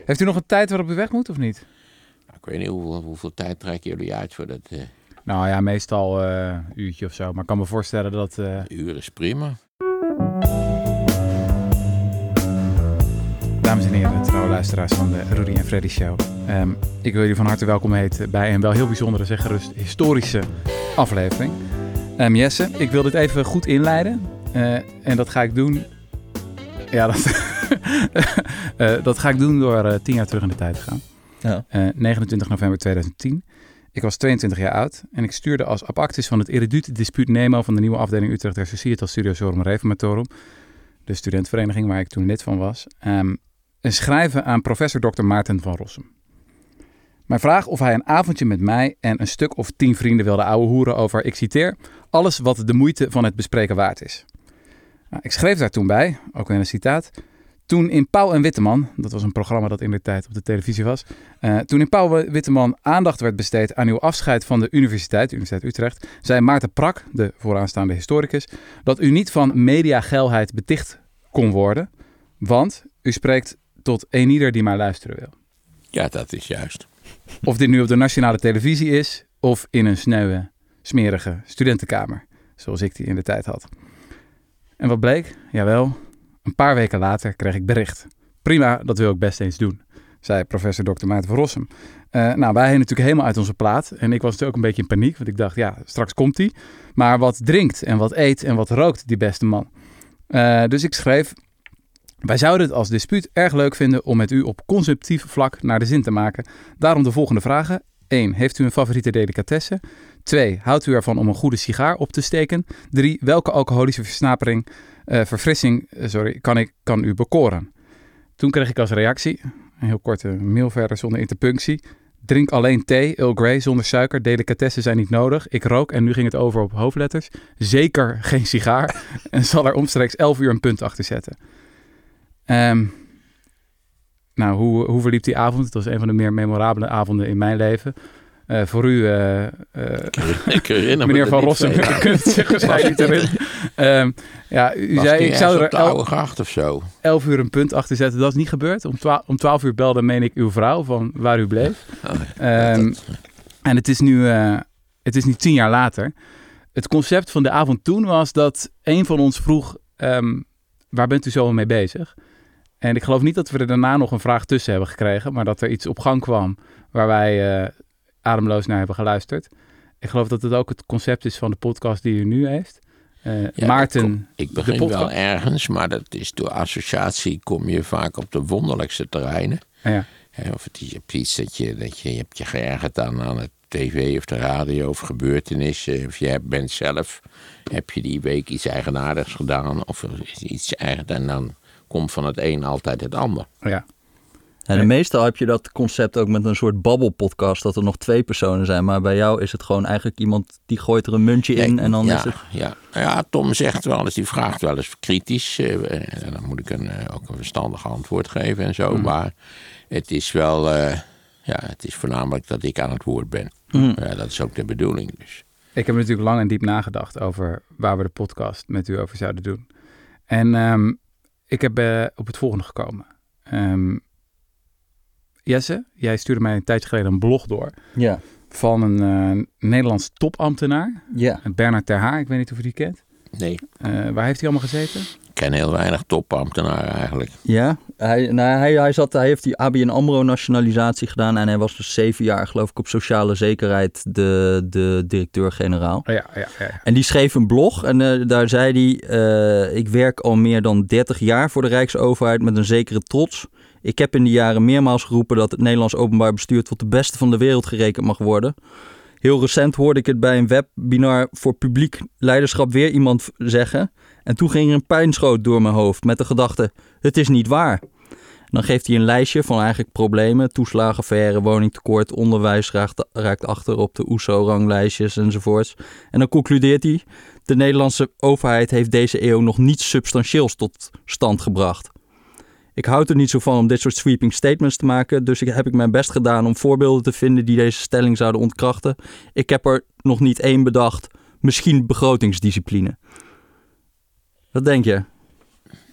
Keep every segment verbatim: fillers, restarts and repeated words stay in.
Heeft u nog een tijd waarop u weg moet of niet? Ik weet niet, hoeveel, hoeveel tijd trekken jullie uit voor dat... Uh... Nou ja, meestal uh, een uurtje of zo. Maar ik kan me voorstellen dat... Uh... Een uur is prima. Dames en heren, trouwe luisteraars van de Rudy en Freddy Show. Um, ik wil jullie van harte welkom heten bij een wel heel bijzondere, zeg gerust, historische aflevering. Um, Jesse, ik wil dit even goed inleiden. Uh, en dat ga ik doen... Ja, dat, uh, dat ga ik doen door uh, tien jaar terug in de tijd te gaan. Ja. Uh, negenentwintig november tweeduizend tien. Ik was tweeëntwintig jaar oud en ik stuurde als abactis van het erudite dispuut Nemo van de nieuwe afdeling Utrecht der Societas Studiosorum Reformatorum, de studentenvereniging waar ik toen lid van was, um, een schrijven aan professor dokter Maarten van Rossum. Mijn vraag of hij een avondje met mij en een stuk of tien vrienden wilde ouwehoeren over, ik citeer, alles wat de moeite van het bespreken waard is. Nou, ik schreef daar toen bij, ook weer een citaat. Toen in Pauw en Witteman, dat was een programma dat in de tijd op de televisie was. Uh, toen in Pauw en Witteman aandacht werd besteed aan uw afscheid van de universiteit, Universiteit Utrecht, zei Maarten Prak, de vooraanstaande historicus, dat u niet van mediageilheid beticht kon worden, want u spreekt tot eenieder die maar luisteren wil. Ja, dat is juist. Of dit nu op de nationale televisie is, of in een sneuwe, smerige studentenkamer, zoals ik die in de tijd had. En wat bleek? Jawel, een paar weken later kreeg ik bericht. Prima, dat wil ik best eens doen, zei professor dokter Maarten van Rossum. Uh, nou, wij heen natuurlijk helemaal uit onze plaat. En ik was natuurlijk ook een beetje in paniek, want ik dacht, ja, straks komt hij. Maar wat drinkt en wat eet en wat rookt die beste man? Uh, dus ik schreef, wij zouden het als dispuut erg leuk vinden om met u op conceptief vlak naar de zin te maken. Daarom de volgende vragen. één. Heeft u een favoriete delicatesse? twee. Houdt u ervan om een goede sigaar op te steken? drie. Welke alcoholische versnapering, uh, verfrissing uh, sorry, kan, ik, kan u bekoren? Toen kreeg ik als reactie, een heel korte mail verder zonder interpunctie. Drink alleen thee, Earl Grey, zonder suiker. Delicatessen zijn niet nodig. Ik rook en nu ging het over op hoofdletters. Zeker geen sigaar. En zal er omstreeks elf uur een punt achter zetten. Um, nou, hoe, hoe verliep die avond? Het was een van de meer memorabele avonden in mijn leven. Uh, voor u, uh, uh, ik herinner meneer Van Rossum, u kunt het zich waarschijnlijk niet herinneren. Um, ja, u was zei, ik zou er el- gracht of zo. elf uur een punt achter zetten. Dat is niet gebeurd. Om, twa- om twaalf uur belde, meen ik, uw vrouw van waar u bleef. Oh, ja, um, dat... En het is, nu, uh, het is nu tien jaar later. Het concept van de avond toen was dat een van ons vroeg, um, waar bent u zo mee bezig? En ik geloof niet dat we er daarna nog een vraag tussen hebben gekregen, maar dat er iets op gang kwam waar wij uh, ademloos naar hebben geluisterd. Ik geloof dat het ook het concept is van de podcast die u nu heeft. Uh, ja, Maarten, kom, ik begin wel ergens, maar dat is door associatie kom je vaak op de wonderlijkste terreinen. Ja. Ja, of het is iets dat je, dat je, je hebt je geërgerd aan, aan het tv of de radio of gebeurtenissen. Of je bent zelf, heb je die week iets eigenaardigs gedaan of iets eigen, en dan komt van het een altijd het ander. Ja. En de meestal heb je dat concept ook met een soort babbelpodcast, dat er nog twee personen zijn. Maar bij jou is het gewoon eigenlijk iemand die gooit er een muntje in ja, en dan ja, is het... Ja. ja, Tom zegt wel eens, die vraagt wel eens kritisch. Uh, en dan moet ik een, uh, ook een verstandig antwoord geven en zo. Mm. Maar het is wel, uh, ja, het is voornamelijk dat ik aan het woord ben. Mm. Ja, dat is ook de bedoeling dus. Ik heb natuurlijk lang en diep nagedacht over waar we de podcast met u over zouden doen. En um, ik heb uh, op het volgende gekomen. Um, Jesse, jij stuurde mij een tijdje geleden een blog door. Ja. Van een uh, Nederlands topambtenaar. Ja. Bernard Ter Haar, ik weet niet of u die kent. Nee. Uh, waar heeft hij allemaal gezeten? Ik ken heel weinig topambtenaren eigenlijk. Ja, hij, nou, hij, hij, zat, hij heeft die A B N AMRO nationalisatie gedaan en hij was dus zeven jaar geloof ik op sociale zekerheid de, de directeur-generaal. Ja, ja, ja, ja. En die schreef een blog en uh, daar zei hij, uh, ik werk al meer dan dertig jaar voor de Rijksoverheid met een zekere trots. Ik heb in die jaren meermaals geroepen dat het Nederlands openbaar bestuur tot de beste van de wereld gerekend mag worden. Heel recent hoorde ik het bij een webinar voor publiek leiderschap weer iemand zeggen. En toen ging er een pijnschoot door mijn hoofd met de gedachte, het is niet waar. En dan geeft hij een lijstje van eigenlijk problemen, toeslagenaffaire, woningtekort, onderwijs raakt, raakt achter op de O E S O-ranglijstjes enzovoorts. En dan concludeert hij, de Nederlandse overheid heeft deze eeuw nog niets substantieels tot stand gebracht. Ik houd er niet zo van om dit soort sweeping statements te maken, dus ik, heb ik mijn best gedaan om voorbeelden te vinden die deze stelling zouden ontkrachten. Ik heb er nog niet één bedacht, misschien begrotingsdiscipline. Wat denk je?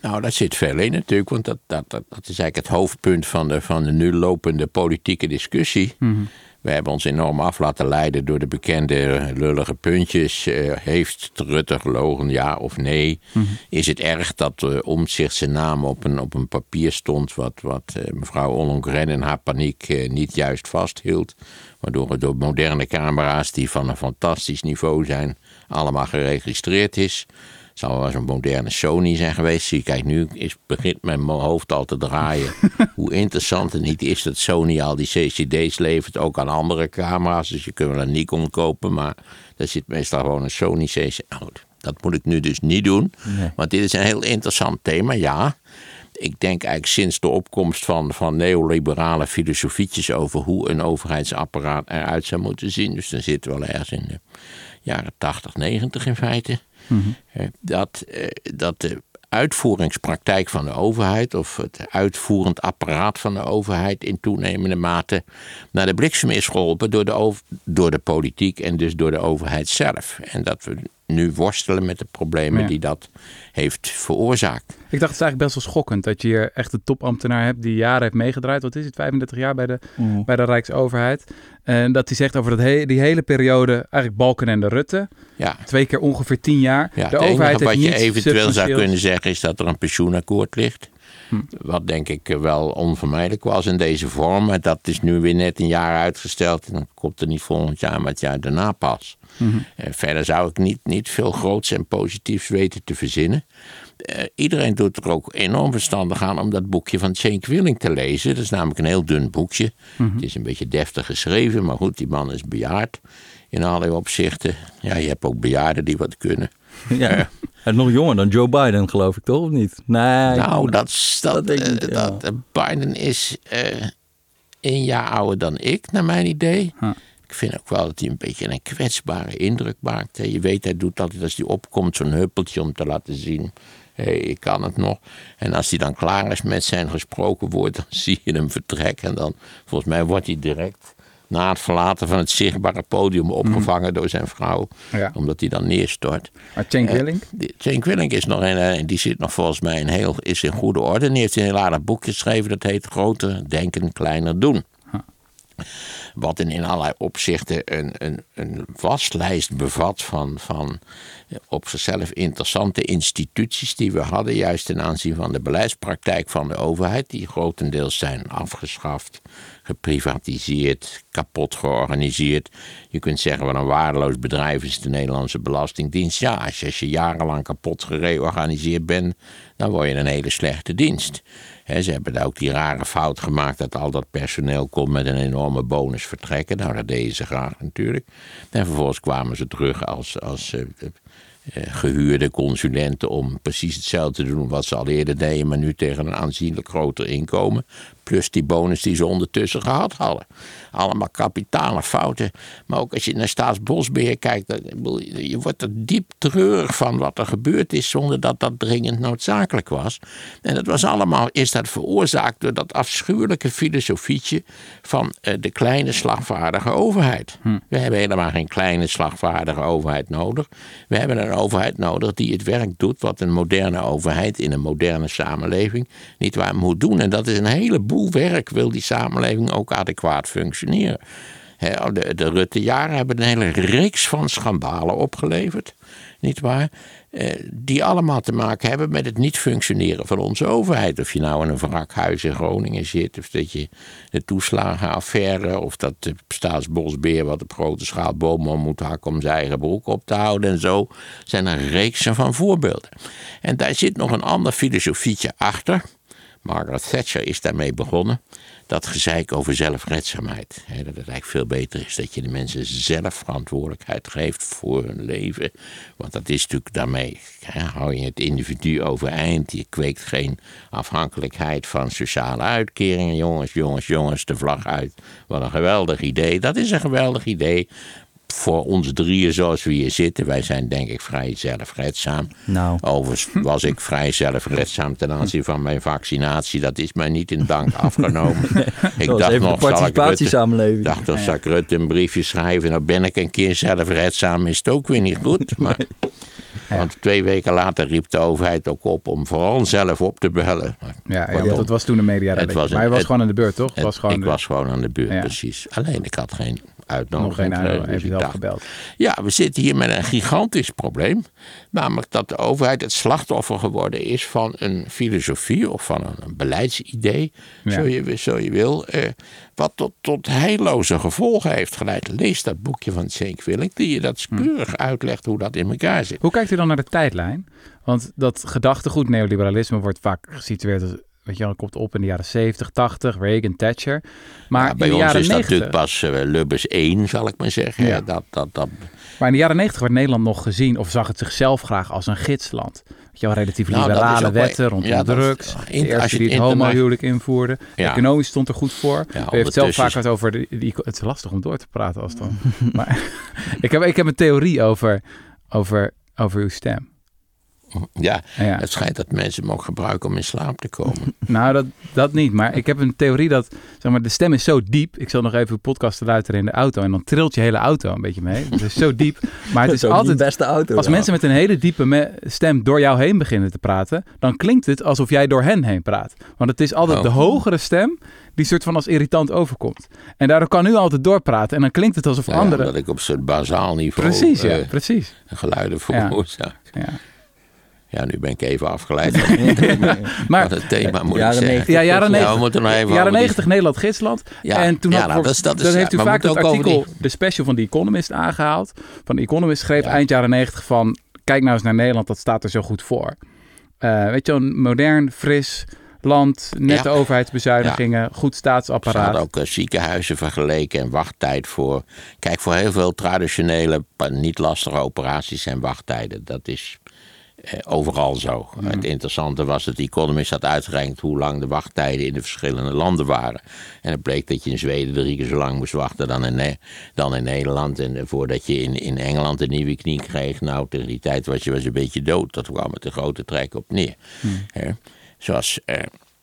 Nou, daar zit veel in natuurlijk, want dat, dat, dat, dat is eigenlijk het hoofdpunt van de, van de nu lopende politieke discussie. Mm-hmm. We hebben ons enorm af laten leiden door de bekende lullige puntjes. Uh, heeft Rutte gelogen, ja of nee? Mm-hmm. Is het erg dat uh, Omtzigt zijn naam op een, op een papier stond... wat, wat uh, mevrouw Ollongren in haar paniek uh, niet juist vasthield... waardoor het door moderne camera's die van een fantastisch niveau zijn... allemaal geregistreerd is... Het zal wel zo'n moderne Sony zijn geweest. Zie, kijk, nu is, begint mijn hoofd al te draaien. Hoe interessant het niet is dat Sony al die C C D's levert. Ook aan andere camera's. Dus je kunt wel een Nikon kopen. Maar daar zit meestal gewoon een Sony C C D. Oh, dat moet ik nu dus niet doen. Nee. Want dit is een heel interessant thema, ja. Ik denk eigenlijk sinds de opkomst van, van neoliberale filosofietjes... over hoe een overheidsapparaat eruit zou moeten zien. Dus dan zitten we wel ergens in de jaren tachtig, negentig in feite... Mm-hmm. Dat, dat de uitvoeringspraktijk van de overheid... of het uitvoerend apparaat van de overheid... in toenemende mate naar de bliksem is geholpen... door de, over, door de politiek en dus door de overheid zelf. En dat we nu worstelen met de problemen ja. die dat heeft veroorzaakt. Ik dacht het is eigenlijk best wel schokkend... dat je hier echt een topambtenaar hebt die jaren heeft meegedraaid. Wat is het, vijfendertig jaar bij de, mm. bij de Rijksoverheid. En dat hij zegt over dat he- die hele periode... eigenlijk Balkenende Rutte... Ja. Twee keer ongeveer tien jaar. Ja, de overheid heeft wat je eventueel zou kunnen zeggen is dat er een pensioenakkoord ligt. Hm. Wat denk ik wel onvermijdelijk was in deze vorm. Maar dat is nu weer net een jaar uitgesteld. En dan komt er niet volgend jaar, maar het jaar daarna pas. Mm-hmm. En verder zou ik niet, niet veel groots en positiefs weten te verzinnen. Uh, iedereen doet er ook enorm verstandig aan om dat boekje van Cenk Willing te lezen. Dat is namelijk een heel dun boekje. Mm-hmm. Het is een beetje deftig geschreven, maar goed, die man is bejaard. In allerlei opzichten. Ja, je hebt ook bejaarden die wat kunnen. Ja, uh, en nog jonger dan Joe Biden, geloof ik, toch? Of niet? Nee. Nou, dat, dat, dat, denk ik, uh, ja. dat Biden is uh, één jaar ouder dan ik, naar mijn idee. Huh. Ik vind ook wel dat hij een beetje een kwetsbare indruk maakt. Je weet, hij doet altijd als hij opkomt zo'n huppeltje om te laten zien... Hé, hey, ik kan het nog. En als hij dan klaar is met zijn gesproken woord... dan zie je hem vertrekken. En dan, volgens mij, wordt hij direct... na het verlaten van het zichtbare podium opgevangen mm. door zijn vrouw. Ja. Omdat hij dan neerstort. Maar Cenk Willing? Uh, Cenk Willing is nog een, die zit nog volgens mij in, heel, is in goede orde. En die heeft een heel aardig boek geschreven. Dat heet Groter Denken, Kleiner Doen. Huh. Wat in, in allerlei opzichten een, een, een waslijst bevat van, van op zichzelf interessante instituties die we hadden. Juist ten aanzien van de beleidspraktijk van de overheid. Die grotendeels zijn afgeschaft, geprivatiseerd, kapot georganiseerd. Je kunt zeggen wat een waardeloos bedrijf is de Nederlandse Belastingdienst. Ja, als je, als je jarenlang kapot gereorganiseerd bent, dan word je een hele slechte dienst. He, ze hebben daar ook die rare fout gemaakt dat al dat personeel kon met een enorme bonus vertrekken. Nou, dat deden ze graag natuurlijk. En vervolgens kwamen ze terug als, als uh, uh, gehuurde consulenten om precies hetzelfde te doen wat ze al eerder deden, maar nu tegen een aanzienlijk groter inkomen. Plus die bonus die ze ondertussen gehad hadden. Allemaal kapitale fouten. Maar ook als je naar Staatsbosbeheer kijkt, je wordt er diep treurig van wat er gebeurd is zonder dat dat dringend noodzakelijk was. En dat was allemaal, is dat veroorzaakt door dat afschuwelijke filosofietje van uh, de kleine slagvaardige overheid. Hm. We hebben helemaal geen kleine slagvaardige overheid nodig. We hebben een overheid nodig die het werk doet wat een moderne overheid in een moderne samenleving niet waar moet doen. En dat is een heleboel werk, wil die samenleving ook adequaat functioneren. He, de, de Rutte-jaren hebben een hele reeks van schandalen opgeleverd, nietwaar? Eh, die allemaal te maken hebben met het niet functioneren van onze overheid. Of je nou in een wrakhuis in Groningen zit, of dat je de toeslagenaffaire, of dat de Staatsbosbeheer wat op grote schaal bomen moet hakken om zijn eigen broek op te houden en zo, zijn er reeksen van voorbeelden. En daar zit nog een ander filosofietje achter. Margaret Thatcher is daarmee begonnen. Dat gezeik over zelfredzaamheid. He, dat het eigenlijk veel beter is dat je de mensen zelf verantwoordelijkheid geeft voor hun leven. Want dat is natuurlijk daarmee, he, hou je het individu overeind. Je kweekt geen afhankelijkheid van sociale uitkeringen. Jongens, jongens, jongens, de vlag uit. Wat een geweldig idee. Dat is een geweldig idee. Voor ons drieën zoals we hier zitten, wij zijn denk ik vrij zelfredzaam. Nou. Overigens was ik vrij zelfredzaam ten aanzien van mijn vaccinatie. Dat is mij niet in dank afgenomen. Nee. Ik dat dacht nog, zal ik Rutte, dacht nog, zal ik Rutte een briefje schrijven. Nou ben ik een keer zelfredzaam, is het ook weer niet goed. Maar Ja. Want twee weken later riep de overheid ook op om vooral zelf op te bellen. Ja, ja, want het was toen een mediaredactie. Maar hij was het, gewoon aan de beurt, toch? Het, was gewoon ik de... was gewoon aan de beurt, ja. precies. Alleen ik had geen uitnodiging. Nog geen uitnodiging, dus heb je ik zelf dacht, gebeld. Ja, we zitten hier met een gigantisch probleem. Namelijk dat de overheid het slachtoffer geworden is van een filosofie of van een, een beleidsidee, ja. zo, je, zo je wil, eh, wat tot, tot heilloze gevolgen heeft geleid. Lees dat boekje van Cenk Willink, die je dat keurig hm. uitlegt hoe dat in elkaar zit. Hoe kijkt u dan naar de tijdlijn? Want dat gedachtegoed neoliberalisme wordt vaak gesitueerd als... Weet je, dan komt op in de jaren zeventig, tachtig, Reagan, Thatcher. Maar ja, bij in de ons jaren is dat negentig, natuurlijk pas uh, Lubbers één, zal ik maar zeggen. Ja. Dat, dat, dat... Maar in de jaren negentig werd Nederland nog gezien, of zag het zichzelf graag als een gidsland. Weet je wel, relatief nou, liberale wetten rondom ja, drugs. Dat, de eerste die het homohuwelijk invoerde. Ja. Economisch stond er goed voor. Ja, U heeft zelf vaak wat over... De, die, het is lastig om door te praten als dan. Maar ik, heb, ik heb een theorie over, over, over uw stem. Ja, ja, het schijnt dat mensen hem ook gebruiken om in slaap te komen. Nou, dat, dat niet. Maar ik heb een theorie dat, zeg maar, de stem is zo diep. Ik zal nog even uw podcast luisteren in de auto. En dan trilt je hele auto een beetje mee. Het is zo diep. Maar het is, is altijd de beste auto. Als ja. mensen met een hele diepe me- stem door jou heen beginnen te praten, dan klinkt het alsof jij door hen heen praat. Want het is altijd oh. de hogere stem die soort van als irritant overkomt. En daardoor kan u altijd doorpraten. En dan klinkt het alsof nou ja, anderen... dat ik op zo'n bazaal niveau precies, ja, uh, precies. geluiden veroorzaak. Ja. Ja. Ja, nu ben ik even afgeleid van het thema. Maar het thema moet jaren ik zeggen. Ja, jaren negentig. Ja, we moeten nog even jaren negentig die... Nederland gidsland. Ja, en toen ja, had, nou, dat, is, dat is, dan ja, heeft u vaak dat artikel, die... de special van The Economist aangehaald. Van The Economist schreef ja. eind jaren negentig van, kijk nou eens naar Nederland, dat staat er zo goed voor. Uh, weet je, een modern, fris land, nette ja. overheidsbezuinigingen, ja. goed staatsapparaat. Ze hadden ook uh, ziekenhuizen vergeleken en wachttijd voor. Kijk, voor heel veel traditionele, niet lastige operaties en wachttijden. Dat is uh, overal zo. Mm. Het interessante was dat de Economist had uitgerekend hoe lang de wachttijden in de verschillende landen waren. En het bleek dat je in Zweden drie keer zo lang moest wachten dan in, ne- dan in Nederland. En uh, voordat je in, in Engeland een nieuwe knie kreeg, nou tegen die tijd was je was een beetje dood. Dat kwam met een grote trek op neer. Mm. Uh, Zoals, uh,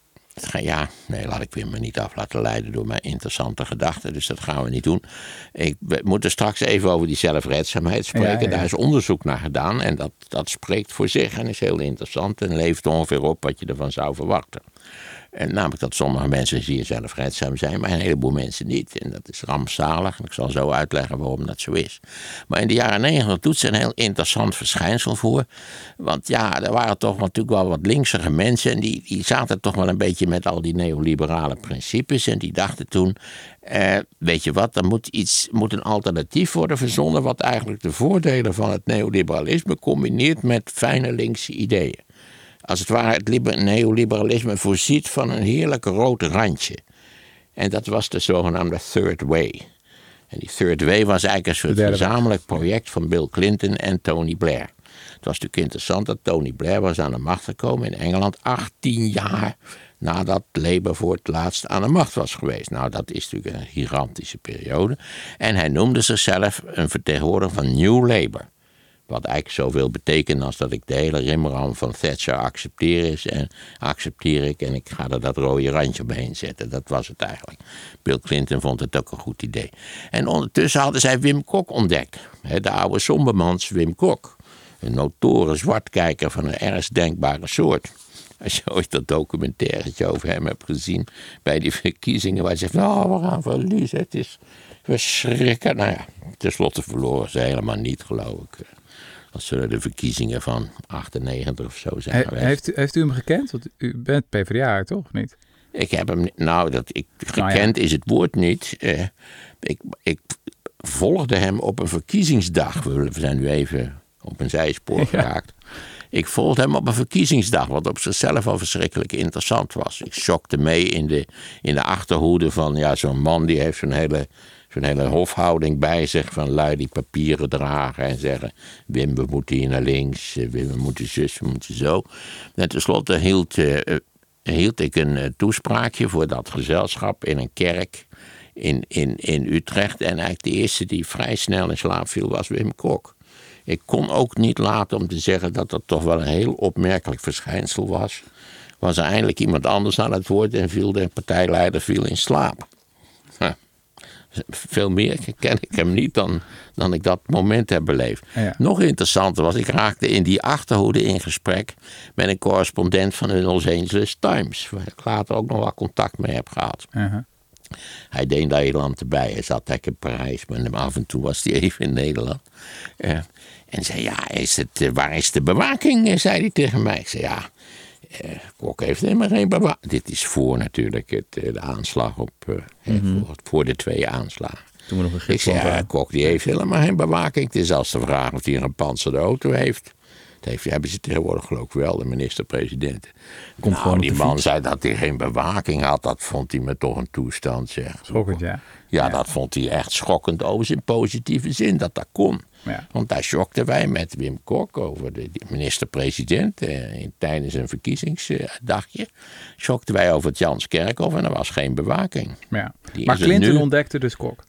ja, nee, laat ik weer me niet af laten leiden door mijn interessante gedachten. Dus dat gaan we niet doen. Ik, we moeten straks even over die zelfredzaamheid spreken. Ja, ja. Daar is onderzoek naar gedaan en dat, dat spreekt voor zich en is heel interessant. En levert ongeveer op wat je ervan zou verwachten. En namelijk dat sommige mensen zeer zelfredzaam zijn, maar een heleboel mensen niet. En dat is rampzalig. En ik zal zo uitleggen waarom dat zo is. Maar in de jaren negentig doet ze een heel interessant verschijnsel voor. Want ja, er waren toch natuurlijk wel wat linksere mensen. En die, die zaten toch wel een beetje met al die neoliberale principes. En die dachten toen, eh, weet je wat, er moet, iets, moet een alternatief worden verzonnen. Wat eigenlijk de voordelen van het neoliberalisme combineert met fijne linkse ideeën. Als het ware het liber- neoliberalisme voorziet van een heerlijk rood randje. En dat was de zogenaamde Third Way. En die Third Way was eigenlijk een soort gezamenlijk project van Bill Clinton en Tony Blair. Het was natuurlijk interessant dat Tony Blair was aan de macht gekomen in Engeland achttien jaar nadat Labour voor het laatst aan de macht was geweest. Nou, dat is natuurlijk een gigantische periode. En hij noemde zichzelf een vertegenwoordiger van New Labour. Wat eigenlijk zoveel betekent als dat ik de hele rimram van Thatcher accepteer is en accepteer ik en ik ga er dat rode randje omheen zetten. Dat was het eigenlijk. Bill Clinton vond het ook een goed idee. En ondertussen hadden zij Wim Kok ontdekt. De oude sombermans Wim Kok. Een notoren zwartkijker van een ergst denkbare soort. Als je ooit dat documentairetje over hem hebt gezien bij die verkiezingen waar ze zegt, nou, we gaan verliezen, het is verschrikkelijk. Nou ja, tenslotte verloren ze helemaal niet, geloof ik. Dat zullen de verkiezingen van achtennegentig of zo zijn He, geweest. Heeft u, heeft u hem gekend? Want u bent P v d A, toch? Niet? Ik heb hem, nou, dat ik, gekend nou ja. is het woord niet. Uh, ik, ik volgde hem op een verkiezingsdag. We zijn nu even op een zijspoor geraakt. Ja. Ik volgde hem op een verkiezingsdag, wat op zichzelf al verschrikkelijk interessant was. Ik schokte mee in de, in de achterhoede van ja, zo'n man die heeft zo'n hele... Zo'n hele hofhouding bij zich van lui die papieren dragen en zeggen, Wim, we moeten hier naar links, Wim, we moeten zus, we moeten zo. En tenslotte hield, uh, hield ik een uh, toespraakje voor dat gezelschap in een kerk in, in, in Utrecht. En eigenlijk de eerste die vrij snel in slaap viel was Wim Kok. Ik kon ook niet laten om te zeggen dat dat toch wel een heel opmerkelijk verschijnsel was. Was er eindelijk iemand anders aan het woord en viel de partijleider viel in slaap. Huh. Veel meer ken ik hem niet dan, dan ik dat moment heb beleefd. Ja. Nog interessanter was, ik raakte in die achterhoede in gesprek met een correspondent van de Los Angeles Times. Waar ik later ook nog wel contact mee heb gehad. Uh-huh. Hij deed Nederland erbij. Hij zat eigenlijk in Parijs, maar af en toe was hij even in Nederland. Uh, en zei, ja, is het, uh, waar is de bewaking? Uh, zei hij tegen mij. Ik zei, ja, uh, Kok heeft helemaal geen bewaking. Dit is voor natuurlijk het, uh, de aanslag op, uh, mm-hmm. voor, voor de twee aanslagen. Toen we nog een ik zei, ja, Kok die heeft helemaal geen bewaking. Het is zelfs de vraag of hij een gepantserde auto heeft. Dat heeft, hebben ze tegenwoordig geloof ik wel, de minister-president. Komt nou, gewoon die man fiets. zei dat hij geen bewaking had. Dat vond hij me toch een toestand, zeg. Schokkend, ja. Ja, ja, dat vond hij echt schokkend, overigens in positieve zin, dat dat kon. Ja. Want daar schokten wij met Wim Kok over de minister-president. Eh, tijdens een verkiezingsdagje. Schokten wij over het Janskerkhof en er was geen bewaking. Ja. Die Maar is er Clinton nu. ontdekte dus Kok.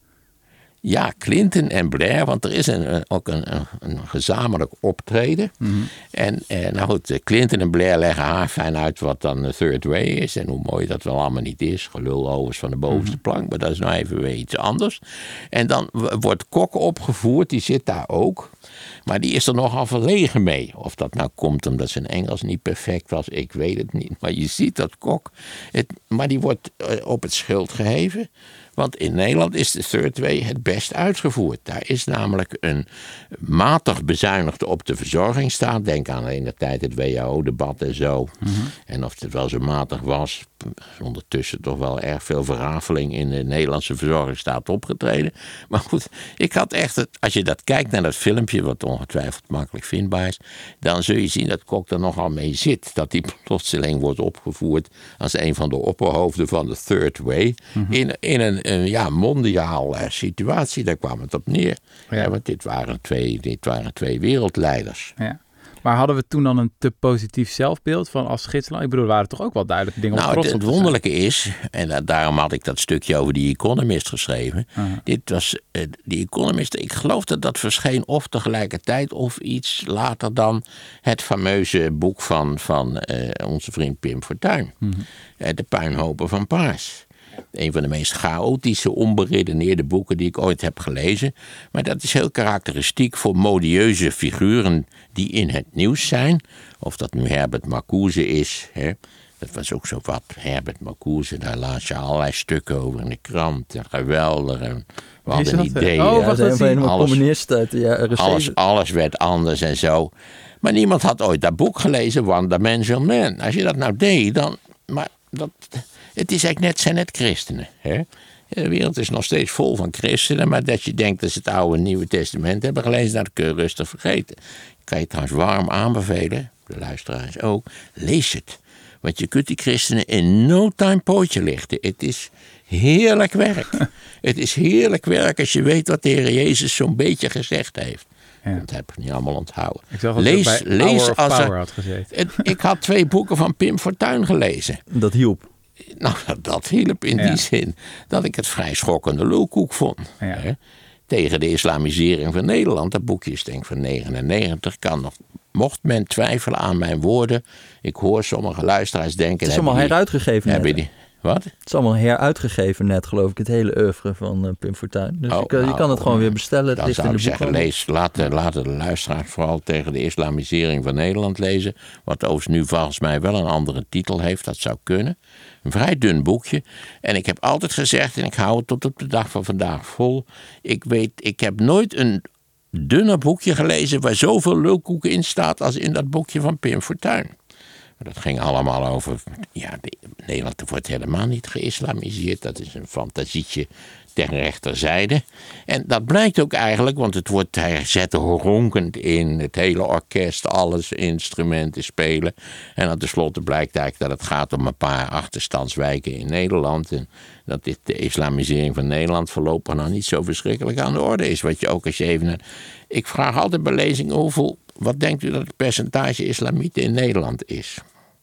Ja, Clinton en Blair, want er is een, een, ook een, een, een gezamenlijk optreden. Mm-hmm. En eh, nou goed, Clinton en Blair leggen haarfijn uit wat dan de third way is. En hoe mooi dat wel allemaal niet is. Gelul overigens van de bovenste Mm-hmm. plank, maar dat is nou even weer iets anders. En dan w- wordt Kok opgevoerd, die zit daar ook. Maar die is er nogal verlegen mee. Of dat nou komt omdat zijn Engels niet perfect was, ik weet het niet. Maar je ziet dat Kok, het, maar die wordt uh, op het schild geheven. Want in Nederland is de third way het best uitgevoerd. Daar is namelijk een matig bezuinigde op de verzorgingsstaat. Denk aan in de tijd het W H O-debat en zo. Mm-hmm. En of het wel zo matig was. Ondertussen toch wel erg veel verrafeling in de Nederlandse verzorgingsstaat opgetreden. Maar goed, ik had echt, het, als je dat kijkt naar dat filmpje, wat ongetwijfeld makkelijk vindbaar is, dan zul je zien dat Kok er nogal mee zit. Dat die plotseling wordt opgevoerd als een van de opperhoofden van de third way. Mm-hmm. In, in een, een ja, mondiaal uh, situatie, daar kwam het op neer. Ja. Ja, want dit waren twee, dit waren twee wereldleiders. Ja. Maar hadden we toen dan een te positief zelfbeeld van als gidsland? Ik bedoel, er waren toch ook wel duidelijke dingen om nou, trots het, op het te wonderlijke is, en uh, daarom had ik dat stukje over die Economist geschreven. Uh-huh. Dit was, uh, die Economist, ik geloof dat dat verscheen of tegelijkertijd of iets later dan het fameuze boek van, van uh, onze vriend Pim Fortuyn. Uh-huh. Uh, de Puinhopen van Paars. Een van de meest chaotische, onberedeneerde boeken die ik ooit heb gelezen. Maar dat is heel karakteristiek voor modieuze figuren die in het nieuws zijn. Of dat nu Herbert Marcuse is. Hè. Dat was ook zo wat. Herbert Marcuse, daar las je allerlei stukken over in de krant. Geweldig. En we hadden een idee. Oh, wacht, dat is een communist uit de jaren alles, alles werd anders en zo. Maar niemand had ooit dat boek gelezen, One Dimensional Man. Als je dat nou deed, dan... Maar dat... Het is eigenlijk net, zijn net christenen. Hè? De wereld is nog steeds vol van christenen, maar dat je denkt dat ze het Oude en Nieuwe Testament hebben gelezen, dat kun je rustig vergeten. Ik kan je trouwens warm aanbevelen, de luisteraars ook, lees het. Want je kunt die christenen in no time pootje lichten. Het is heerlijk werk. Het is heerlijk werk als je weet wat de Heer Jezus zo'n beetje gezegd heeft. Ja. Dat heb ik niet allemaal onthouden. Ik zag dat lees, bij lees Hour of als Power er, had gezeten. Het, ik had twee boeken van Pim Fortuyn gelezen. Dat hielp. Nou, dat, dat hielp in ja. die zin dat ik het vrij schokkende lulkoek vond. Ja. Hè? Tegen de islamisering van Nederland. Dat boekje is denk ik van negenennegentig. Kan nog, mocht men twijfelen aan mijn woorden. Ik hoor sommige luisteraars denken... Het is allemaal die, heruitgegeven net. Die, wat? Het is allemaal heruitgegeven net, geloof ik. Het hele oeuvre van uh, Pim Fortuyn. Dus oh, je, kan, nou, je kan het gewoon weer bestellen. Dan zou ik zeggen, lees, laten, laten de luisteraars vooral tegen de islamisering van Nederland lezen. Wat overigens nu volgens mij wel een andere titel heeft. Dat zou kunnen. Een vrij dun boekje. En ik heb altijd gezegd, en ik hou het tot op de dag van vandaag vol. Ik weet, ik heb nooit een dunner boekje gelezen waar zoveel lulkoeken in staat als in dat boekje van Pim Fortuyn. Maar dat ging allemaal over, ja, Nederland wordt helemaal niet geïslamiseerd. Dat is een fantasietje ten rechterzijde. En dat blijkt ook eigenlijk, want het wordt, hij zet ronkend in, het hele orkest, alles, instrumenten spelen. En dan tenslotte blijkt eigenlijk dat het gaat om een paar achterstandswijken in Nederland. En dat dit de islamisering van Nederland voorlopig nog niet zo verschrikkelijk aan de orde is. Wat je ook als je even... Ik vraag altijd bij lezingen, hoeveel, wat denkt u dat het percentage islamieten in Nederland is?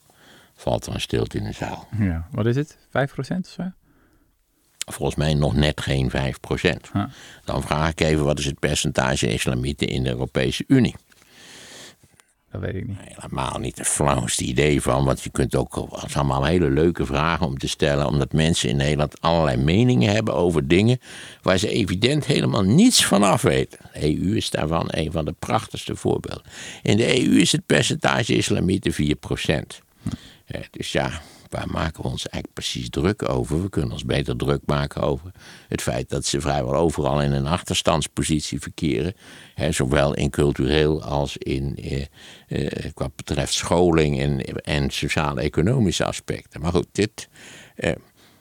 Valt er een stilte in de zaal. Ja, wat is het? vijf procent of zo? Volgens mij nog net geen vijf procent. Huh. Dan vraag ik even, wat is het percentage islamieten in de Europese Unie? Dat weet ik niet. Helemaal niet de flauwste idee van. Want je kunt ook... Het zijn allemaal hele leuke vragen om te stellen. Omdat mensen in Nederland allerlei meningen hebben over dingen... waar ze evident helemaal niets van af weten. De E U is daarvan een van de prachtigste voorbeelden. In de E U is het percentage islamieten vier procent. Ja, dus ja... Waar maken we ons eigenlijk precies druk over? We kunnen ons beter druk maken over het feit dat ze vrijwel overal in een achterstandspositie verkeren. Hè, zowel in cultureel als in eh, eh, wat betreft scholing en, en sociaal-economische aspecten. Maar goed, dit... Eh,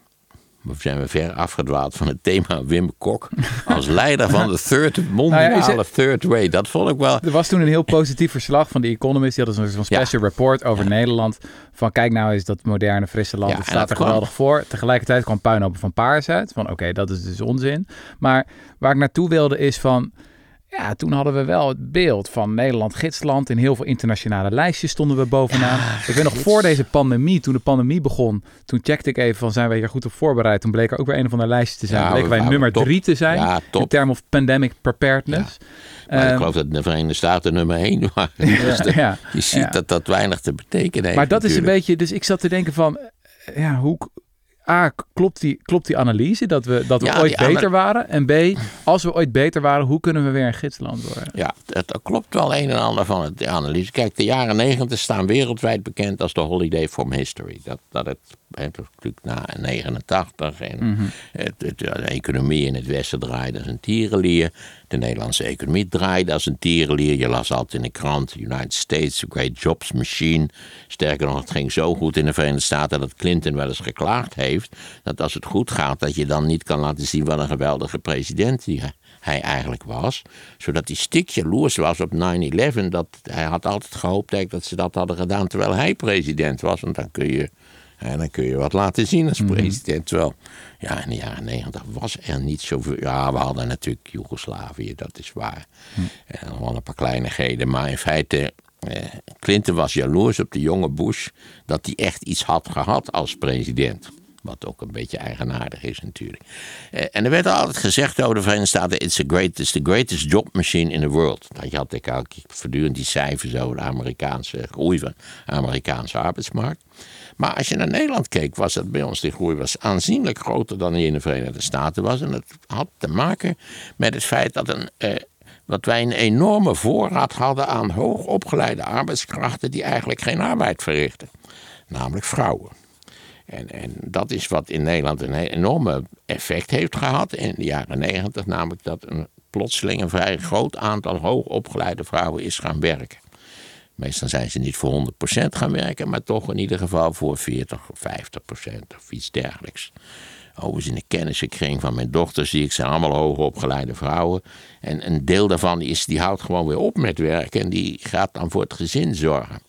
we zijn we ver afgedwaald van het thema Wim Kok als leider van de third, mondiale nou ja, het, third way. Dat vond ik wel... Er was toen een heel positief verslag van The Economist. Die hadden zo'n special ja. report over ja. Nederland. Van kijk nou eens dat moderne, frisse land. Ja, het staat er kwam. geweldig voor. Tegelijkertijd kwam puinhopen van Paars uit. Van oké, okay, dat is dus onzin. Maar waar ik naartoe wilde is van... Ja, toen hadden we wel het beeld van Nederland gidsland. In heel veel internationale lijstjes stonden we bovenaan. Ja, ik weet nog, voor deze pandemie, toen de pandemie begon... toen checkte ik even van, zijn we hier goed op voorbereid? Toen bleek er ook weer een van de lijstjes te zijn. Ja, bleken wij nummer top. drie te zijn. Ja, in termen of pandemic preparedness. Ja. Maar um, ik geloof dat de Verenigde Staten nummer één waren. Ja, dus de, ja, je ziet ja. dat dat weinig te betekenen heeft. Maar dat natuurlijk. is een beetje... Dus ik zat te denken van... Ja, hoe... A, klopt die, klopt die analyse dat we, dat we ja, ooit beter ana- waren? En B, als we ooit beter waren, hoe kunnen we weer een gidsland worden? Ja, het klopt wel een en ander van de analyse. Kijk, de jaren negentig staan wereldwijd bekend als de holiday from history. Dat, dat het, het natuurlijk na negenentachtig en mm-hmm. het, het, de economie in het Westen draaide als een tierenlier. De Nederlandse economie draaide als een tierenlier. Je las altijd in de krant, United States, a great jobs machine. Sterker nog, het ging zo goed in de Verenigde Staten dat Clinton wel eens geklaagd heeft... dat als het goed gaat, dat je dan niet kan laten zien wat een geweldige president die hij eigenlijk was. Zodat hij stik jaloers was op nine eleven. Dat, hij had altijd gehoopt eigenlijk, dat ze dat hadden gedaan terwijl hij president was. Want dan kun je... En dan kun je wat laten zien als president. Mm-hmm. Terwijl, ja, in de jaren negentig was er niet zoveel... Ja, we hadden natuurlijk Joegoslavië, dat is waar. Mm. En nog wel een paar kleinigheden. Maar in feite, eh, Clinton was jaloers op de jonge Bush... dat hij echt iets had gehad als president. Wat ook een beetje eigenaardig is natuurlijk. Eh, en er werd altijd gezegd over de Verenigde Staten... It's, a great, it's the greatest job machine in the world. Dat had ik ook voortdurend die cijfers over de Amerikaanse groei van de Amerikaanse arbeidsmarkt. Maar als je naar Nederland keek, was dat bij ons, die groei was aanzienlijk groter dan die in de Verenigde Staten was. En dat had te maken met het feit dat, een, eh, dat wij een enorme voorraad hadden aan hoogopgeleide arbeidskrachten die eigenlijk geen arbeid verrichten. Namelijk vrouwen. En, en dat is wat in Nederland een enorme effect heeft gehad in de jaren negentig. Namelijk dat een plotseling een vrij groot aantal hoogopgeleide vrouwen is gaan werken. Meestal zijn ze niet voor honderd procent gaan werken, maar toch in ieder geval voor veertig of vijftig procent of iets dergelijks. Overigens in de kennissenkring van mijn dochter zie ik, zijn allemaal hoogopgeleide vrouwen. En een deel daarvan is, die houdt gewoon weer op met werken en die gaat dan voor het gezin zorgen.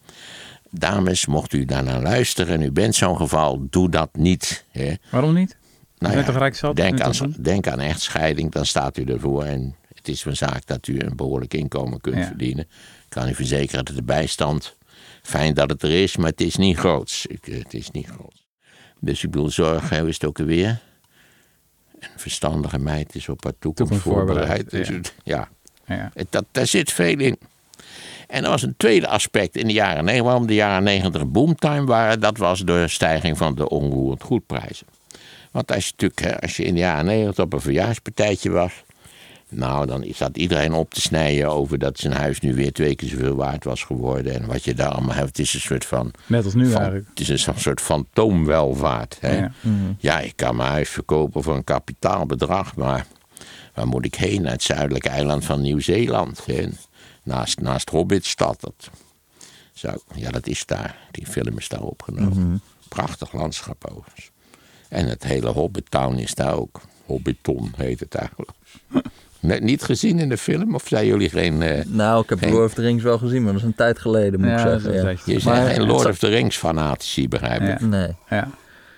Dames, mocht u daarnaar luisteren en u bent zo'n geval, doe dat niet. Hè. Waarom niet? Nou ja, toch rijk zat, denk, aan, denk aan echtscheiding, dan staat u ervoor. En het is een zaak dat u een behoorlijk inkomen kunt ja. verdienen. Ik kan u verzekeren dat de bijstand, fijn dat het er is, maar het is niet groots. Het is niet groots. Dus ik bedoel, zorg, hoe is het ook alweer? Een verstandige meid is op haar toekomst, toekomst voorbereid. voorbereid. Dus ja, ja. ja. Het, dat, daar zit veel in. En er was een tweede aspect in de jaren negentig, waarom de jaren negentig boomtime waren. Dat was de stijging van de onroerend goedprijzen. Want als je, natuurlijk, als je in de jaren negentig op een verjaarspartijtje was, nou, dan zat iedereen op te snijden over dat zijn huis nu weer twee keer zoveel waard was geworden. En wat je daar allemaal hebt, het is een soort van... Net als nu van, eigenlijk. Het is een soort fantoomwelvaart. Hè? Ja. Mm-hmm. Ja, ik kan mijn huis verkopen voor een kapitaalbedrag, maar waar moet ik heen? Naar het zuidelijke eiland van Nieuw-Zeeland. Hè? Naast, naast Hobbitstad. Dat, zo, ja, dat is daar. Die film is daar opgenomen. Mm-hmm. Prachtig landschap overigens. En het hele Hobbittown is daar ook. Hobbiton heet het eigenlijk. Net niet gezien in de film? Of zijn jullie geen... Uh, nou, ik heb geen... Lord of the Rings wel gezien, maar dat is een tijd geleden, moet ja, ik zeggen. Ja. Je zijn geen Lord of the Rings fanatici, begrijp ik? Ja. Nee. Ja.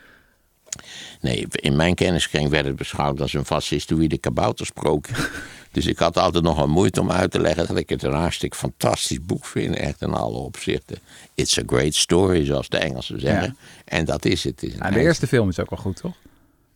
Nee, in mijn kenniskring werd het beschouwd als een fascistoïde kaboutersprookje. Dus ik had altijd nog wel moeite om uit te leggen dat ik het een hartstikke fantastisch boek vind. Echt in alle opzichten. It's a great story, zoals de Engelsen zeggen. Ja. En dat is het. Is ja, de eerste film is ook wel goed, toch?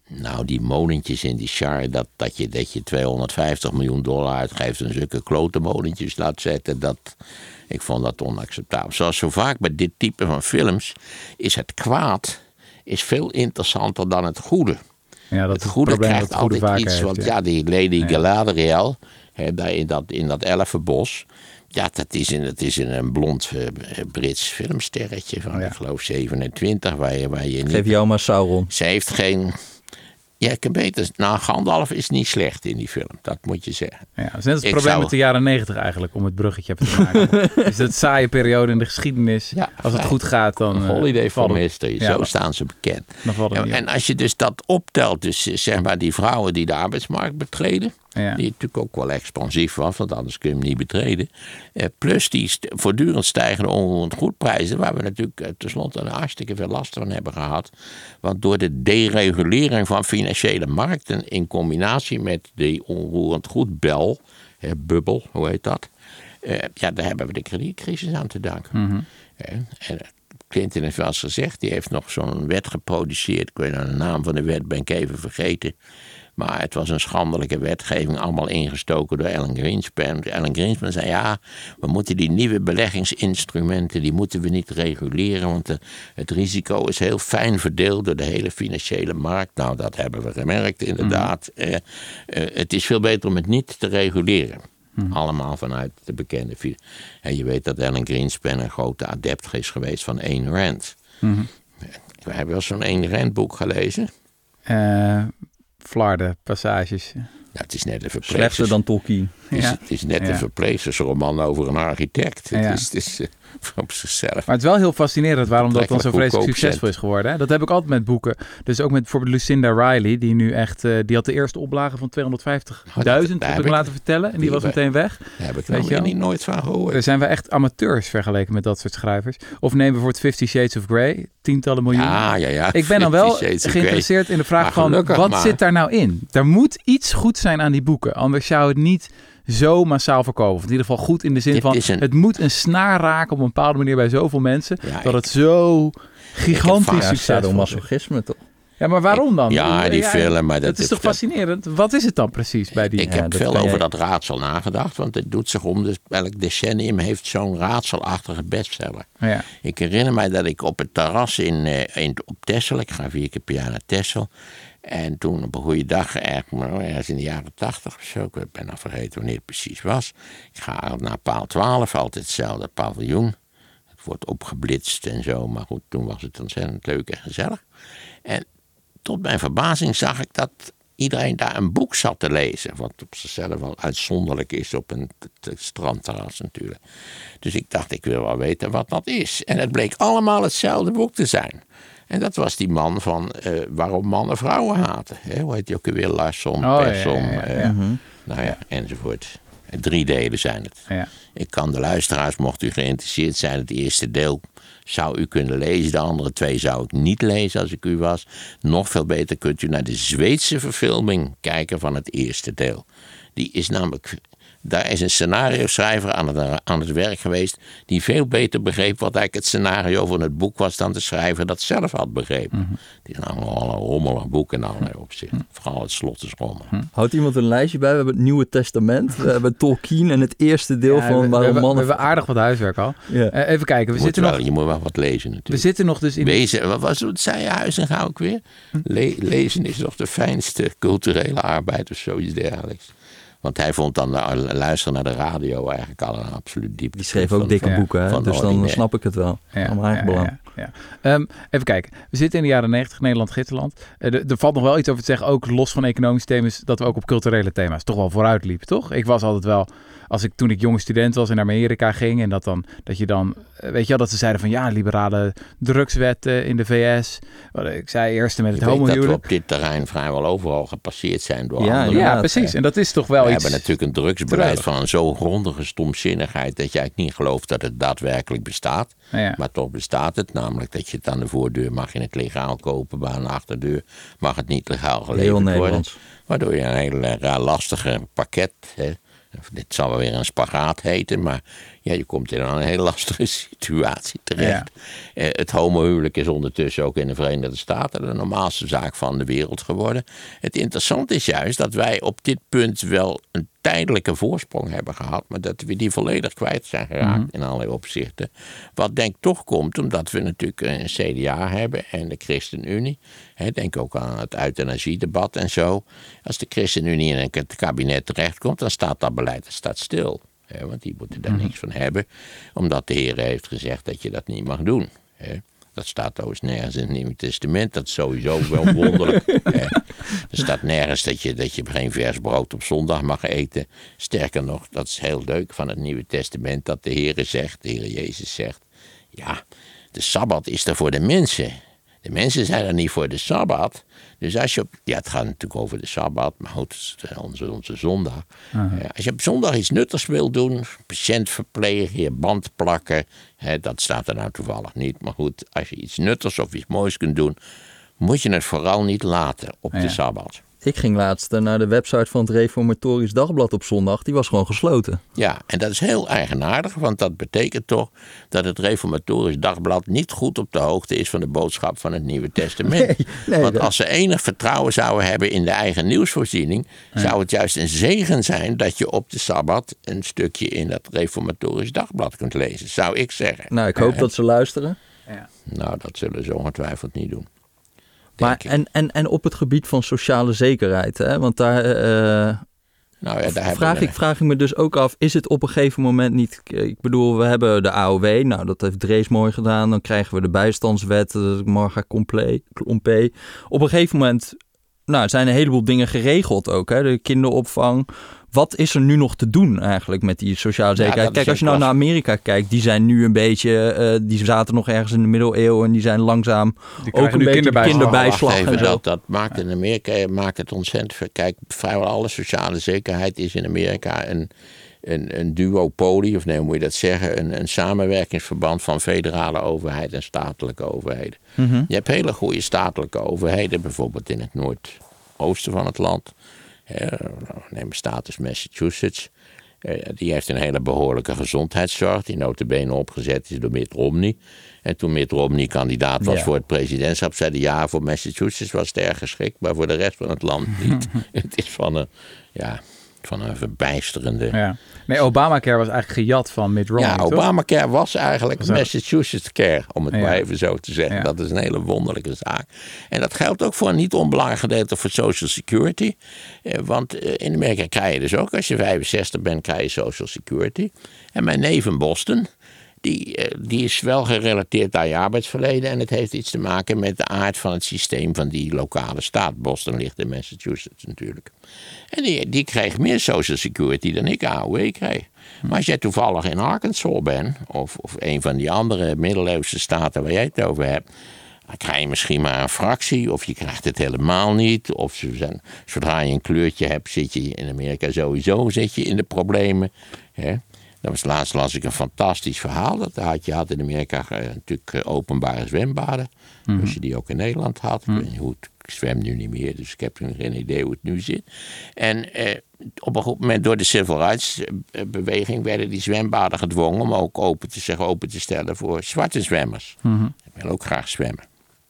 Nou, die molentjes in die char, dat, dat, je, dat je tweehonderdvijftig miljoen dollar uitgeeft en zulke klote molentjes laat zetten, dat, ik vond dat onacceptabel. Zoals zo vaak bij dit type van films is het kwaad is veel interessanter dan het goede. Ja, dat het goede het probleem krijgt dat het goede altijd iets, heeft, want ja. ja, die Lady Ja. Galadriel, hè, daar in, dat, in dat elfenbos, ja, dat is een, dat is een, een blond uh, Brits filmsterretje van, Oh ja. ik geloof zevenentwintig, waar je, waar je niet... Geef jou maar Sauron. Ze heeft geen... Ja, ik kan beter... Nou, Gandalf is niet slecht in die film. Dat moet je zeggen. Ja, dat is net het Ik probleem zou- met de jaren negentig eigenlijk, om het bruggetje even te maken. Is dat saaie periode in de geschiedenis. Ja, Als het fijn. goed gaat, dan... eh, Holiday valt from het- History. Ja, Zo staan ze bekend. dan valt het Ja, niet op. en als je dus dat optelt, dus eh, zeg maar die vrouwen die de arbeidsmarkt betreden, Ja. die natuurlijk ook wel expansief was, want anders kun je hem niet betreden. Eh, plus die st- voortdurend stijgende onroerend goedprijzen, waar we natuurlijk eh, tenslotte een hartstikke veel last van hebben gehad. Want door de deregulering van financiële markten in combinatie met die onroerend goedbel, eh, bubbel, hoe heet dat? Eh, ja, daar hebben we de kredietcrisis aan te danken. Mhm. Eh, en eh, Clinton heeft wel eens gezegd, die heeft nog zo'n wet geproduceerd. Ik weet nou de naam van de wet, ben ik even vergeten. Maar het was een schandelijke wetgeving, allemaal ingestoken door Alan Greenspan. Alan Greenspan zei, ja, we moeten die nieuwe beleggingsinstrumenten, die moeten we niet reguleren, want de, het risico is heel fijn verdeeld door de hele financiële markt. Nou, dat hebben we gemerkt, inderdaad. Mhm. Eh, eh, het is veel beter om het niet te reguleren. Allemaal vanuit de bekende... fi- En je weet dat Alan Greenspan een grote adept is geweest van Ayn Rand. Mhm. We hebben wel zo'n Ayn Rand boek gelezen. Eh, Flarden passages. Ja, het is net een Slechter verpleegsters. dan Tolkien. Het is, Ja. het is net Ja. een verpleegstersroman over een architect. Het Ja. is, het is uh, op zichzelf. Maar het is wel heel fascinerend waarom dat dan zo Betrekkelijk vreselijk goedkoop succesvol is geworden. Hè? Dat heb ik altijd met boeken. Dus ook met bijvoorbeeld Lucinda Riley, die nu echt... eh, die had de eerste oplage van tweehonderdvijftigduizend, daar heb heb ik me ik- laten vertellen. En die die was hebben- meteen weg. Daar heb ik Weet nou je weer wel? niet nooit van gehoord. Daar zijn we echt amateurs vergeleken met dat soort schrijvers. Of neem bijvoorbeeld Fifty Shades of Grey, tientallen miljoen. Ja, ja, ja. Ik ben dan wel Fifty Shades of Grey. geïnteresseerd in de vraag Maar van, gelukkig wat maar. zit daar nou in? Er moet iets goed zijn aan die boeken. Anders zou het niet zo massaal verkopen. Of in ieder geval goed in de zin Dit van, is een- het moet een snaar raken op een bepaalde manier bij zoveel mensen. Ja, dat ik- het zo gigantisch vaak- Ja, succesvol is. sadomasochisme toch? Ja, maar waarom dan? Ja, die film, maar dat Het is is- toch fascinerend? Wat is het dan precies bij die... Ik Ja, heb dat veel kan over jij- dat raadsel nagedacht. Want het doet zich om. Dus elk decennium heeft zo'n raadselachtige bestseller. Ja. Ik herinner mij dat ik op het terras in, eh, in, op Texel, ik ga vier keer per jaar naar Texel. En toen op een goede dag, ergens nou, ergens in de jaren tachtig of zo, ik ben al vergeten wanneer het precies was. Ik ga naar paal twaalf, altijd hetzelfde paviljoen. Het wordt opgeblitst en zo, maar goed, toen was het ontzettend leuk en gezellig. En tot mijn verbazing zag ik dat iedereen daar een boek zat te lezen. Wat op zichzelf wel uitzonderlijk is op een t- t- strandterras natuurlijk. Dus ik dacht, ik wil wel weten wat dat is. En het bleek allemaal hetzelfde boek te zijn. En dat was die man van eh, waarom mannen vrouwen haten. Hè? Hoe heet die ook weer? Larsson, Oh, ja, Persson, ja, ja, eh, ja. nou ja, enzovoort. Drie delen zijn het. Ja. Ik kan de luisteraars, mocht u geïnteresseerd zijn, het eerste deel zou u kunnen lezen. De andere twee zou ik niet lezen als ik u was. Nog veel beter kunt u naar de Zweedse verfilming kijken van het eerste deel. Die is namelijk... Daar is een scenario-schrijver aan het, aan het werk geweest die veel beter begreep wat eigenlijk het scenario van het boek was dan de schrijver dat zelf had begrepen. Mhm. Het is nou al een rommelig boek in allerlei opzichten. Vooral het slot is rommelig. Houdt iemand een lijstje bij? We hebben het Nieuwe Testament. We hebben Tolkien en het eerste deel Ja, van we, we, waarom hebben- we mannen... hebben aardig wat huiswerk al. Ja. Eh, even kijken, we Je moet, zitten, wel, nog, je moet wel wat lezen we natuurlijk. zitten nog dus in... Wezen, wat was het, zei je Huizinga ook weer? Le- lezen is toch de fijnste culturele arbeid of zoiets dergelijks. Want hij vond dan uh, luisteren naar de radio eigenlijk al een absoluut diep. Die schreef ook dikke Ja, boeken, hè? van Dus dan ordinair. snap ik het wel. Ja, Allemaal eigen ja, belang. ja, ja. Um, even kijken. We zitten in de jaren negentig, Nederland, Griekenland. Uh, er, er valt nog wel iets over te zeggen, ook los van economische thema's, dat we ook op culturele thema's toch wel vooruit liepen, toch? Ik was altijd wel, als ik toen ik jonge student was en naar Amerika ging en dat dan, dat je dan, uh, weet je wel, dat ze zeiden van ja, liberale drugswetten in de V S. Wat ik zei eerst met het Je weet dat we homohuwelijk. op dit terrein vrijwel overal gepasseerd zijn door Ja, anderen. Ja, Ja, precies. En dat is toch wel We iets... hebben natuurlijk een drugsbeleid treurig. van een zo grondige stomzinnigheid dat je eigenlijk niet gelooft dat het daadwerkelijk bestaat. Ja. Maar toch bestaat het, namelijk dat je het aan de voordeur mag je het legaal kopen, maar aan de achterdeur mag het niet legaal geleverd Heel worden. Nederlands. Waardoor je een heel uh, lastige pakket, hè, dit zal wel weer een spagaat heten, maar ja, je komt in een hele lastige situatie terecht. Ja. Uh, het homohuwelijk is ondertussen ook in de Verenigde Staten de normaalste zaak van de wereld geworden. Het interessante is juist dat wij op dit punt wel een tijdelijke voorsprong hebben gehad, maar dat we die volledig kwijt zijn geraakt mm-hmm. in allerlei opzichten. Wat denk ik toch komt, omdat we natuurlijk een C D A hebben en de ChristenUnie. He, denk ook aan het euthanasiedebat en zo. Als de ChristenUnie in het kabinet terechtkomt, dan staat dat beleid dat staat stil. He, want die moeten daar mm-hmm. niks van hebben, omdat de Heer heeft gezegd dat je dat niet mag doen. He. Dat staat trouwens nergens in het Nieuwe Testament. Dat is sowieso wel wonderlijk. eh, er staat nergens dat je, dat je geen vers brood op zondag mag eten. Sterker nog, dat is heel leuk van het Nieuwe Testament. Dat de Heer zegt, de Heer Jezus zegt. Ja, de Sabbat is er voor de mensen. De mensen zijn er niet voor de Sabbat. Dus als je op, ja, het gaat natuurlijk over de Sabbat, maar goed, onze, onze zondag. Uh-huh. Uh, als je op zondag iets nuttigs wil doen, patiënt verplegen, je band plakken, hè, dat staat er nou toevallig niet. Maar goed, als je iets nuttigs of iets moois kunt doen, moet je het vooral niet laten op ja. de Sabbat. Ik ging laatst naar de website van het Reformatorisch Dagblad op zondag. Die was gewoon gesloten. Ja, en dat is heel eigenaardig. Want dat betekent toch dat het Reformatorisch Dagblad niet goed op de hoogte is van de boodschap van het Nieuwe Testament. Nee, nee, want als ze enig vertrouwen zouden hebben in de eigen nieuwsvoorziening, ja. zou het juist een zegen zijn dat je op de Sabbat een stukje in dat Reformatorisch Dagblad kunt lezen. Zou ik zeggen. Nou, ik hoop ja. dat ze luisteren. Ja. Nou, dat zullen ze ongetwijfeld niet doen. Maar en, en, en op het gebied van sociale zekerheid, hè? Want daar, uh, nou ja, daar vraag, ik, vraag ik me dus ook af, is het op een gegeven moment niet... Ik bedoel, we hebben de A O W, nou dat heeft Drees mooi gedaan. Dan krijgen we de bijstandswet, de Marga Klompé. Op een gegeven moment nou, zijn een heleboel dingen geregeld ook, hè? De kinderopvang. Wat is er nu nog te doen eigenlijk met die sociale zekerheid? Ja, Kijk, als je nou naar Amerika kijkt, die zijn nu een beetje... Uh, die zaten nog ergens in de middeleeuwen en die zijn langzaam die ook een beetje kinderbijslag. kinderbijslag oh, even, dat, dat maakt in Amerika maakt het ontzettend... Kijk, vrijwel alle sociale zekerheid is in Amerika een, een, een duopolie, of nee, hoe moet je dat zeggen? Een, een samenwerkingsverband van federale overheid en statelijke overheden. Mm-hmm. Je hebt hele goede statelijke overheden, bijvoorbeeld in het noordoosten van het land... Ja, neem de staat als Massachusetts. Uh, die heeft een hele behoorlijke gezondheidszorg. Die nota bene opgezet is door Mitt Romney. En toen Mitt Romney kandidaat was ja. voor het presidentschap, zei hij ja, voor Massachusetts was het erg geschikt, maar voor de rest van het land niet. Het is van een, ja, van een verbijsterende... Ja. Nee, Obamacare was eigenlijk gejat van Mitt Romney, Ja, Obamacare toch? was eigenlijk was Massachusetts Care, om het ja. maar even zo te zeggen. Ja. Dat is een hele wonderlijke zaak. En dat geldt ook voor een niet onbelangrijk gedeelte voor Social Security. Eh, want eh, in Amerika krijg je dus ook, als je vijfenzestig bent, krijg je Social Security. En mijn neef in Boston, die, eh, die is wel gerelateerd aan je arbeidsverleden. En het heeft iets te maken met de aard van het systeem van die lokale staat. Boston ligt in Massachusetts natuurlijk. En die, die kreeg meer Social Security dan ik A O W kreeg. Maar als jij toevallig in Arkansas bent, of, of een van die andere middeleeuwse staten waar jij het over hebt, dan krijg je misschien maar een fractie, of je krijgt het helemaal niet. Of ze zijn, zodra je een kleurtje hebt, zit je in Amerika sowieso zit je in de problemen. Hè? Dat was laatst las ik een fantastisch verhaal. Dat had je had in Amerika uh, natuurlijk uh, openbare zwembaden. Mm-hmm. Als je die ook in Nederland had. Mm-hmm. Ik weet niet hoe het, ik zwem nu niet meer, dus ik heb geen idee hoe het nu zit. En uh, op een goed moment door de civil rights beweging werden die zwembaden gedwongen om ook open te, zich open te stellen voor zwarte zwemmers. Mm-hmm. Ik wil ook graag zwemmen.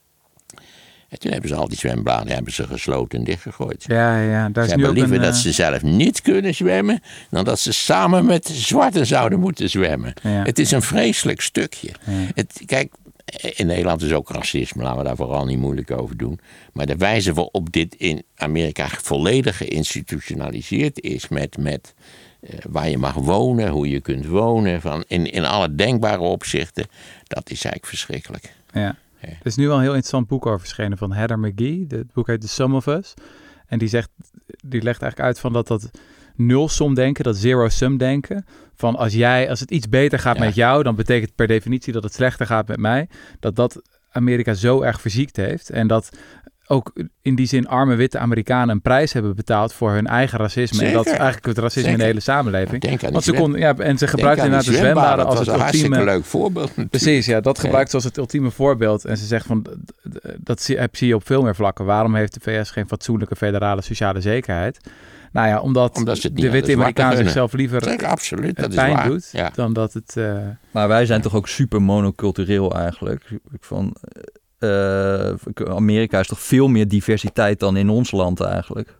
En toen hebben ze al die zwembaden hebben ze gesloten en dichtgegooid. Ja, ja, daar is ze nu hebben ook liever een, dat ze zelf niet kunnen zwemmen, dan dat ze samen met zwarten zouden moeten zwemmen. Ja. Het is een vreselijk stukje. Ja. Het, kijk, in Nederland is ook racisme, laten we daar vooral niet moeilijk over doen. Maar de wijze waarop dit in Amerika volledig geïnstitutionaliseerd is met, met uh, waar je mag wonen, hoe je kunt wonen, van in, in alle denkbare opzichten, dat is eigenlijk verschrikkelijk. Ja. Er is nu al een heel interessant boek over verschenen van Heather McGhee. Het boek heet The Sum of Us. En die, zegt, die legt eigenlijk uit van dat dat nulsom denken, dat zero-sum denken. Van als, jij, als het iets beter gaat ja. met jou, dan betekent het per definitie dat het slechter gaat met mij. Dat dat Amerika zo erg verziekt heeft. En dat ook in die zin arme witte Amerikanen een prijs hebben betaald voor hun eigen racisme. Zeker. En dat is eigenlijk het racisme Zeker. in de hele samenleving. Denk aan Want ze zwem... kon, ja, en ze gebruikten inderdaad de zwembaden als het ultieme... Dat was een ultieme... hartstikke leuk voorbeeld natuurlijk. Precies, ja, dat gebruikt ze als het ultieme voorbeeld. En ze zegt van, dat zie je op veel meer vlakken. Waarom heeft de V S geen fatsoenlijke federale sociale zekerheid? Nou ja, omdat, omdat de witte Amerikaan zichzelf liever Zeker, absoluut, dat pijn is waar. doet, ja. dan dat het... Uh... Maar wij zijn toch ook super monocultureel eigenlijk. Van, uh, Amerika is toch veel meer diversiteit dan in ons land eigenlijk?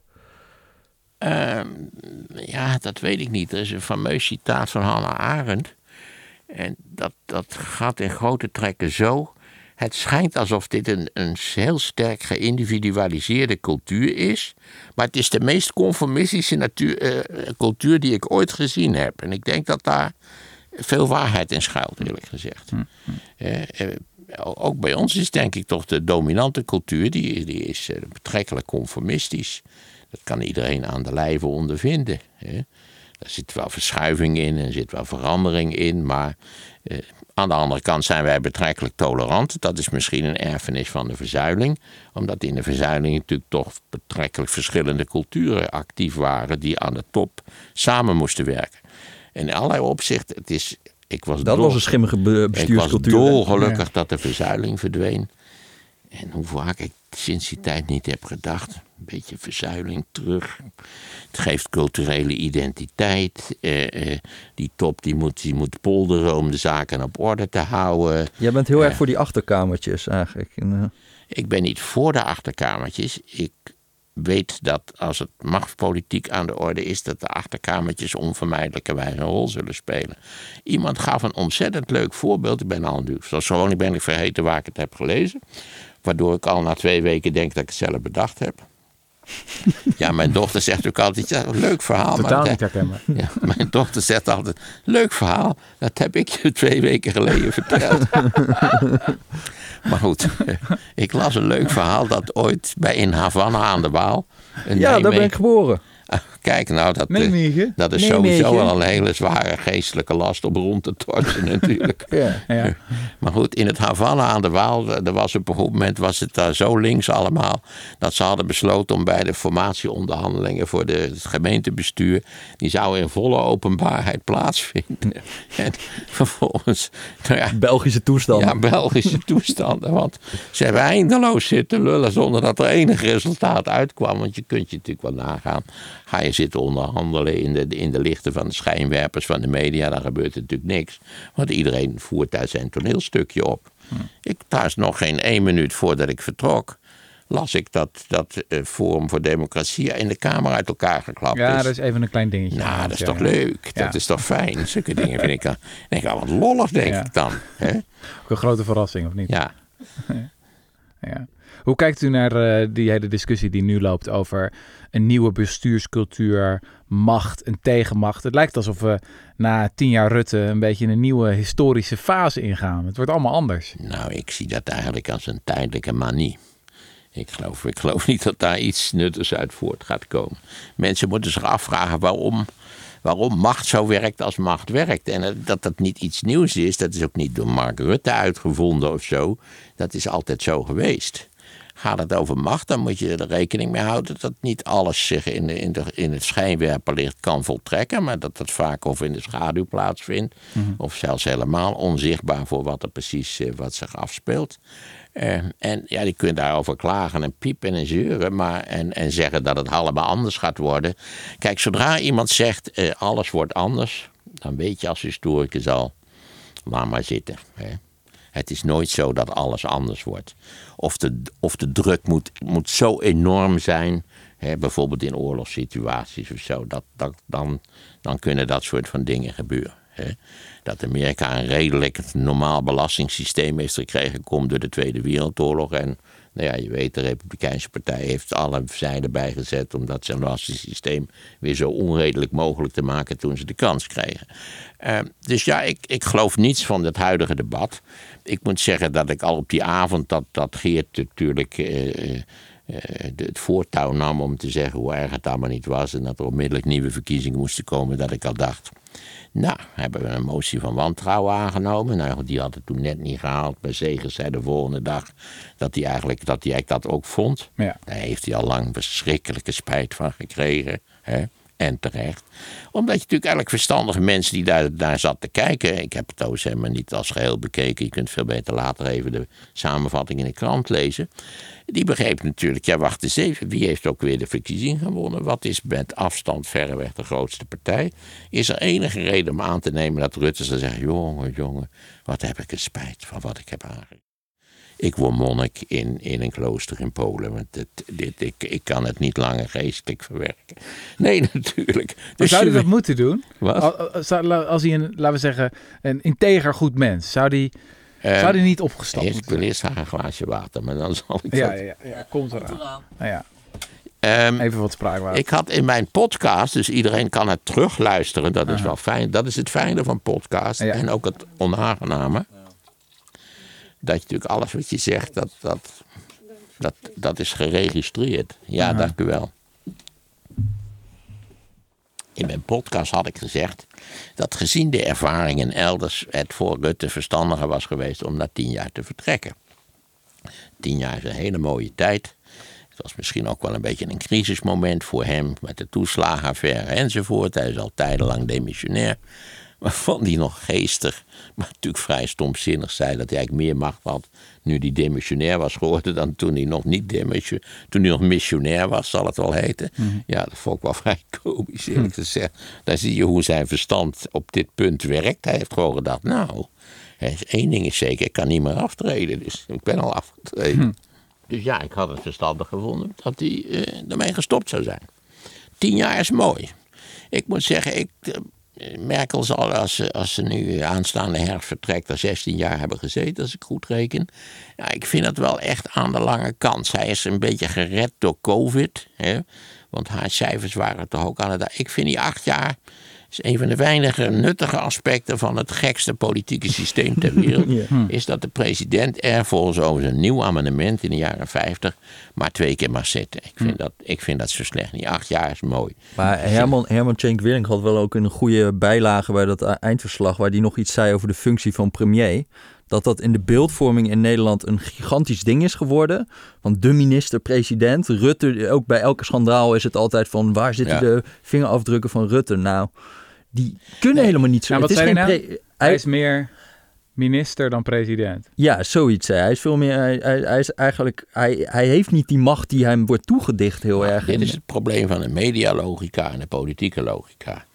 Uh, ja, dat weet ik niet. Er is een fameus citaat van Hannah Arendt. En dat, dat gaat in grote trekken zo. Het schijnt alsof dit een, een heel sterk geïndividualiseerde cultuur is. Maar het is de meest conformistische natuur, uh, cultuur die ik ooit gezien heb. En ik denk dat daar veel waarheid in schuilt, eerlijk gezegd. Uh, uh, ook bij ons is denk ik toch de dominante cultuur, die, die is uh, betrekkelijk conformistisch. Dat kan iedereen aan de lijve ondervinden. Hè. Daar zit wel verschuiving in en zit wel verandering in. Maar uh, aan de andere kant zijn wij betrekkelijk tolerant. Dat is misschien een erfenis van de verzuiling. Omdat in de verzuiling natuurlijk toch betrekkelijk verschillende culturen actief waren. Die aan de top samen moesten werken. In allerlei opzichten, het is... Ik was dat dol, was een schimmige bestuurscultuur. Ik was dolgelukkig ja. dat de verzuiling verdween. En hoe vaak ik sinds die tijd niet heb gedacht. Een beetje verzuiling terug. Het geeft culturele identiteit. Uh, uh, die top die moet, die moet polderen om de zaken op orde te houden. Jij bent heel uh, erg voor die achterkamertjes eigenlijk. Uh. Ik ben niet voor de achterkamertjes. Ik weet dat als het machtspolitiek aan de orde is, dat de achterkamertjes onvermijdelijkerwijs een rol zullen spelen. Iemand gaf een ontzettend leuk voorbeeld. Ik ben al natuurlijk, zoals gewoonlijk ben ik vergeten waar ik het heb gelezen. Waardoor ik al na twee weken denk dat ik het zelf bedacht heb. Ja, mijn dochter zegt ook altijd, ja, een leuk verhaal. Totaal maar niet herkenbaar. Ja, mijn dochter zegt altijd, leuk verhaal, dat heb ik je twee weken geleden verteld. Maar goed, ik las een leuk verhaal dat ooit bij in Havana aan de Waal. Ja, Nijmegen, daar ben ik geboren. Kijk nou, dat, uh, dat is Nijmegen. sowieso wel een hele zware geestelijke last om rond te torsen natuurlijk. Ja, ja. Maar goed, in het Havana aan de Waal, er was op een goed moment was het daar zo links allemaal, dat ze hadden besloten om bij de formatieonderhandelingen voor de, het gemeentebestuur, die zou in volle openbaarheid plaatsvinden. En vervolgens... Nou ja, Belgische toestanden. Ja, Belgische toestanden, want ze hebben eindeloos zitten lullen zonder dat er enig resultaat uitkwam, want je kunt je natuurlijk wel nagaan. Ga je zitten onderhandelen in de, in de lichten van de schijnwerpers van de media, dan gebeurt er natuurlijk niks. Want iedereen voert daar zijn toneelstukje op. Hm. Ik, trouwens nog geen één minuut voordat ik vertrok, las ik dat dat uh, Forum voor Democratie in de Kamer uit elkaar geklapt ja, is. Ja, dat is even een klein dingetje. Nou, dat is ja, toch ja. leuk? Ja. Dat is toch fijn? Zulke dingen vind ik dan. Denk ik, wat lollig denk ja. ik dan. Hè? Ook een grote verrassing, of niet? Ja. Ja. Hoe kijkt u naar uh, die hele discussie die nu loopt over een nieuwe bestuurscultuur, macht en tegenmacht? Het lijkt alsof we na tien jaar Rutte een beetje een nieuwe historische fase ingaan. Het wordt allemaal anders. Nou, ik zie dat eigenlijk als een tijdelijke manie. Ik geloof, ik geloof niet dat daar iets nuttigs uit voort gaat komen. Mensen moeten zich afvragen waarom, waarom macht zo werkt als macht werkt. En dat dat niet iets nieuws is, dat is ook niet door Mark Rutte uitgevonden of zo. Dat is altijd zo geweest. Gaat het over macht, dan moet je er rekening mee houden dat niet alles zich in, de, in, de, in het schijnwerperlicht kan voltrekken, maar dat dat vaak of in de schaduw plaatsvindt, mm-hmm. of zelfs helemaal onzichtbaar voor wat er precies uh, wat zich afspeelt. Uh, en ja, die kunt daarover klagen en piepen en zeuren, maar, en, en zeggen dat het allemaal anders gaat worden. Kijk, zodra iemand zegt uh, alles wordt anders, dan weet je als historicus al, laat maar zitten, hè. Het is nooit zo dat alles anders wordt. Of de, of de druk moet, moet zo enorm zijn, hè, bijvoorbeeld in oorlogssituaties of zo, dat, dat, dan, dan kunnen dat soort van dingen gebeuren. Hè. Dat Amerika een redelijk normaal belastingssysteem heeft gekregen, komt door de Tweede Wereldoorlog. En nou ja, je weet, de Republikeinse Partij heeft alle zijden bijgezet om dat zijn belastingssysteem weer zo onredelijk mogelijk te maken toen ze de kans kregen. Uh, dus ja, ik, ik geloof niets van het huidige debat. Ik moet zeggen dat ik al op die avond dat, dat Geert natuurlijk uh, uh, het voortouw nam om te zeggen hoe erg het allemaal niet was en dat er onmiddellijk nieuwe verkiezingen moesten komen, dat ik al dacht, Nou, hebben we een motie van wantrouwen aangenomen. Nou, die had het toen net niet gehaald. Maar Zegers zei de volgende dag dat hij eigenlijk dat, hij dat ook vond. Ja. Daar heeft hij al lang verschrikkelijke spijt van gekregen. Hè? En terecht. Omdat je natuurlijk eigenlijk verstandige mensen die daar, daar zat te kijken. Ik heb het trouwens helemaal niet als geheel bekeken. Je kunt veel beter later even de samenvatting in de krant lezen. Die begreep natuurlijk, ja wacht eens even. Wie heeft ook weer de verkiezing gewonnen? Wat is met afstand verreweg de grootste partij? Is er enige reden om aan te nemen dat Rutte zou zeggen. Jongen, jongen, wat heb ik een spijt van wat ik heb aangedaan. Ik word monnik in, in een klooster in Polen. Want dit, dit, ik, ik kan het niet langer geestelijk verwerken. Nee, natuurlijk. Dus zou hij je- dat moeten doen? Wat? Als, als, als hij een, laten we zeggen, een integer goed mens, zou die, Ehm, zou die niet opgestapt Eerst, ik moeten wil eerst haar een glaasje water, maar dan zal ik Ja, dat... ja, ja, ja, komt eraan. Nou ja, Ehm, even wat spraakwater. ik had in mijn podcast, dus iedereen kan het terugluisteren. Dat is wel fijn. Dat is het fijne van podcast. Ja. En ook het onaangename. Dat je natuurlijk alles wat je zegt, dat, dat, dat, dat is geregistreerd. Ja, dank u wel. In mijn podcast had ik gezegd dat gezien de ervaringen elders het voor Rutte verstandiger was geweest om na tien jaar te vertrekken. Tien jaar is een hele mooie tijd. Het was misschien ook wel een beetje een crisismoment voor hem met de toeslagenaffaire enzovoort. Hij is al tijdenlang demissionair. Waarvan hij nog geestig, maar natuurlijk vrij stomzinnig zei dat hij eigenlijk meer macht had nu hij demissionair was geworden dan toen hij nog niet demissionair, toen hij nog missionair was, zal het wel heten. Mm-hmm. Ja, dat vond ik wel vrij komisch eerlijk gezegd. Dan zie je hoe zijn verstand op dit punt werkt. Hij heeft gewoon gedacht, nou, één ding is zeker, ik kan niet meer aftreden, dus ik ben al afgetreden. Mm. Dus ja, ik had het verstandig gevonden dat hij uh, ermee gestopt zou zijn. Tien jaar is mooi. Ik moet zeggen, ik... Uh, Merkel zal, als ze, als ze nu aanstaande herfst vertrekt, er zestien jaar hebben gezeten, als ik goed reken. Ja, ik vind dat wel echt aan de lange kant. Zij is een beetje gered door COVID. Hè? Want haar cijfers waren toch ook aan het... Ik vind die acht jaar is een van de weinige nuttige aspecten van het gekste politieke systeem ter wereld. Ja. Is dat de president er volgens over een nieuw amendement in de jaren vijftig maar twee keer mag zitten. Ik vind, dat, ik vind dat zo slecht niet. Acht jaar is mooi. Maar Herman, Herman Tjenk Willink had wel ook een goede bijlage bij dat eindverslag, waar hij nog iets zei over de functie van premier. Dat dat in de beeldvorming in Nederland een gigantisch ding is geworden. Want de minister-president, Rutte, ook bij elke schandaal is het altijd van waar zitten ja. de vingerafdrukken van Rutte? Nou, die kunnen nee. helemaal niet zo. Ja, wat het is zei geen hij, pre- nou? hij, hij is meer minister dan president. Ja, zoiets. Hij is veel meer. Hij, hij, hij is eigenlijk. Hij, hij heeft niet die macht die hem wordt toegedicht, heel nou, erg. Dit is het probleem van de medialogica en de politieke logica.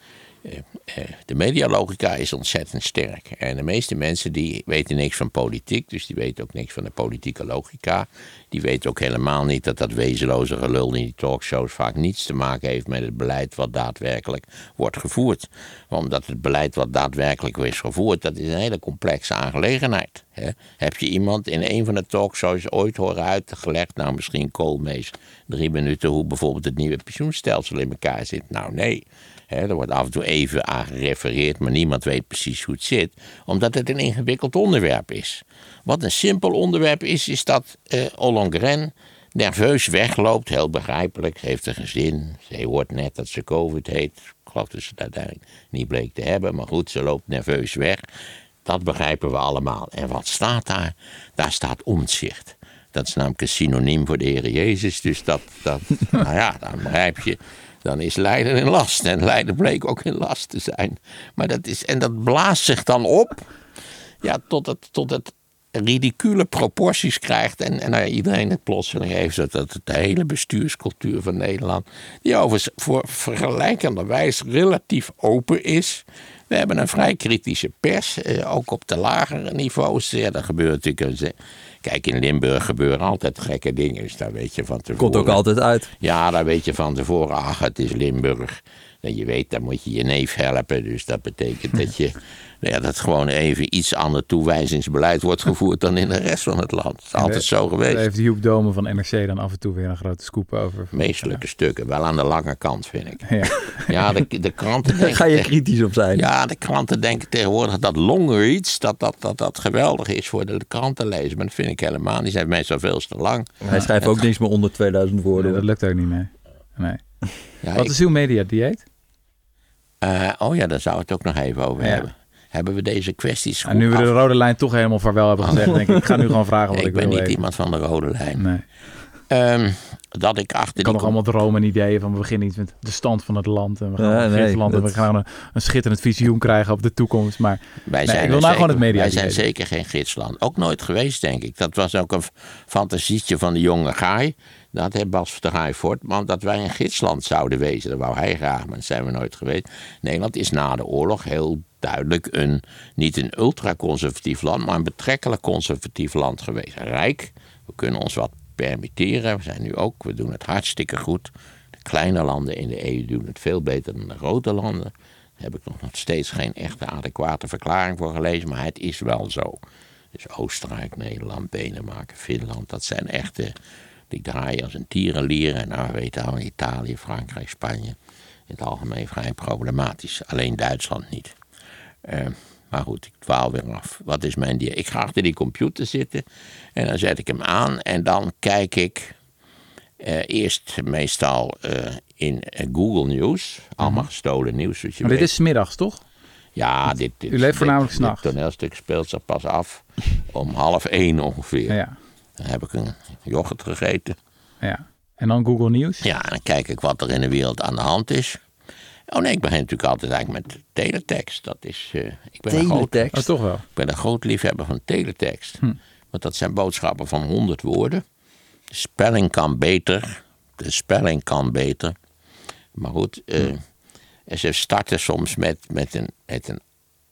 De medialogica is ontzettend sterk. En de meeste mensen die weten niks van politiek, dus die weten ook niks van de politieke logica. Die weten ook helemaal niet dat dat wezenloze gelul in die talkshows vaak niets te maken heeft met het beleid wat daadwerkelijk wordt gevoerd. Omdat het beleid wat daadwerkelijk is gevoerd, dat is een hele complexe aangelegenheid. Hè? Heb je iemand in een van de talkshows ooit horen uitgelegd, nou misschien Koolmees, drie minuten, hoe bijvoorbeeld het nieuwe pensioenstelsel in elkaar zit? Nou nee. He, er wordt af en toe even aan gerefereerd, maar niemand weet precies hoe het zit. Omdat het een ingewikkeld onderwerp is. Wat een simpel onderwerp is, is dat uh, Ollongren nerveus wegloopt. Heel begrijpelijk, heeft een gezin. Ze hoort net dat ze COVID heeft. Ik geloof dat ze het uiteindelijk niet bleek te hebben. Maar goed, ze loopt nerveus weg. Dat begrijpen we allemaal. En wat staat daar? Daar staat Omtzigt. Dat is namelijk een synoniem voor de Heer Jezus. Dus dat, dat nou ja, dan begrijp je... Dan is lijden in last. En lijden bleek ook in last te zijn. Maar dat is, en dat blaast zich dan op. Ja, tot het, tot het ridicule proporties krijgt. En, en nou, iedereen het plotseling heeft. Dat, dat de hele bestuurscultuur van Nederland. Die overigens voor vergelijkenderwijs relatief open is. We hebben een vrij kritische pers. Eh, ook op de lagere niveaus. Ja, dat gebeurt natuurlijk... Kijk, in Limburg gebeuren altijd gekke dingen. Dus daar weet je van tevoren... Komt ook altijd uit. Ja, daar weet je van tevoren. Ach, het is Limburg. En je weet, dan moet je je neef helpen. Dus dat betekent dat je... Ja, dat gewoon even iets ander toewijzingsbeleid wordt gevoerd dan in de rest van het land. Dat is altijd zo geweest. Daar heeft Joep Domen van N R C dan af en toe weer een grote scoop over. Meestelijke ja. stukken. Wel aan de lange kant, vind ik. Ja, ja de, de kranten denken... Daar ga je kritisch op zijn. Ja, de kranten denken tegenwoordig dat longer iets, dat dat, dat dat geweldig is voor de krantenlezer. Maar dat vind ik helemaal. Die zijn meestal veel te lang. Hij schrijft ook niks meer onder tweeduizend woorden. Nee, dat lukt ook niet, nee. nee. Ja, Wat ik... is uw media-dieet? Uh, oh ja, daar zou we het ook nog even over ja. hebben. Hebben we deze kwesties goed En nu we af... de rode lijn toch helemaal vaarwel hebben gezegd, denk ik, ik ga nu gewoon vragen wat ik, ik ben wil niet weten. iemand van de rode lijn. Nee. Um, dat ik achter Ik die... kan nog allemaal dromen en ideeën van we beginnen iets met de stand van het land. En we gaan Ja, naar nee, Griekenland dat... en we gaan een, een schitterend visioen krijgen op de toekomst. Maar wij nee, zijn ik wil nou zeker, gewoon het media. Wij zijn zeker geen gidsland. Ook nooit geweest, denk ik. Dat was ook een fantasietje van de jonge Gaai. Dat heeft Bas de Gaai Voortman, dat wij een gidsland zouden wezen. Dat wou hij graag, maar dat zijn we nooit geweest. Nederland is na de oorlog heel duidelijk een, niet een ultraconservatief land, maar een betrekkelijk conservatief land geweest. Rijk, we kunnen ons wat permitteren. We zijn nu ook, we doen het hartstikke goed. De kleine landen in de E U doen het veel beter dan de grote landen. Daar heb ik nog steeds geen echte adequate verklaring voor gelezen, maar het is wel zo. Dus Oostenrijk, Nederland, Denemarken, Finland, dat zijn echte, die draaien als een tierenlier. En nou, we weten al, Italië, Frankrijk, Spanje, in het algemeen vrij problematisch. Alleen Duitsland niet. Uh, maar goed, ik dwaal weer af. Wat is mijn dier? Ik ga achter die computer zitten en dan zet ik hem aan en dan kijk ik uh, eerst meestal uh, in uh, Google News. Allemaal gestolen nieuws, zoals je maar weet. dit is 's middags, toch? Ja, dit, dit, U leeft voornamelijk dit, 's nachts. dit toneelstuk speelt zich pas af om half één ongeveer. Ja. Dan heb ik een yoghurt gegeten. Ja. En dan Google News? Ja, en dan kijk ik wat er in de wereld aan de hand is. Oh nee, ik begin natuurlijk altijd eigenlijk met teletext. Dat is, uh, ik ben teletext? Een groot, Oh, toch wel? ik ben een groot liefhebber van teletext. Hm. Want dat zijn boodschappen van honderd woorden. De spelling kan beter. De spelling kan beter. Maar goed, uh, hm. en ze starten soms met, met, een, met een,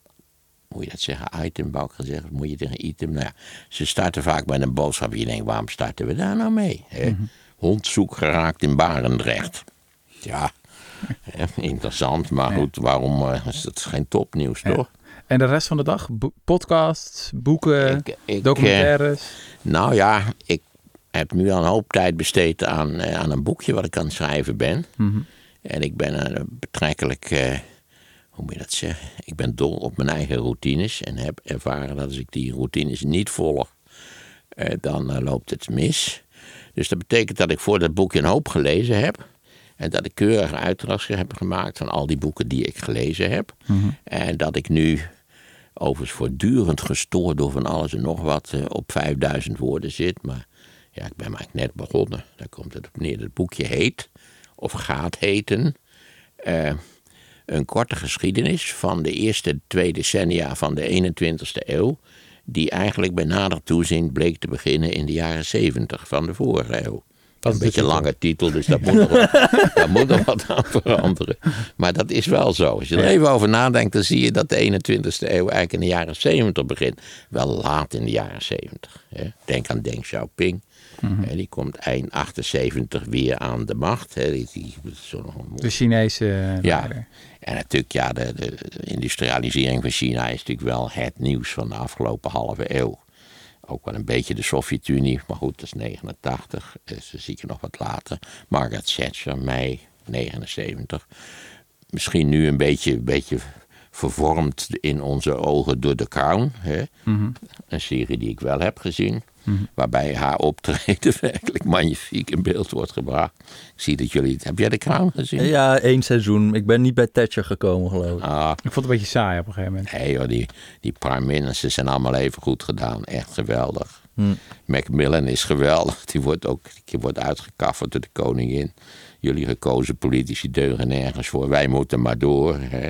moet je dat zeggen, item, wou ik gezegd, of moet je tegen item? Nou ja, ze starten vaak met een boodschap. Je denkt, waarom starten we daar nou mee? Hè? Mm-hmm. Hond zoek geraakt in Barendrecht. Ja, hè, interessant, maar goed, waarom uh, is dat geen topnieuws, ja. Toch? En de rest van de dag? Bo- podcasts, boeken, ik, ik, documentaires? Uh, nou ja, ik heb nu al een hoop tijd besteed aan, uh, aan een boekje wat ik aan het schrijven ben. Mm-hmm. En ik ben uh, betrekkelijk, uh, hoe moet je dat zeggen? Ik ben dol op mijn eigen routines en heb ervaren dat als ik die routines niet volg, uh, dan uh, loopt het mis. Dus dat betekent dat ik voor dat boekje een hoop gelezen heb. En dat ik keurig uitdracht heb gemaakt van al die boeken die ik gelezen heb. Mm-hmm. En dat ik nu, overigens voortdurend gestoord door van alles en nog wat, uh, op vijfduizend woorden zit. Maar ja, ik ben maar net begonnen. Daar komt het op neer. Het boekje heet, of gaat heten, uh, een korte geschiedenis van de eerste twee decennia van de eenentwintigste eeuw. Die eigenlijk bij nader toezien bleek te beginnen in de jaren zeventig van de vorige eeuw. Dat is een beetje een lange titel, dus daar moet, er wat, daar moet er wat aan veranderen. Maar dat is wel zo. Als je er even over nadenkt, dan zie je dat de eenentwintigste eeuw eigenlijk in de jaren zeventig begint. Wel laat in de jaren zeventig. Hè. Denk aan Deng Xiaoping. Mm-hmm. Hè, die komt eind achtenzeventig weer aan de macht. Hè. Die, die, zo de Chinese uh, ja. leider. En natuurlijk, ja, de, de, de industrialisering van China is natuurlijk wel het nieuws van de afgelopen halve eeuw. Ook wel een beetje de Sovjet-Unie, maar goed, dat is negenentachtig. Ze zie ik nog wat later. Margaret Thatcher, mei negenenzeventig. Misschien nu een beetje, een beetje vervormd in onze ogen door The Crown. Hè? Mm-hmm. Een serie die ik wel heb gezien. Mm-hmm. Waarbij haar optreden werkelijk magnifiek in beeld wordt gebracht. Ik zie dat jullie... Heb jij The Crown gezien? Ja, één seizoen. Ik ben niet bij Thatcher gekomen, geloof ik. Ah, ik vond het een beetje saai op een gegeven moment. Nee joh, die, die prime ministers zijn allemaal even goed gedaan. Echt geweldig. Hmm. Macmillan is geweldig. Die wordt ook die wordt uitgekafferd door de koningin. Jullie gekozen politici deugen nergens voor. Wij moeten maar door. Hè.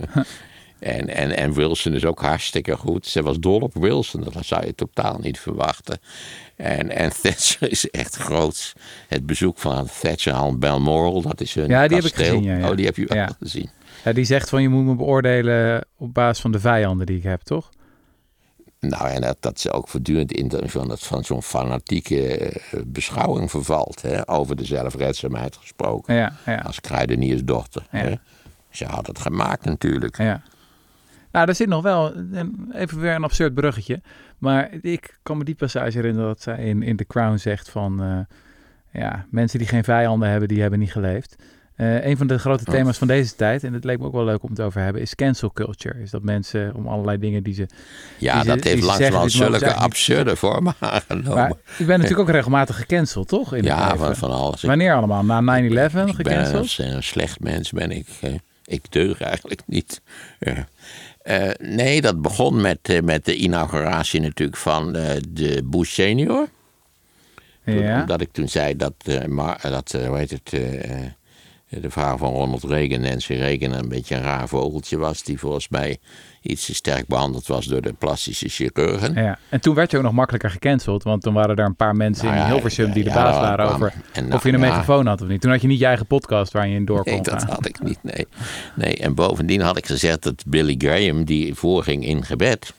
En, en, en Wilson is ook hartstikke goed. Ze was dol op Wilson, dat zou je totaal niet verwachten. En, en Thatcher is echt groots. Het bezoek van Thatcher aan Balmoral, dat is hun ja, die kasteel. Heb ik gezien, ja, ja. Oh, die heb je wel ja. gezien. Ja, die zegt van je moet me beoordelen op basis van de vijanden die ik heb, toch? Nou, en dat, dat ze ook voortdurend in van, dat, van zo'n fanatieke uh, beschouwing vervalt. Hè, over de zelfredzaamheid gesproken. Ja, ja. Als kruideniersdochter. Ja. Hè. Ze had het gemaakt natuurlijk. Ja. Nou, er zit nog wel, even weer een absurd bruggetje. Maar ik kan me die passage herinneren dat zij in, in The Crown zegt van... Uh, ja, mensen die geen vijanden hebben, die hebben niet geleefd. Uh, een van de grote thema's van deze tijd, en het leek me ook wel leuk om het over te hebben, is cancel culture. Is dat mensen om allerlei dingen die ze Ja, die dat ze, heeft langzamerhand zulke absurde niet... vormen aangenomen. Maar ik ben natuurlijk ook regelmatig gecanceld, toch? In ja, van, van alles. Wanneer allemaal? Na nine eleven gecanceld? Ik ben een, een slecht mens, ben ik. Ik deug eigenlijk niet. Ja. Uh, nee, dat begon met, uh, met de inauguratie natuurlijk van uh, de Bush senior. Ja. Omdat ik toen zei dat, uh, maar, dat uh, hoe heet het, uh, de vrouw van Ronald Reagan, Nancy Reagan, een beetje een raar vogeltje was. Die volgens mij iets te sterk behandeld was door de plastische chirurgen. Ja. En toen werd je ook nog makkelijker gecanceld. Want toen waren er een paar mensen nou ja, in Hilversum ja, die de ja, baas waren kwam. over en, of je een ja, microfoon had of niet. Toen had je niet je eigen podcast waar je in door kon Nee, dat had ik niet, nee. nee. En bovendien had ik gezegd dat Billy Graham, die voorging in gebed,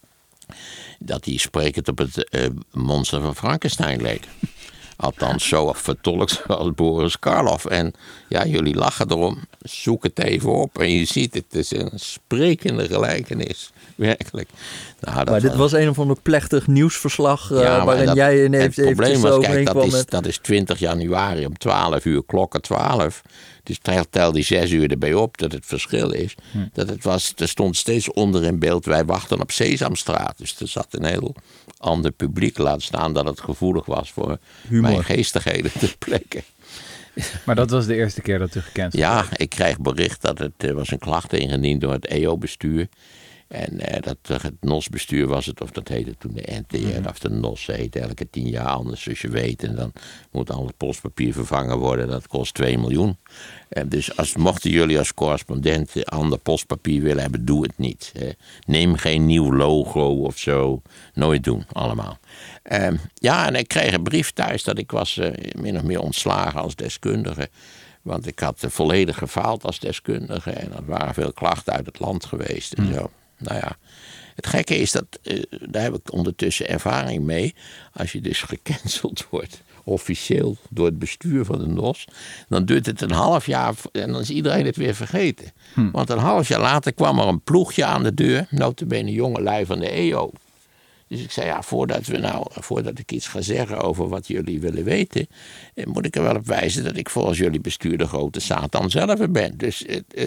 dat hij sprekend op het uh, monster van Frankenstein leek. Althans, zo vertolkt als Boris Karloff. En ja, jullie lachen erom. Zoek het even op en je ziet het. Het is een sprekende gelijkenis. Werkelijk. Nou, dat maar dit was, was een of ander plechtig nieuwsverslag uh, ja, waarin dat, jij in heeft het probleem was, kijk, dat is, met... dat is twintig januari om twaalf uur, klokken twaalf. Dus tel die zes uur erbij op dat het verschil is. Hm. Dat het was, er stond steeds onder in beeld, wij wachten op Sesamstraat. Dus er zat een heel ander publiek, laat staan dat het gevoelig was voor humor. Mijn geestigheden ter plekke. Maar dat was de eerste keer dat u gecanceld Ja, werd. ik kreeg bericht dat het uh, was een klacht ingediend door het E O-bestuur. En uh, dat, uh, het N O S-bestuur was het, of dat heette toen de N T R, mm-hmm. of de N O S heette elke tien jaar anders, zoals je weet. En dan moet al het postpapier vervangen worden, dat kost twee miljoen. Uh, dus als, mochten jullie als correspondent ander postpapier willen hebben, doe het niet. Uh, neem geen nieuw logo of zo, nooit doen, allemaal. Uh, ja, en ik kreeg een brief thuis dat ik was uh, min of meer ontslagen als deskundige. Want ik had uh, volledig gefaald als deskundige en er waren veel klachten uit het land geweest en mm. zo. Nou ja, het gekke is dat, uh, daar heb ik ondertussen ervaring mee. Als je dus gecanceld wordt, officieel door het bestuur van de N O S, dan duurt het een half jaar en dan is iedereen het weer vergeten. Hm. Want een half jaar later kwam er een ploegje aan de deur, notabene jongelui van de E O. Dus ik zei, ja, voordat, we nou, voordat ik iets ga zeggen over wat jullie willen weten, eh, moet ik er wel op wijzen dat ik volgens jullie bestuur de grote Satan zelf ben. Dus eh, eh,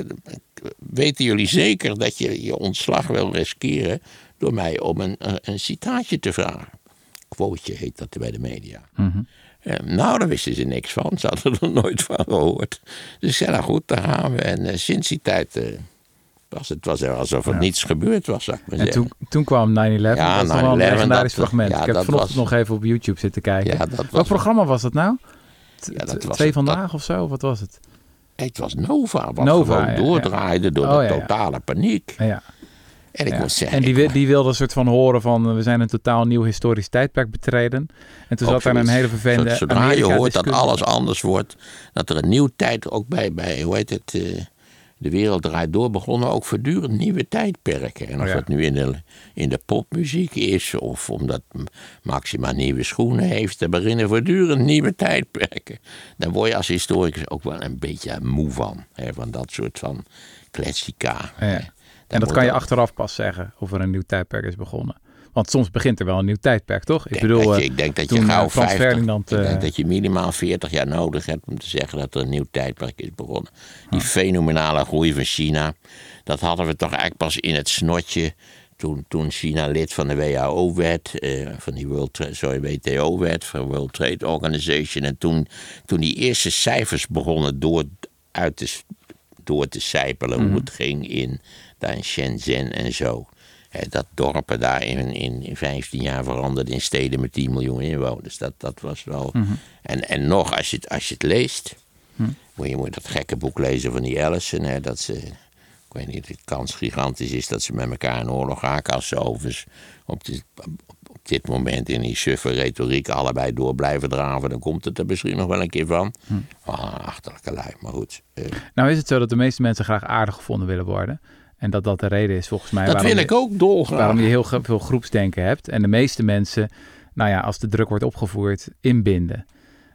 weten jullie zeker dat je je ontslag wil riskeren door mij om een, een, een citaatje te vragen? Quoteje heet dat bij de media. Mm-hmm. Eh, nou, daar wisten ze niks van. Ze hadden er nooit van gehoord. Dus ik zei, nou goed, daar gaan we. En uh, sinds die tijd... Uh, Was het was er alsof er ja. niets gebeurd was, zou ik maar en zeggen. Toen, toen kwam nine eleven, ja, dat is nog wel een legendarisch fragment. Ja, ik heb vanochtend was... nog even op YouTube zitten kijken. Ja, Welk was... programma was dat nou? T- ja, dat was Twee het, vandaag dat... of zo? Wat was het? Het was Nova, wat Nova, gewoon ja, doordraaide ja. door oh, de ja, totale ja. paniek. Ja. En ik ja. moet zeggen... En die, die wilde een soort van horen van, we zijn een totaal nieuw historisch tijdperk betreden. En toen zat daar een hele vervelende... Zodra Amerika je hoort dat alles anders wordt, dat er een nieuw tijd ook bij, bij hoe heet het... Uh, De Wereld Draait Door begonnen ook voortdurend nieuwe tijdperken. En of oh ja. dat nu in de, in de popmuziek is of omdat Maxima nieuwe schoenen heeft, er beginnen voortdurend nieuwe tijdperken. Daar word je als historicus ook wel een beetje moe van. Hè, van dat soort van classica. Ja. En dat kan je achteraf pas zeggen of er een nieuw tijdperk is begonnen. Want soms begint er wel een nieuw tijdperk, toch? Ik, denk bedoel, dat je, ik denk dat je gauw Frans vijftig, Ferdinand... Ik uh, denk dat je minimaal veertig jaar nodig hebt om te zeggen dat er een nieuw tijdperk is begonnen. Die hm. fenomenale groei van China, dat hadden we toch eigenlijk pas in het snotje toen, toen China lid van de W H O werd, uh, van die World Trade, sorry, W T O werd, van World Trade Organization. En toen, toen die eerste cijfers begonnen door, uit te, door te sijpelen, hm. hoe het ging in, daar in Shenzhen en zo. Dat dorpen daar in, in, in vijftien jaar veranderd in steden met tien miljoen inwoners. Dat, dat was wel... Mm-hmm. En, en nog, als je het, als je het leest... Mm. Moet je moet dat gekke boek lezen van die Ellison. Hè, dat ze... Ik weet niet, de kans gigantisch is dat ze met elkaar in oorlog raken. Als ze overigens op dit, op dit moment in die suffe retoriek allebei door blijven draven, dan komt het er misschien nog wel een keer van. Mm. Oh, een achterlijke lui, maar goed. Uh. Nou is het zo dat de meeste mensen graag aardig gevonden willen worden. En dat dat de reden is volgens mij. Dat wil ik je, ook dolgraag. Waarom je heel veel groepsdenken hebt. En de meeste mensen, nou ja, als de druk wordt opgevoerd, inbinden.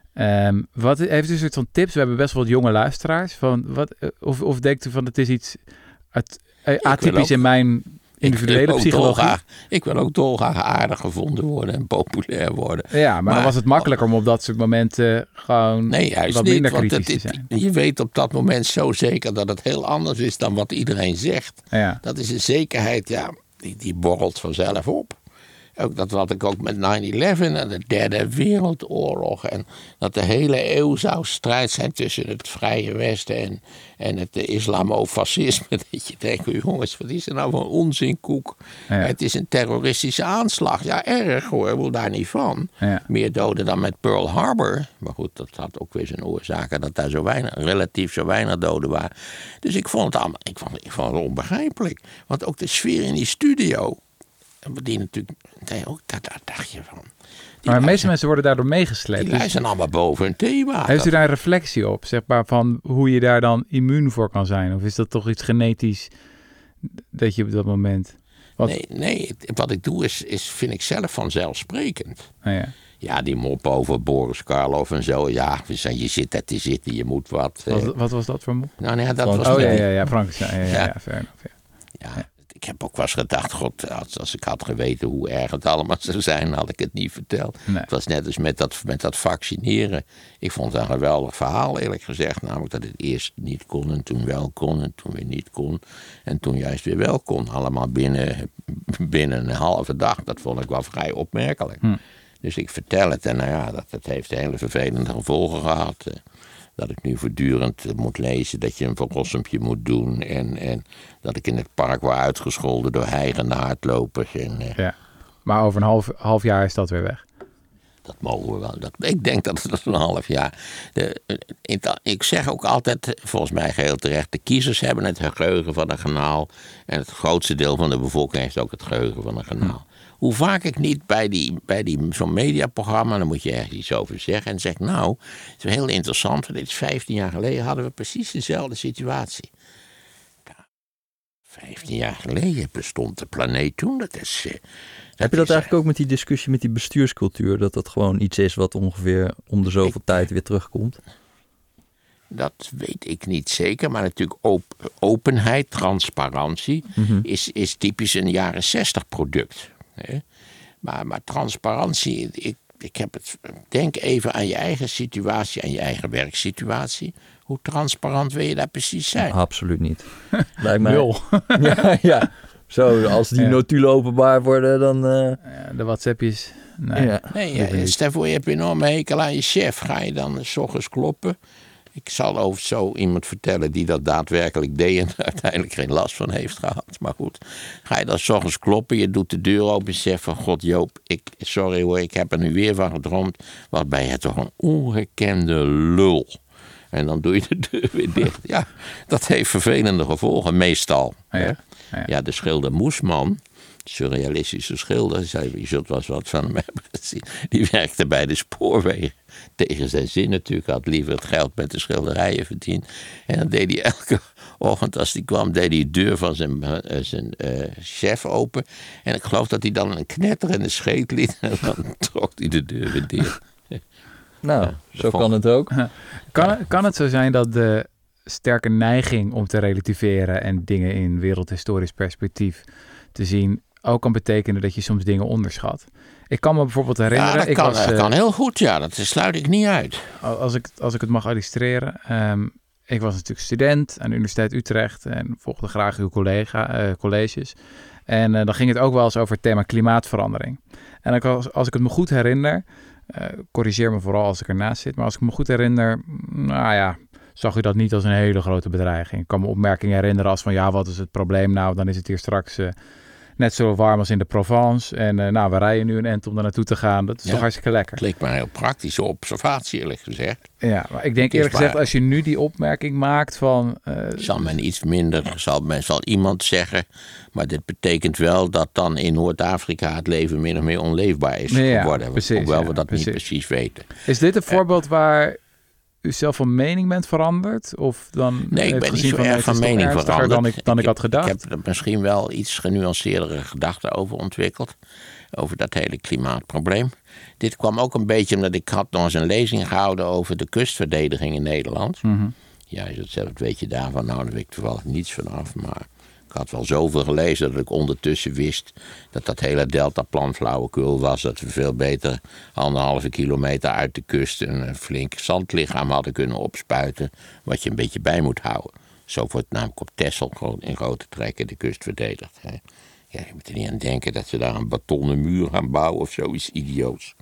Um, wat heeft u een soort van tips? We hebben best wel wat jonge luisteraars. Van wat, of, of denkt u van het is iets uit, atypisch ook, in mijn individuele psychologie? Dolgraag, ik wil ook dolgraag aardig gevonden worden en populair worden. Ja, maar, maar dan was het makkelijker om op dat soort momenten gewoon nee, juist wat niet, minder kritisch het, te zijn. Je weet op dat moment zo zeker dat het heel anders is dan wat iedereen zegt. Ja. Dat is een zekerheid, ja, die, die borrelt vanzelf op. Ook dat had ik ook met nine eleven en de derde wereldoorlog. En dat de hele eeuw zou strijd zijn tussen het Vrije Westen en, en het islamofascisme. Dat je denkt, jongens, wat is er nou voor een onzinkoek? Ja. Het is een terroristische aanslag. Ja, erg hoor, ik wil daar niet van. Ja. Meer doden dan met Pearl Harbor. Maar goed, dat had ook weer zijn oorzaken dat daar zo weinig, relatief zo weinig doden waren. Dus ik vond het allemaal, ik vond, ik vond het onbegrijpelijk. Want ook de sfeer in die studio. Die natuurlijk, nee, ook daar, daar dacht je van. Maar de meeste mensen worden daardoor meegesleept. Die dus zijn allemaal boven een thema. Heeft u daar een reflectie op, zeg maar, van hoe je daar dan immuun voor kan zijn? Of is dat toch iets genetisch dat je op dat moment... Wat... Nee, nee, wat ik doe is, is, vind ik zelf vanzelfsprekend. Oh ja. Ja, die mop over Boris Karloff en zo. Ja, je zit daar te zitten, je moet wat. Wat, uh... wat was dat voor mop? Nou, nee, dat Frank... was... Oh ja, ja, ja, Frankenstein. Ja, ja, ja. ja, fair enough, ja. Ja. ja. Ik heb ook wel eens gedacht, god, als, als ik had geweten hoe erg het allemaal zou zijn, had ik het niet verteld. Nee. Het was net als met dat, met dat vaccineren. Ik vond het een geweldig verhaal, eerlijk gezegd. Namelijk dat het eerst niet kon en toen wel kon en toen weer niet kon. En toen juist weer wel kon. Allemaal binnen, binnen een halve dag. Dat vond ik wel vrij opmerkelijk. Hm. Dus ik vertel het en nou ja, dat, dat heeft hele vervelende gevolgen gehad. Dat ik nu voortdurend moet lezen dat je een verlossempje moet doen. En, en dat ik in het park word uitgescholden door heigende hardlopers. En, ja, maar over een half, half jaar is dat weer weg. Dat mogen we wel. Dat, ik denk dat het een half jaar... De, ik zeg ook altijd, volgens mij geheel terecht... de kiezers hebben het geheugen van een kanaal... en het grootste deel van de bevolking heeft ook het geheugen van een kanaal. Hm. Hoe vaak ik niet bij, die, bij die, zo'n mediaprogramma... dan moet je ergens iets over zeggen... en zeg, nou, het is heel interessant... want dit is vijftien jaar geleden... hadden we precies dezelfde situatie. vijftien jaar geleden bestond de planeet toen. Dat is... Uh, Heb je dat eigenlijk ook met die discussie met die bestuurscultuur... dat dat gewoon iets is wat ongeveer om de zoveel ik, tijd weer terugkomt? Dat weet ik niet zeker, maar natuurlijk op, openheid, transparantie... Mm-hmm. is, is typisch een jaren zestig product. Hè? Maar, maar transparantie, ik, ik heb het... Denk even aan je eigen situatie, aan je eigen werksituatie. Hoe transparant wil je daar precies zijn? Absoluut niet. Lijkt mij... Nul. ja, ja. Zo, als die ja. notulen openbaar worden, dan... Uh... Ja, de WhatsAppjes. Nee, ja. nee ja, stel voor je hebt een enorme hekel aan je chef. Ga je dan 's ochtends kloppen? Ik zal over zo iemand vertellen die dat daadwerkelijk deed... en er uiteindelijk geen last van heeft gehad. Maar goed, ga je dan 's ochtends kloppen, je doet de deur open... en zegt van, god Joop, ik, sorry hoor, ik heb er nu weer van gedroomd... wat ben je toch een ongekende lul... En dan doe je de deur weer dicht. Ja, dat heeft vervelende gevolgen, meestal. Ja, ja. Ja. ja de schilder Moesman, surrealistische schilder... je zult wel eens wat van hem hebben gezien... die werkte bij de spoorwegen. Tegen zijn zin natuurlijk, had liever het geld met de schilderijen verdiend. En dan deed hij elke ochtend als hij kwam... deed hij de deur van zijn, uh, zijn uh, chef open. En ik geloof dat hij dan een knetterende scheet liet... en dan trok hij de deur weer dicht. Nou, ja, zo kan het ook. Kan, kan het zo zijn dat de sterke neiging om te relativeren en dingen in wereldhistorisch perspectief te zien ook kan betekenen dat je soms dingen onderschat? Ik kan me bijvoorbeeld herinneren... Ja, dat ik kan, was, dat uh, kan heel goed, ja. Dat sluit ik niet uit. Als ik, als ik het mag illustreren. Um, ik was natuurlijk student aan de Universiteit Utrecht en volgde graag uw collega, uh, colleges. En uh, dan ging het ook wel eens over het thema klimaatverandering. En ik was, als ik het me goed herinner... Uh, corrigeer me vooral als ik ernaast zit. Maar als ik me goed herinner, nou ja, zag u dat niet als een hele grote bedreiging. Ik kan me opmerkingen herinneren als van, ja, wat is het probleem nou? Dan is het hier straks uh, net zo warm als in de Provence. En uh, nou, we rijden nu een end om daar naartoe te gaan. Dat is ja, toch hartstikke lekker. Het leek me een heel praktische observatie, eerlijk gezegd. Ja, maar ik denk eerlijk gezegd, als je nu die opmerking maakt van... Uh, zal men iets minder, zal, men, zal iemand zeggen... maar dit betekent wel dat dan in Noord-Afrika het leven min of meer onleefbaar is ja, geworden. Precies, hoewel ja, we dat precies. niet precies weten. Is dit een voorbeeld uh, waar u zelf van mening bent veranderd? Of dan nee, ik ben niet zo van, erg van mening veranderd. Dan ik, dan ik, ik had gedacht. Ik heb er misschien wel iets genuanceerdere gedachten over ontwikkeld. Over dat hele klimaatprobleem. Dit kwam ook een beetje omdat ik had nog eens een lezing gehouden over de kustverdediging in Nederland. Mm-hmm. Ja, je zegt, wat weet je daarvan? Nou, daar weet ik toevallig niets van af, maar... Ik had wel zoveel gelezen dat ik ondertussen wist dat dat hele deltaplan flauwekul was. Dat we veel beter anderhalve kilometer uit de kust een flink zandlichaam hadden kunnen opspuiten. Wat je een beetje bij moet houden. Zo wordt namelijk op Texel in grote trekken de kust verdedigd. Hè. Ja, je moet er niet aan denken dat ze daar een betonnen muur gaan bouwen of zoiets idioots.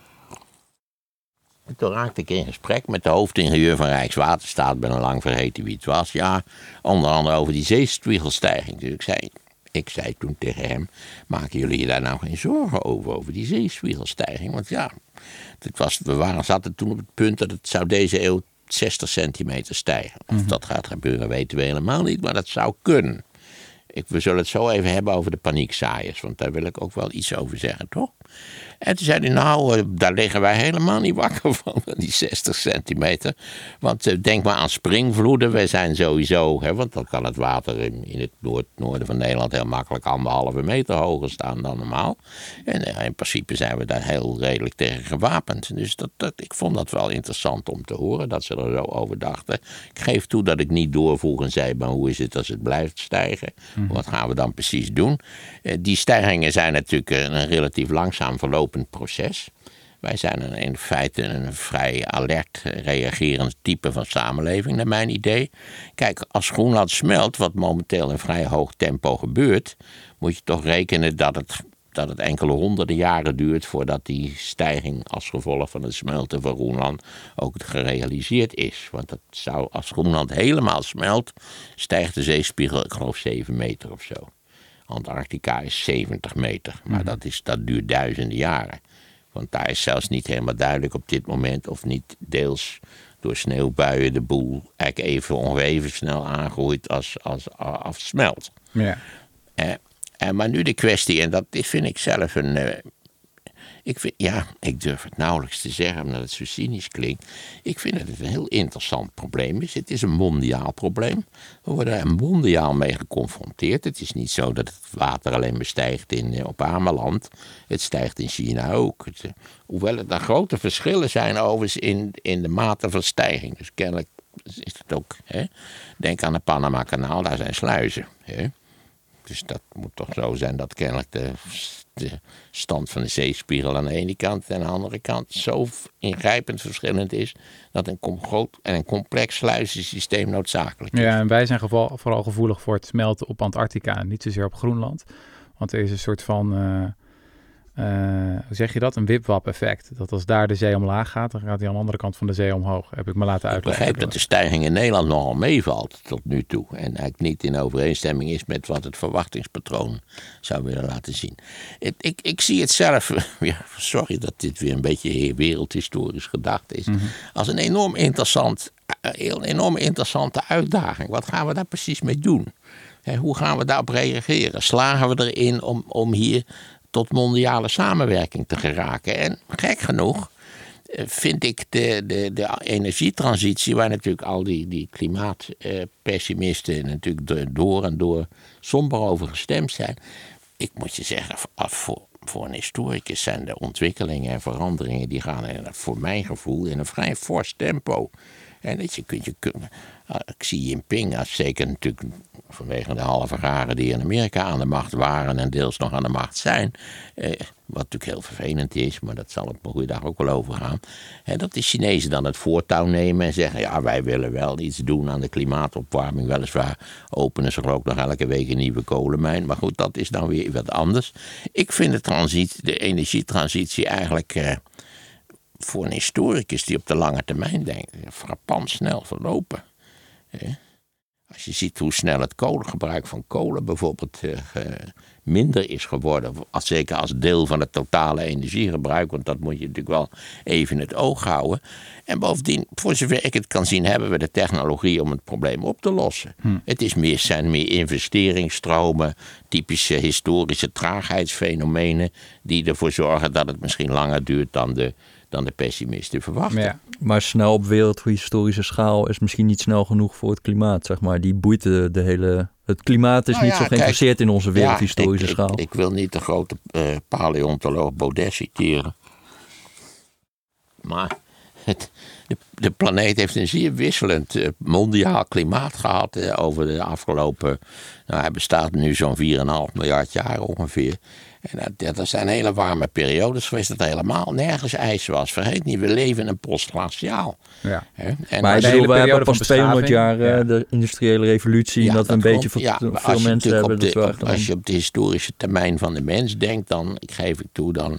En toen raakte ik in gesprek met de hoofdingenieur van Rijkswaterstaat. Ik ben al lang vergeten wie het was. Ja, onder andere over die zeespiegelstijging. Dus ik zei, ik zei toen tegen hem, maken jullie je daar nou geen zorgen over, over die zeespiegelstijging? Want ja, het was, we waren, zaten toen op het punt dat het zou deze eeuw zestig centimeter stijgen. Of mm-hmm. dat gaat gebeuren weten we helemaal niet, maar dat zou kunnen. Ik, we zullen het zo even hebben over de paniekzaaiers, want daar wil ik ook wel iets over zeggen, toch? En toen zei hij, nou, daar liggen wij helemaal niet wakker van, die zestig centimeter. Want uh, denk maar aan springvloeden. Wij zijn sowieso, hè, want dan kan het water in, in het noord, noorden van Nederland heel makkelijk anderhalve meter hoger staan dan normaal. En uh, in principe zijn we daar heel redelijk tegen gewapend. Dus dat, dat, ik vond dat wel interessant om te horen, dat ze er zo over dachten. Ik geef toe dat ik niet doorvroeg en zei, maar hoe is het als het blijft stijgen? Mm-hmm. Wat gaan we dan precies doen? Uh, die stijgingen zijn natuurlijk een relatief langzaam verlopend proces. Wij zijn een, in feite een vrij alert reagerend type van samenleving, naar mijn idee. Kijk, als Groenland smelt, wat momenteel in vrij hoog tempo gebeurt, moet je toch rekenen dat het, dat het enkele honderden jaren duurt voordat die stijging als gevolg van het smelten van Groenland ook gerealiseerd is. Want dat zou, als Groenland helemaal smelt, stijgt de zeespiegel, ik geloof, zeven meter of zo. Antarctica is zeventig meter, maar mm. dat, is, dat duurt duizenden jaren. Want daar is zelfs niet helemaal duidelijk op dit moment, of niet deels door sneeuwbuien de boel eigenlijk even ongeveer even snel aangroeit als, als afsmelt. Ja. Eh, en maar nu de kwestie, en dat vind ik zelf een... Uh, ik vind, ja, ik durf het nauwelijks te zeggen, omdat het zo cynisch klinkt. Ik vind dat het een heel interessant probleem is. Het is een mondiaal probleem. We worden er mondiaal mee geconfronteerd. Het is niet zo dat het water alleen maar stijgt in, op Ameland. Het stijgt in China ook. Het, hoewel er grote verschillen zijn overigens in, in de mate van stijging. Dus kennelijk is het ook... Hè? Denk aan het Panama-kanaal, daar zijn sluizen. Hè? Dus dat moet toch zo zijn dat kennelijk de... de stand van de zeespiegel aan de ene kant en aan de andere kant zo ingrijpend verschillend is dat een com- groot en een complex sluizensysteem noodzakelijk is. Ja, en wij zijn geval, vooral gevoelig voor het smelten op Antarctica en niet zozeer op Groenland. Want er is een soort van, uh, uh, hoe zeg je dat, een wipwap-effect. Dat als daar de zee omlaag gaat, dan gaat hij aan de andere kant van de zee omhoog. Heb ik me laten uitleggen. Ik begrijp dat de stijging in Nederland nogal meevalt tot nu toe. En eigenlijk niet in overeenstemming is met wat het verwachtingspatroon zou willen laten zien. Ik, ik, ik zie het zelf, ja, sorry dat dit weer een beetje wereldhistorisch gedacht is, mm-hmm. als een enorm interessant, een enorm interessante uitdaging. Wat gaan we daar precies mee doen? He, hoe gaan we daarop reageren? Slagen we erin om, om hier tot mondiale samenwerking te geraken? En gek genoeg vind ik de, de, de energietransitie, waar natuurlijk al die, die klimaatpessimisten uh, natuurlijk door en door somber over gestemd zijn. Ik moet je zeggen, voor, voor een historicus zijn de ontwikkelingen en veranderingen, die gaan in, voor mijn gevoel in een vrij fors tempo. En dat je kunt je kunnen. Xi Jinping, als zeker natuurlijk vanwege de halve garen die in Amerika aan de macht waren en deels nog aan de macht zijn, eh, wat natuurlijk heel vervelend is, maar dat zal op een goede dag ook wel overgaan, hè, dat de Chinezen dan het voortouw nemen en zeggen, ja, wij willen wel iets doen aan de klimaatopwarming, weliswaar openen ze ook nog elke week een nieuwe kolenmijn, maar goed, dat is dan weer wat anders. Ik vind de, transitie, de energietransitie eigenlijk eh, voor een historicus die op de lange termijn denkt, frappant snel verlopen. Als je ziet hoe snel het kolengebruik van kolen bijvoorbeeld uh, minder is geworden, als, zeker als deel van het totale energiegebruik, want dat moet je natuurlijk wel even in het oog houden. En bovendien, voor zover ik het kan zien, hebben we de technologie om het probleem op te lossen. Hm. Het is meer, zijn meer investeringsstromen, typische historische traagheidsfenomenen, die ervoor zorgen dat het misschien langer duurt dan de, dan de pessimisten verwachten. Ja. Maar snel op wereldhistorische schaal is misschien niet snel genoeg voor het klimaat, zeg maar. Die boeit de, de hele... Het klimaat is nou niet ja, zo geïnteresseerd kijk, in onze wereldhistorische ja, ik, schaal. Ik, ik wil niet de grote uh, paleontoloog Baudet citeren. Maar het, de, de planeet heeft een zeer wisselend uh, mondiaal klimaat gehad uh, over de afgelopen... Nou, hij bestaat nu zo'n vier komma vijf miljard jaar ongeveer. En dat, dat zijn hele warme periodes geweest dat er helemaal nergens ijs was. Vergeet niet, we leven in een postglaciaal. Ja. En maar als, ik bedoel, we hebben van pas tweehonderd jaar uh, ja. de industriële revolutie. Ja, en dat, dat we een beetje komt, veel, ja, veel mensen hebben. De, Dat op, als je op de historische termijn van de mens denkt, dan, ik geef het toe, dan...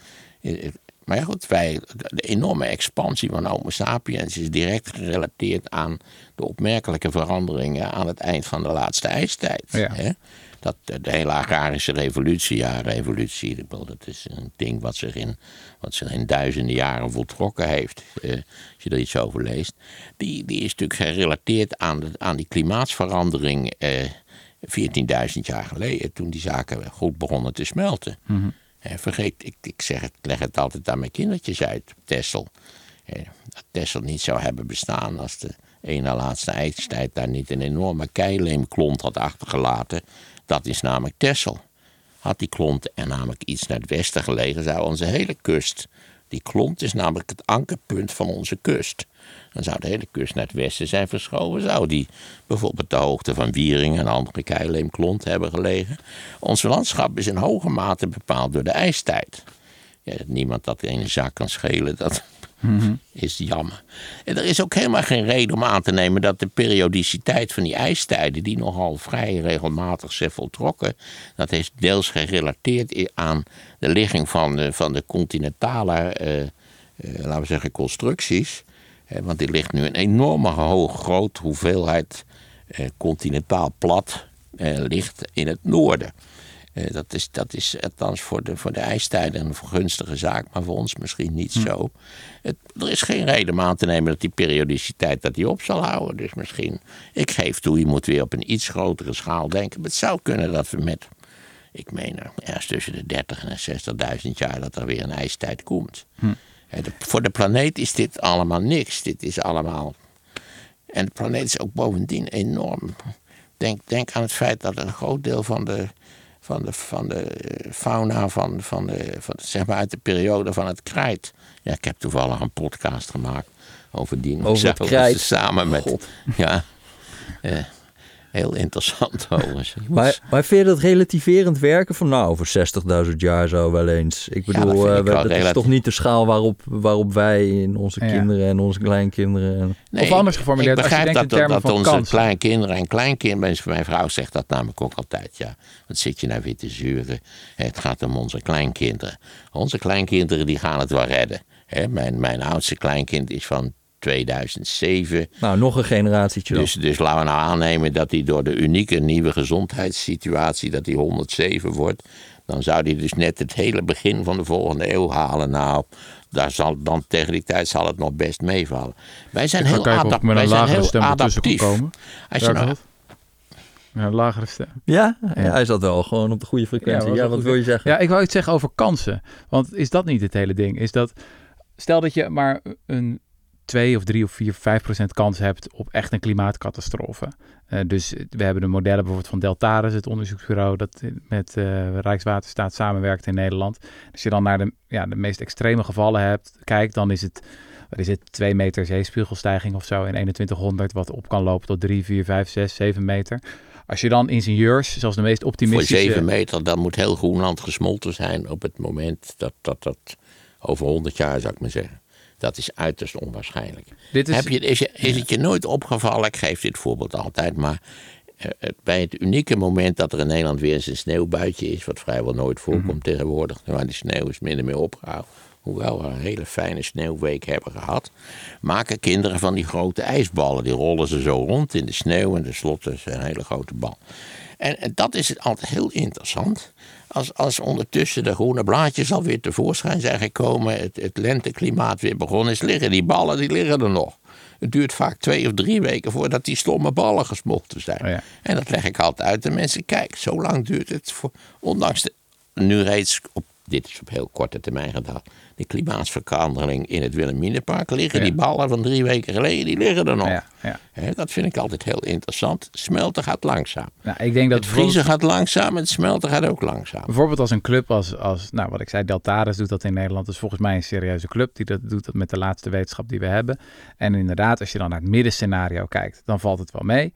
Uh, maar ja goed, wij, de enorme expansie van Homo sapiens is direct gerelateerd aan de opmerkelijke veranderingen aan het eind van de laatste ijstijd. Ja. Hè? Dat, de hele agrarische revolutie, ja, revolutie, dat is een ding wat zich in, wat zich in duizenden jaren voltrokken heeft, eh, als je er iets over leest. Die, die is natuurlijk gerelateerd aan, de, aan die klimaatsverandering eh, veertienduizend jaar geleden, toen die zaken goed begonnen te smelten. Mm-hmm. Eh, vergeet, ik, ik zeg het, leg het altijd aan mijn kindertjes uit, Texel. Eh, dat Texel niet zou hebben bestaan als de ene laatste ijstijd daar niet een enorme keileemklont had achtergelaten. Dat is namelijk Texel. Had die klont er namelijk iets naar het westen gelegen, zou onze hele kust... Die klont is namelijk het ankerpunt van onze kust. Dan zou de hele kust naar het westen zijn verschoven. Zou die bijvoorbeeld de hoogte van Wieringen en andere keileemklont hebben gelegen. Ons landschap is in hoge mate bepaald door de ijstijd. Ja, dat niemand dat in een zak kan schelen, dat mm-hmm. is jammer. En er is ook helemaal geen reden om aan te nemen dat de periodiciteit van die ijstijden, die nogal vrij regelmatig zijn voltrokken, dat is deels gerelateerd aan de ligging van de, van de continentale, uh, uh, laten we zeggen, constructies. Uh, want die ligt nu een enorme hoog, groot hoeveelheid uh, continentaal plat uh, ligt in het noorden. Uh, dat, is, dat is althans voor de, voor de ijstijden een gunstige zaak, maar voor ons misschien niet hm. zo. Het, er is geen reden om aan te nemen dat die periodiciteit dat die op zal houden. Dus misschien, ik geef toe, je moet weer op een iets grotere schaal denken. Maar het zou kunnen dat we met, ik meen ergens tussen de dertig en zestigduizend jaar dat er weer een ijstijd komt. Hm. De, voor de planeet is dit allemaal niks. Dit is allemaal... En de planeet is ook bovendien enorm. Denk, denk aan het feit dat een groot deel van de... van de, van de fauna van, van, de, van zeg maar uit de periode van het krijt. Ja, ik heb toevallig een podcast gemaakt over die. Over het krijt. Samen met... God. Ja, eh, heel interessant overigens. Maar, maar vind je dat relativerend werken van nou, over zestigduizend jaar zou wel eens... Ik bedoel, ja, dat, uh, dat relatief... is toch niet de schaal waarop, waarop wij in onze ja. kinderen en onze kleinkinderen... En... Nee, of anders geformuleerd, ik begrijp als je denkt dat, in termen dat van onze kans. kleinkinderen en kleinkinderen... Mijn vrouw zegt dat namelijk ook altijd, ja. Wat zit je nou weer te zeuren? Het gaat om onze kleinkinderen. Onze kleinkinderen die gaan het wel redden. He, mijn, mijn oudste kleinkind is van tweeduizend zeven. Nou, nog een generatietje dus, dus laten we nou aannemen dat hij door de unieke nieuwe gezondheidssituatie... dat hij honderdzeven wordt... dan zou hij dus net het hele begin van de volgende eeuw halen. Nou, daar zal, dan tegen die tijd zal het nog best meevallen. Wij zijn Ik heel, adap- met wij een zijn lagere heel stem adaptief. Komen. Als je nou... Een lagere stem. Ja? Ja, hij zat wel gewoon op de goede frequentie. Ja, ja wat wil je zeggen? Ja, ik wou iets zeggen over kansen. Want is dat niet het hele ding? Is dat, stel dat je maar een twee of drie of vier, vijf procent kans hebt op echt een klimaatcatastrofe. Uh, dus we hebben de modellen bijvoorbeeld van Deltares, het onderzoeksbureau dat met uh, Rijkswaterstaat samenwerkt in Nederland. Als je dan naar de, ja, de meest extreme gevallen hebt, kijkt, dan is het, wat is het, twee meter zeespiegelstijging of zo in eenentwintighonderd, wat op kan lopen tot drie, vier, vijf, zes, zeven meter. Als je dan ingenieurs, zoals de meest optimistische... Voor zeven meter, dan moet heel Groenland gesmolten zijn op het moment dat dat, dat over honderd jaar, zou ik maar zeggen. Dat is uiterst onwaarschijnlijk. Dit is... Heb je, is, je, is het je nooit opgevallen, ik geef dit voorbeeld altijd, maar uh, bij het unieke moment dat er in Nederland weer eens een sneeuwbuitje is, wat vrijwel nooit voorkomt mm-hmm. tegenwoordig, maar die sneeuw is minder meer opgehaald, hoewel we een hele fijne sneeuwweek hebben gehad, maken kinderen van die grote ijsballen. Die rollen ze zo rond in de sneeuw en tenslotte is een hele grote bal. En, en dat is altijd heel interessant. Als, als ondertussen de groene blaadjes alweer tevoorschijn zijn gekomen, het, het lenteklimaat weer begonnen is, liggen die ballen, die liggen er nog. Het duurt vaak twee of drie weken voordat die stomme ballen gesmolten zijn. Oh ja. En dat leg ik altijd uit. De mensen, kijk, zo lang duurt het voor, ondanks de, nu reeds, op, dit is op heel korte termijn gedaan, de klimaatsverandering in het Wilhelminapark, liggen ja. die ballen van drie weken geleden, die liggen er nog. Ja, ja. He, dat vind ik altijd heel interessant. Smelten gaat langzaam. Nou, ik denk dat het vriezen gaat langzaam en het smelten gaat ook langzaam. Bijvoorbeeld als een club als, als nou wat ik zei, Deltares doet dat in Nederland. Dat is volgens mij een serieuze club. Die dat doet dat met de laatste wetenschap die we hebben. En inderdaad, als je dan naar het middenscenario kijkt, dan valt het wel mee.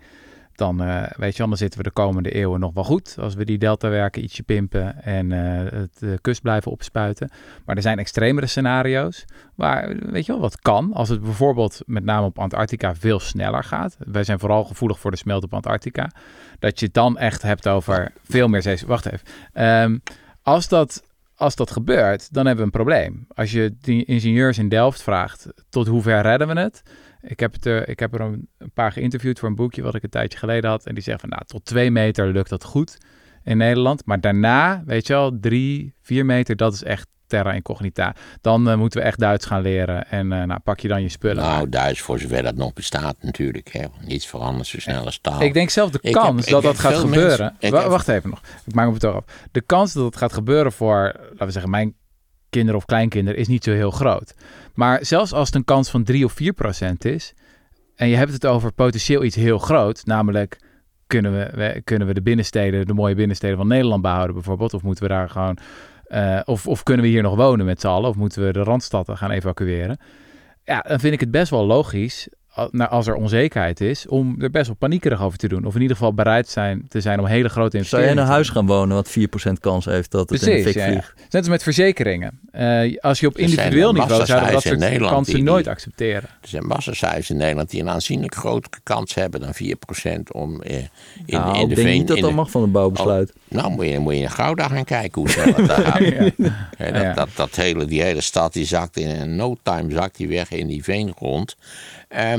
dan, uh, weet je wel, dan zitten we de komende eeuwen nog wel goed. Als we die deltawerken ietsje pimpen en uh, het, de kust blijven opspuiten. Maar er zijn extremere scenario's waar, weet je wel, wat kan. Als het bijvoorbeeld met name op Antarctica veel sneller gaat. Wij zijn vooral gevoelig voor de smelt op Antarctica. Dat je het dan echt hebt over veel meer zee. Wacht even. Um, als dat... Als dat gebeurt, dan hebben we een probleem. Als je die ingenieurs in Delft vraagt, tot hoe ver redden we het? Ik heb, het er, ik heb er een, een paar geïnterviewd voor een boekje wat ik een tijdje geleden had. En die zeggen van, nou, tot twee meter lukt dat goed in Nederland. Maar daarna, weet je wel, drie, vier meter, dat is echt terra incognita. Dan uh, moeten we echt Duits gaan leren. En uh, nou, pak je dan je spullen. Nou, Duits voor zover dat nog bestaat natuurlijk. Hè. Niets verandert zo snel als taal. Ik denk zelf de ik kans heb, dat dat gaat gebeuren. Mensen, w- wacht even nog. Ik maak me het toch af. De kans dat het gaat gebeuren voor, laten we zeggen, mijn kinderen of kleinkinderen is niet zo heel groot. Maar zelfs als het een kans van drie of vier procent is, en je hebt het over potentieel iets heel groot, namelijk kunnen we, we, kunnen we de binnensteden, de mooie binnensteden van Nederland behouden bijvoorbeeld, of moeten we daar gewoon... Uh, of, of kunnen we hier nog wonen met z'n allen? Of moeten we de Randstad gaan evacueren? Ja, dan vind ik het best wel logisch, als er onzekerheid is, om er best wel paniekerig over te doen. Of in ieder geval bereid zijn te zijn om hele grote investeringen te doen. Zou je in een huis gaan wonen wat vier procent kans heeft dat het Precies, in de fik ja, vliegt? ja. Net als met verzekeringen. Uh, als je op individueel niveau zou dat soort kansen die, nooit accepteren. Er zijn massahuizen in Nederland die een aanzienlijk grotere kans hebben dan vier procent om uh, in, nou, in de ik denk veen, niet dat dat de, mag van het bouwbesluit. Oh, nou, moet je, moet je in Gouda gaan kijken hoe snel het daar gaat. ja. Ja, dat, ja. dat, dat hele, die hele stad die zakt in no time zakt die weg in die veengrond. Uh,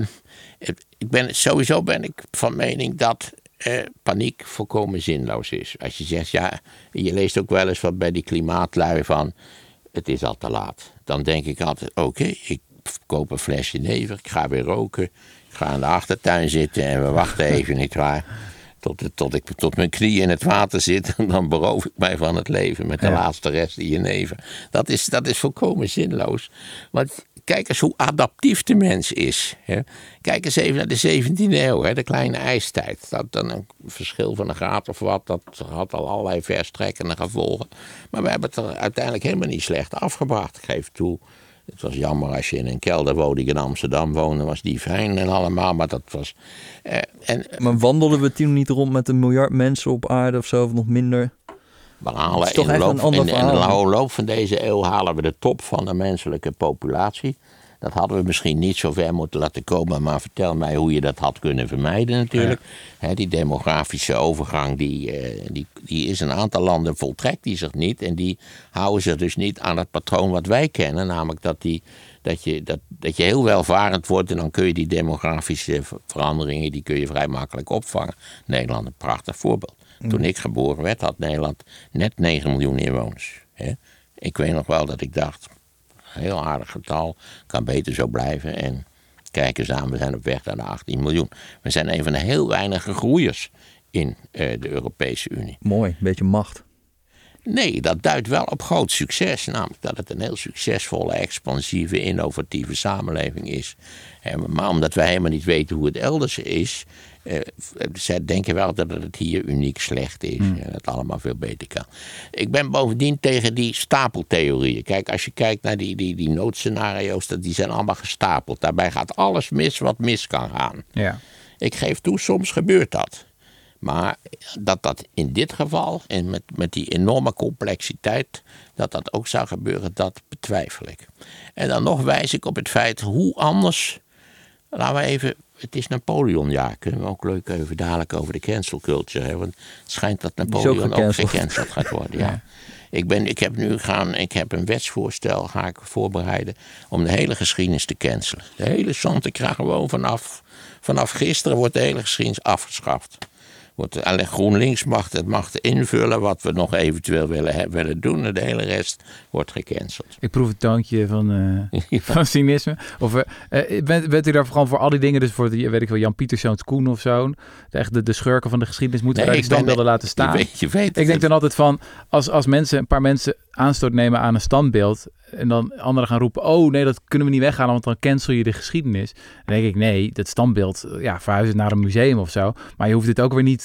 ik ben, sowieso ben ik van mening dat uh, paniek volkomen zinloos is. Als je zegt, ja, je leest ook wel eens wat bij die klimaatlui van, het is al te laat. Dan denk ik altijd, oké, okay, ik koop een flesje never, ik ga weer roken, ik ga in de achtertuin zitten en we wachten even, nietwaar, tot, tot ik tot mijn knieën in het water zit en dan beroof ik mij van het leven met de ja. laatste rest in je never. Dat is, dat is volkomen zinloos. Want kijk eens hoe adaptief de mens is. Hè. Kijk eens even naar de zeventiende eeuw, hè, de kleine ijstijd. Dat dan een verschil van een graad of wat, dat had al allerlei verstrekkende gevolgen. Maar we hebben het er uiteindelijk helemaal niet slecht afgebracht. Ik geef toe, het was jammer als je in een kelderwoning in Amsterdam woonde, was die fijn en allemaal, maar dat was... Eh, en, maar wandelden we toen niet rond met een miljard mensen op aarde of zo, of nog minder? We halen in de, loop, in, in de loop van deze eeuw halen we de top van de menselijke populatie. Dat hadden we misschien niet zo ver moeten laten komen, maar vertel mij hoe je dat had kunnen vermijden natuurlijk. Ja. He, die demografische overgang, die, uh, die, die is in een aantal landen voltrekt die zich niet. En die houden zich dus niet aan het patroon wat wij kennen, namelijk dat, die, dat, je, dat, dat je heel welvarend wordt en dan kun je die demografische veranderingen, die kun je vrij makkelijk opvangen. Nederland een prachtig voorbeeld. Toen ik geboren werd, had Nederland net negen miljoen inwoners. Hè? Ik weet nog wel dat ik dacht, heel aardig getal, kan beter zo blijven. En kijk eens aan, we zijn op weg naar de achttien miljoen. We zijn een van de heel weinige groeiers in uh, de Europese Unie. Mooi, een beetje macht. Nee, dat duidt wel op groot succes. Namelijk dat het een heel succesvolle, expansieve, innovatieve samenleving is. Maar omdat wij helemaal niet weten hoe het elders is, Uh, zij denken wel dat het hier uniek slecht is. Mm. En dat het allemaal veel beter kan. Ik ben bovendien tegen die stapeltheorieën. Kijk, als je kijkt naar die, die, die noodscenario's, die zijn allemaal gestapeld. Daarbij gaat alles mis wat mis kan gaan. Ja. Ik geef toe, soms gebeurt dat. Maar dat dat in dit geval, en met, met die enorme complexiteit, dat dat ook zou gebeuren, dat betwijfel ik. En dan nog wijs ik op het feit hoe anders, laten we even, het is Napoleonjaar, kunnen we ook leuk even dadelijk over de cancel culture hebben, want het schijnt dat Napoleon ook, ook gecanceld gaat worden. Ja. Ja. Ik, ben, ik heb nu gaan, ik heb een wetsvoorstel, ga ik voorbereiden, om de hele geschiedenis te cancelen. De hele zand, ik krijg gewoon vanaf, vanaf gisteren wordt de hele geschiedenis afgeschaft. Wordt, alleen GroenLinks mag het, mag het invullen wat we nog eventueel willen, willen doen. En de hele rest wordt gecanceld. Ik proef het toontje van, uh, ja. van cynisme. Of, uh, bent, bent u daar gewoon voor al die dingen, dus voor die, weet ik wel, Jan Pieterszoons Koen of zo, de, echt de, de schurken van de geschiedenis, moeten nee, we die standbeelden laten staan? Je weet, je weet ik denk dan altijd van, als, als mensen, een paar mensen aanstoot nemen aan een standbeeld en dan anderen gaan roepen, oh nee, dat kunnen we niet weghalen, want dan cancel je de geschiedenis. Dan denk ik, nee, dat standbeeld, ja, verhuis het naar een museum of zo. Maar je hoeft het ook weer niet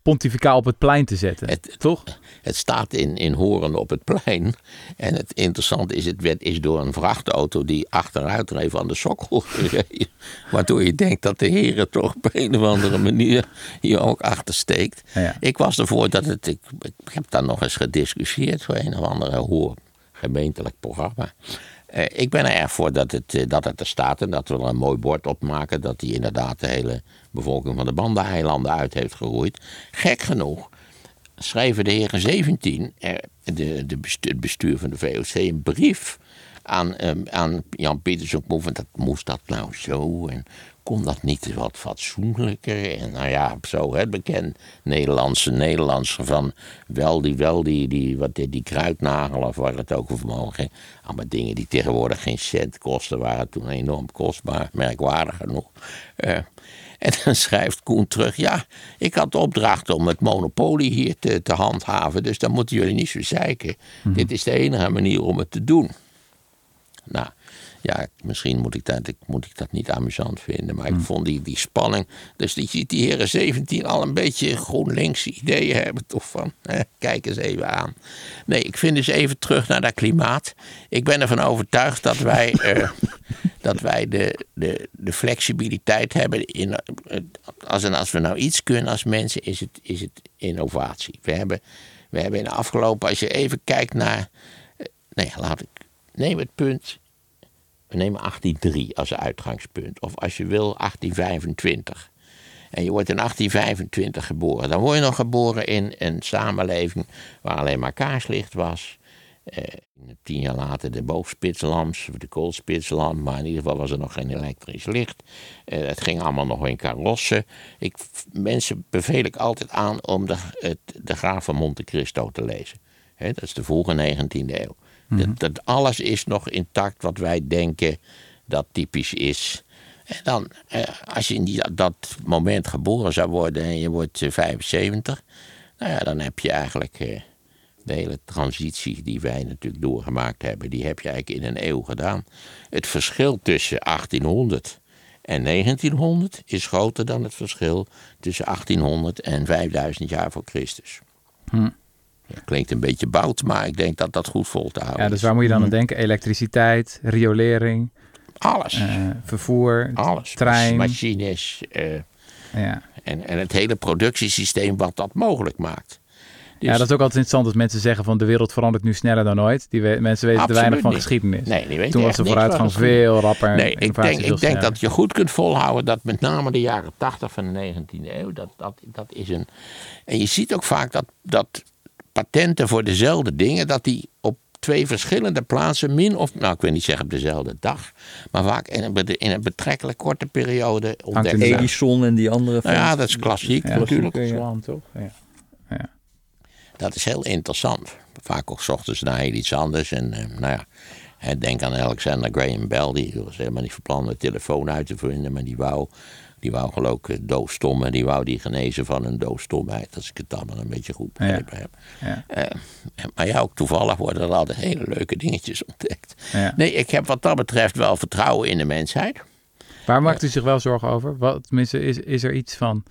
pontificaal op het plein te zetten. Het, toch? Het staat in, in Horen op het plein. En het interessante is, het werd, is door een vrachtauto die achteruit dreef aan de sokkel gereden. Waardoor je denkt dat de heren toch op een of andere manier hier ook achter steekt. Ja, ja. Ik was ervoor dat het, ik, ik heb daar nog eens gediscussieerd voor een of andere hoor gemeentelijk programma. Uh, ik ben er erg voor dat het, uh, dat het er staat en dat we er een mooi bord op maken. Dat die inderdaad de hele bevolking van de Banda-eilanden uit heeft geroeid. Gek genoeg schreven de heren zeventien, uh, de, de bestuur, het bestuur van de V O C, een brief aan, um, aan Jan Pieterszoon. Dat moest dat nou zo en kon dat niet wat fatsoenlijker? En nou ja, zo het bekend Nederlandse Nederlandse van wel die, wel die, die, wat, die, die kruidnagel of waar het ook over mogen. Allemaal dingen die tegenwoordig geen cent kosten, waren toen enorm kostbaar, merkwaardig genoeg. Uh, en dan schrijft Koen terug, ja, ik had de opdracht om het monopolie hier te, te handhaven, dus dan moeten jullie niet zo zeiken. Mm-hmm. Dit is de enige manier om het te doen. Nou, ja, misschien moet ik dat, moet ik dat niet amusant vinden, maar ik hmm. vond die, die spanning. Dus je ziet die heren zeventien al een beetje GroenLinks ideeën hebben, toch van, eh, kijk eens even aan. Nee, ik vind dus even terug naar dat klimaat. Ik ben ervan overtuigd dat wij, uh, dat wij de, de, de flexibiliteit hebben. In, als, en als we nou iets kunnen als mensen, is het, is het innovatie. We hebben, we hebben in de afgelopen, als je even kijkt naar, uh, nee, laat ik, neem het punt. We nemen achttien drie als uitgangspunt. Of als je wil achttien vijfentwintig. En je wordt in achttien vijfentwintig geboren. Dan word je nog geboren in een samenleving waar alleen maar kaarslicht was. Eh, tien jaar later de boogspitslamps, de koolspitslamp. Maar in ieder geval was er nog geen elektrisch licht. Eh, het ging allemaal nog in karossen. Ik, mensen beveel ik altijd aan om de, het, de Graaf van Monte Cristo te lezen. He, dat is de vroege negentiende eeuw. Dat, dat alles is nog intact wat wij denken dat typisch is. En dan, eh, als je in die, dat moment geboren zou worden en je wordt eh, vijfenzeventig... nou ja, dan heb je eigenlijk eh, de hele transitie die wij natuurlijk doorgemaakt hebben, die heb je eigenlijk in een eeuw gedaan. Het verschil tussen achttienhonderd en negentienhonderd is groter dan het verschil tussen achttienhonderd en vijfduizend jaar voor Christus. Hm. Dat klinkt een beetje bout, maar ik denk dat dat goed vol te houden is. Ja, dus waar moet je dan aan denken? Elektriciteit, riolering, alles. Uh, vervoer, alles. trein. Machines. Uh, ja. en, en het hele productiesysteem wat dat mogelijk maakt. Dus, ja, dat is ook altijd interessant dat mensen zeggen van de wereld verandert nu sneller dan ooit. Die we, mensen weten te weinig van niet. geschiedenis. Nee, die weten Toen was de vooruitgang veel rapper. Nee, ik denk, ik denk dat je goed kunt volhouden dat met name de jaren tachtig van de negentiende eeuw, dat, dat, dat is een... En je ziet ook vaak dat... dat patenten voor dezelfde dingen, dat die op twee verschillende plaatsen min of, nou ik wil niet zeggen op dezelfde dag, maar vaak in een, in een betrekkelijk korte periode ontdekt. Edison en die andere. Nou ja, dat is klassiek ja, natuurlijk. Ja. Swan, toch? Ja. Ja. Dat is heel interessant. Vaak ook 's ochtends naar heel iets anders en uh, nou ja, denk aan Alexander Graham Bell, die was helemaal niet van plan de telefoon uit te vinden, maar die wou Die wou geloof ik doofstom en die wou die genezen van een doofstomheid. Als ik het allemaal een beetje goed begrepen ja. heb. Ja. Uh, maar ja, ook toevallig worden er altijd hele leuke dingetjes ontdekt. Ja. Nee, ik heb wat dat betreft wel vertrouwen in de mensheid. Waar maakt u zich wel zorgen over? Wat, tenminste, is, is er iets van...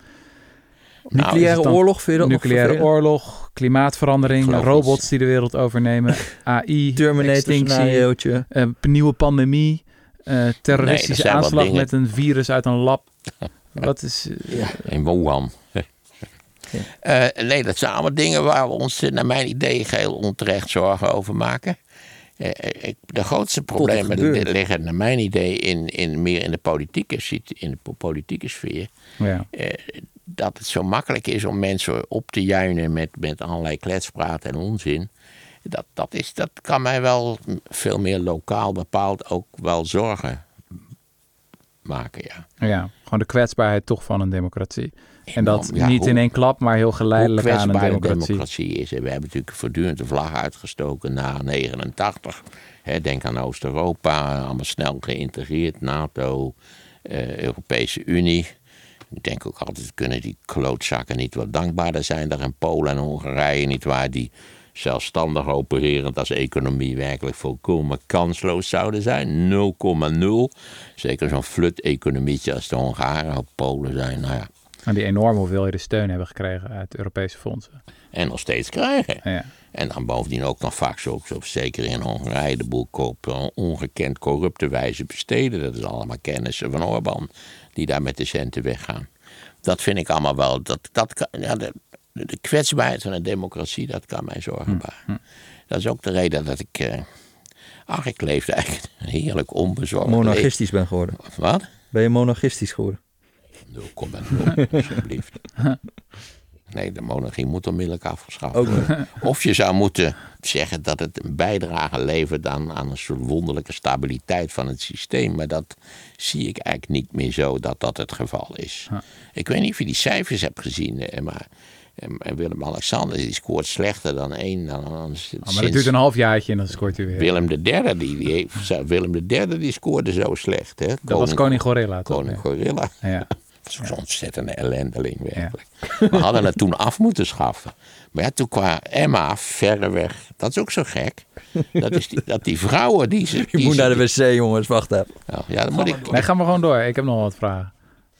Nucleaire nou, oorlog, vind je dat Nucleaire oorlog, klimaatverandering, robots die de wereld overnemen, A I, Terminator-scenariootje. Uh, nieuwe pandemie, uh, terroristische nee, aanslag met een virus uit een lab. Wat is... Uh, ja, in Wuhan. Uh, nee, dat zijn allemaal dingen waar we ons, naar mijn idee, heel onterecht zorgen over maken. Uh, ik, de grootste problemen liggen, naar mijn idee, in, in, meer in de politieke, in de politieke sfeer. Ja. Uh, dat het zo makkelijk is om mensen op te juinen met, met allerlei kletspraat en onzin. Dat, dat, is, dat kan mij wel veel meer lokaal bepaald ook wel zorgen maken, ja. Ja, gewoon de kwetsbaarheid toch van een democratie. En dat ja, niet hoe, in één klap, maar heel geleidelijk aan een democratie. Hoe democratie is. We hebben natuurlijk voortdurend de vlag uitgestoken na negenentachtig. He, denk aan Oost-Europa, allemaal snel geïntegreerd. NATO, uh, Europese Unie. Ik denk ook altijd, kunnen die klootzakken niet wat dankbaarder zijn daar in Polen en Hongarije, niet waar, die zelfstandig opererend als economie werkelijk volkomen kansloos zouden zijn. nul komma nul. Zeker zo'n flut-economietje als de Hongaren of Polen zijn. Nou ja, En die enorme hoeveelheden steun hebben gekregen uit Europese fondsen. En nog steeds krijgen. Ja. En dan bovendien ook nog vaak zo, zo zeker in Hongarije, de boel op een ongekend corrupte wijze besteden. Dat is allemaal kennissen van Orbán die daar met de centen weggaan. Dat vind ik allemaal wel, dat, dat kan, ja, de, de kwetsbaarheid van een democratie, dat kan mij zorgen baren. Hm, hm. Dat is ook de reden dat ik, uh, ach, ik leefde eigenlijk heerlijk onbezorgd. Monarchistisch ben geworden. Wat? Ben je monarchistisch geworden? nul komma nul, alsjeblieft. Nee, de monarchie moet onmiddellijk afgeschaft worden. Of je zou moeten zeggen dat het een bijdrage levert dan aan een soort wonderlijke stabiliteit van het systeem. Maar dat zie ik eigenlijk niet meer zo dat dat het geval is. Huh. Ik weet niet of je die cijfers hebt gezien, maar Willem-Alexander die scoort slechter dan één. Dan, dan, oh, maar sinds... dat duurt een halfjaartje en dan scoort hij weer. Willem de derde, die, die, heeft, Willem de derde die scoorde zo slecht. Hè? Dat koning, was koning Gorilla. Koning toch? Gorilla. Ja. Dat was zo'n ontzettende ellendeling werkelijk. Ja. We hadden het toen af moeten schaffen. Maar ja, toen kwam Emma verreweg. Dat is ook zo gek. Dat, is die, dat die vrouwen die ze... Die Je moet ze, naar de wc, jongens. Wacht even. Ja, ja, dan moet ik... Nee, ga maar gewoon door. Ik heb nog wat vragen.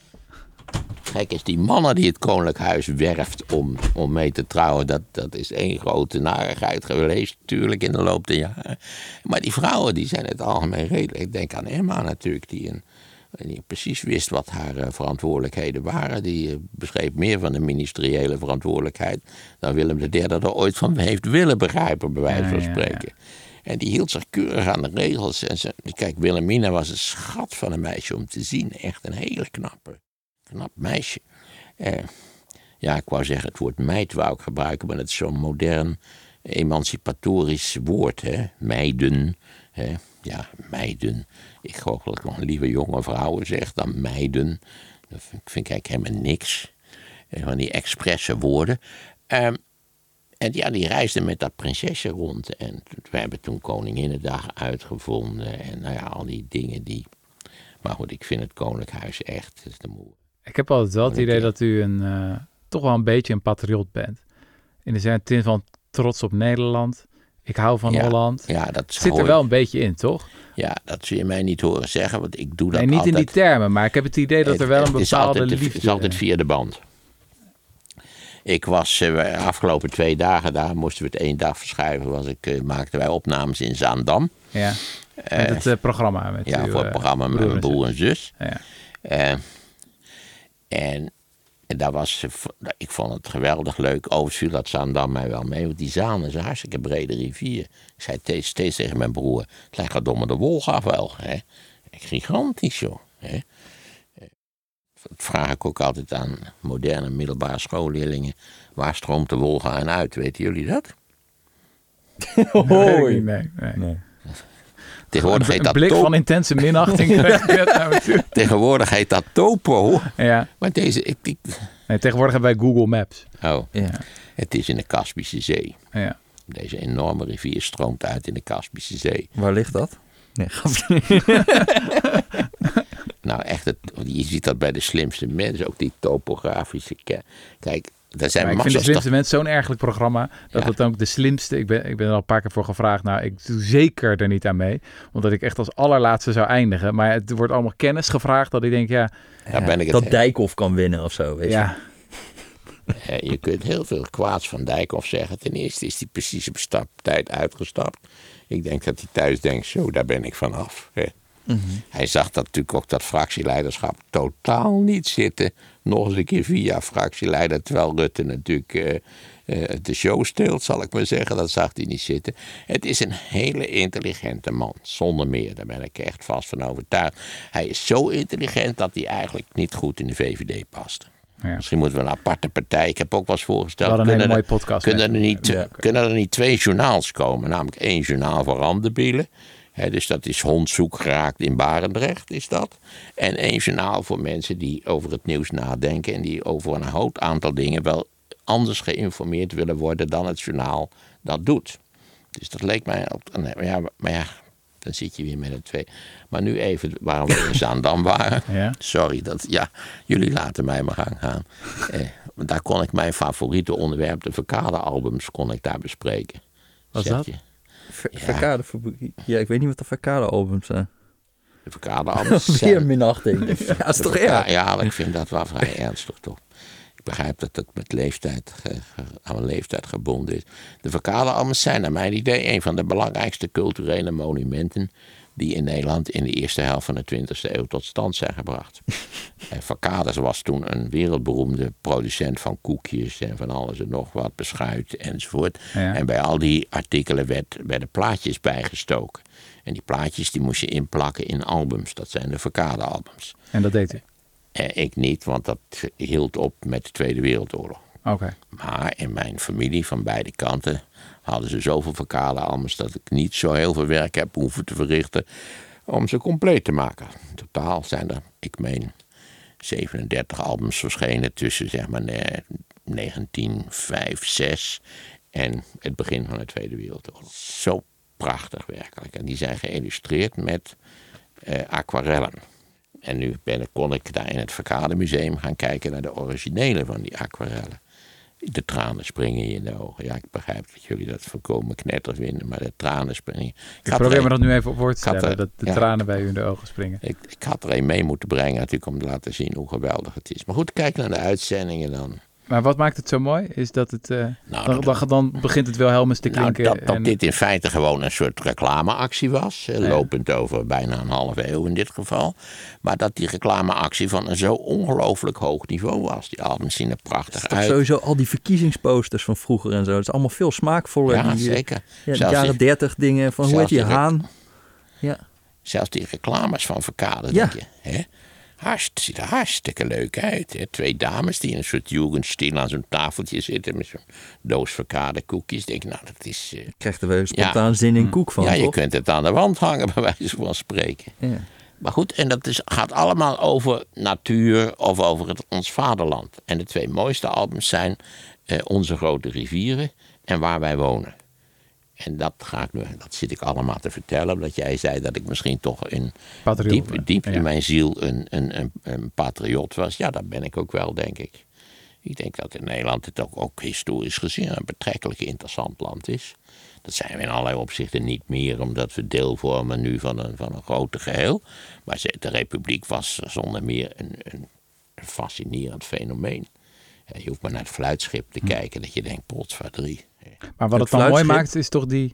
Kijk eens, die mannen die het Koninklijk Huis werft om, om mee te trouwen... Dat, dat is één grote narigheid geweest natuurlijk in de loop der jaren. Maar die vrouwen die zijn het algemeen redelijk. Ik denk aan Emma natuurlijk, die een... die precies wist wat haar uh, verantwoordelijkheden waren. Die uh, beschreef meer van de ministeriële verantwoordelijkheid dan Willem de derde er ooit van heeft willen begrijpen, bij wijze van spreken. Ja, ja, ja. En die hield zich keurig aan de regels. En ze, kijk, Wilhelmina was een schat van een meisje om te zien. Echt een hele knappe, knap meisje. Uh, ja, ik wou zeggen, het woord meid wou ik gebruiken, maar het is zo'n modern, emancipatorisch woord, hè. Meiden, hè. Ja, meiden. Ik geloof dat ik nog een lieve jonge vrouwen zeg dan meiden. Dat vind, vind ik eigenlijk helemaal niks. Van die expresse woorden. Um, en ja, die reisden met dat prinsesje rond. En we hebben toen Koninginnedag uitgevonden. En nou ja, al die dingen die... Maar goed, ik vind het Koninklijk Huis echt... Dat is de moe. Ik heb altijd wel het idee dat u een, uh, toch wel een beetje een patriot bent. In de zin van trots op Nederland... Ik hou van ja, Holland. Ja, dat zit er wel een beetje in, toch? Ja, dat zul je mij niet horen zeggen, want ik doe dat nee, niet altijd. in die termen, maar ik heb het idee dat er wel een bepaalde het is liefde... Het is altijd via de band. Ik was de uh, afgelopen twee dagen, daar moesten we het één dag verschuiven, was ik, uh, maakten wij opnames in Zaandam. Ja, met uh, het uh, programma. Met ja, uw, voor het programma met mijn broer en zus. Ja. Uh, en... En daar was, ik vond het geweldig leuk. Overigens viel dat Zaandam mij wel mee. Want die Zaan is een hartstikke brede rivier. Ik zei steeds, steeds tegen mijn broer. Het lijkt wel domme de Wolga wel. Hè? Gigantisch joh. Hè? Dat vraag ik ook altijd aan moderne middelbare schoolleerlingen. Waar stroomt de Wolga aan uit? Weten jullie dat? nee, nee, nee. nee. Tegenwoordig heet een dat blik to- van intense minachting. Tegenwoordig heet dat topo. Ja. Maar deze... Ik, ik... Nee, tegenwoordig hebben wij Google Maps. Oh, ja. Het is in de Kaspische Zee. Ja. Deze enorme rivier stroomt uit in de Kaspische Zee. Waar ligt dat? Nee, nou echt, het, je ziet dat bij de slimste mensen, ook die topografische... Kijk, daar zijn maar ik vind de slimste sta- mensen zo'n ergelijk programma, dat ja. het ook de slimste... Ik ben, ik ben er al een paar keer voor gevraagd, nou, ik doe zeker er niet aan mee. Omdat ik echt als allerlaatste zou eindigen. Maar het wordt allemaal kennis gevraagd, dat ik denk, ja... ja ben ik het dat he- Dijkhoff kan winnen of zo, weet je. Ja. Je kunt heel veel kwaads van Dijkhoff zeggen. Ten eerste is hij precies op stap tijd uitgestapt. Ik denk dat hij thuis denkt, zo, daar ben ik vanaf. Hè. Mm-hmm. Hij zag dat natuurlijk ook dat fractieleiderschap totaal niet zitten. Nog eens een keer via fractieleider, terwijl Rutte natuurlijk uh, uh, de show steelt, zal ik maar zeggen. Dat zag hij niet zitten. Het is een hele intelligente man, zonder meer. Daar ben ik echt vast van overtuigd. Hij is zo intelligent dat hij eigenlijk niet goed in de V V D past. Ja. Misschien moeten we een aparte partij. Ik heb ook wel eens voorgesteld. Wat een kunnen hele er, mooie podcast. Kunnen er, niet, ja. kunnen er niet twee journaals komen? Namelijk één journaal voor randenbielen. He, dus dat is hondzoek geraakt in Barendrecht, is dat. En één journaal voor mensen die over het nieuws nadenken... en die over een groot aantal dingen wel anders geïnformeerd willen worden... dan het journaal dat doet. Dus dat leek mij... Ja, maar ja, dan zit je weer met de twee. Maar nu even waarom we in Zaandam waren. Ja. Sorry, dat, ja, jullie laten mij maar gang gaan. Eh, daar kon ik mijn favoriete onderwerp, de Verkade-albums, kon ik daar bespreken. Wat is dat? Je? Ver, ja. Verkade, ja, ik weet niet wat de Verkade-albums zijn. De verkadealbums Weer zijn... minachting. Ja, dat is toch erg? Ja, ik vind dat wel vrij ernstig toch. Ik begrijp dat het met leeftijd, aan mijn leeftijd gebonden is. De verkadealbums zijn naar mijn idee een van de belangrijkste culturele monumenten die in Nederland in de eerste helft van de twintigste eeuw tot stand zijn gebracht. Verkades was toen een wereldberoemde producent van koekjes en van alles en nog wat, beschuit enzovoort. Ja. En bij al die artikelen werd, werden plaatjes bijgestoken. En die plaatjes die moest je inplakken in albums. Dat zijn de verkadealbums. En dat deed u? Eh, ik niet, want dat hield op met de Tweede Wereldoorlog. Okay. Maar in mijn familie van beide kanten hadden ze zoveel verkadealbums dat ik niet zo heel veel werk heb hoeven te verrichten om ze compleet te maken. In totaal zijn er, ik meen, zevenendertig albums verschenen tussen zeg maar negentien vijf zes en het begin van de Tweede Wereldoorlog. Zo prachtig werkelijk. En die zijn geïllustreerd met uh, aquarellen. En nu ben, kon ik daar in het Verkademuseum gaan kijken naar de originele van die aquarellen. De tranen springen in de ogen. Ja, ik begrijp dat jullie dat volkomen knetter vinden, maar de tranen springen. Ik, ik probeer er, me dat nu even op voor te stellen, er, dat de ja, tranen bij u in de ogen springen. Ik, ik had er een mee moeten brengen natuurlijk om te laten zien hoe geweldig het is. Maar goed, kijk naar de uitzendingen dan. Maar wat maakt het zo mooi? Is dat het, uh, nou, dan, dat, dan begint het Wilhelmus te klinken. Nou, dat, dat en... dit in feite gewoon een soort reclameactie was. Ja. Lopend over bijna een halve eeuw in dit geval. Maar dat die reclameactie van een zo ongelooflijk hoog niveau was. Die albums zien er prachtig uit. Sowieso al die verkiezingsposters van vroeger en zo. Het is allemaal veel smaakvoller. Ja, die, zeker. Ja, de jaren dertig dingen van hoe heet die Haan. Ja. Zelfs die reclames van Verkade, ja. denk je. Hè? Hartst, ziet er hartstikke leuk uit. Hè? Twee dames die in een soort jugendstil aan zo'n tafeltje zitten met zo'n doos Verkade koekjes. Denk, nou, dat is... Uh... Krijgt er wel spontaan ja. zin in koek van, Ja, toch? je kunt het aan de wand hangen, bij wijze van spreken. Ja. Maar goed, en dat is, gaat allemaal over natuur of over het, ons vaderland. En de twee mooiste albums zijn uh, Onze Grote Rivieren en Waar Wij Wonen. En dat, ga ik nu, dat zit ik allemaal te vertellen, omdat jij zei dat ik misschien toch in, diep, diep in ja. mijn ziel een, een, een, een patriot was. Ja, dat ben ik ook wel, denk ik. Ik denk dat in Nederland het ook, ook historisch gezien een betrekkelijk interessant land is. Dat zijn we in allerlei opzichten niet meer, omdat we deel vormen nu van een, van een grote geheel. Maar de Republiek was zonder meer een, een, een fascinerend fenomeen. Ja, je hoeft maar naar het fluitschip te kijken, dat je denkt, potverdrie. Maar wat het, het dan mooi maakt, is toch die...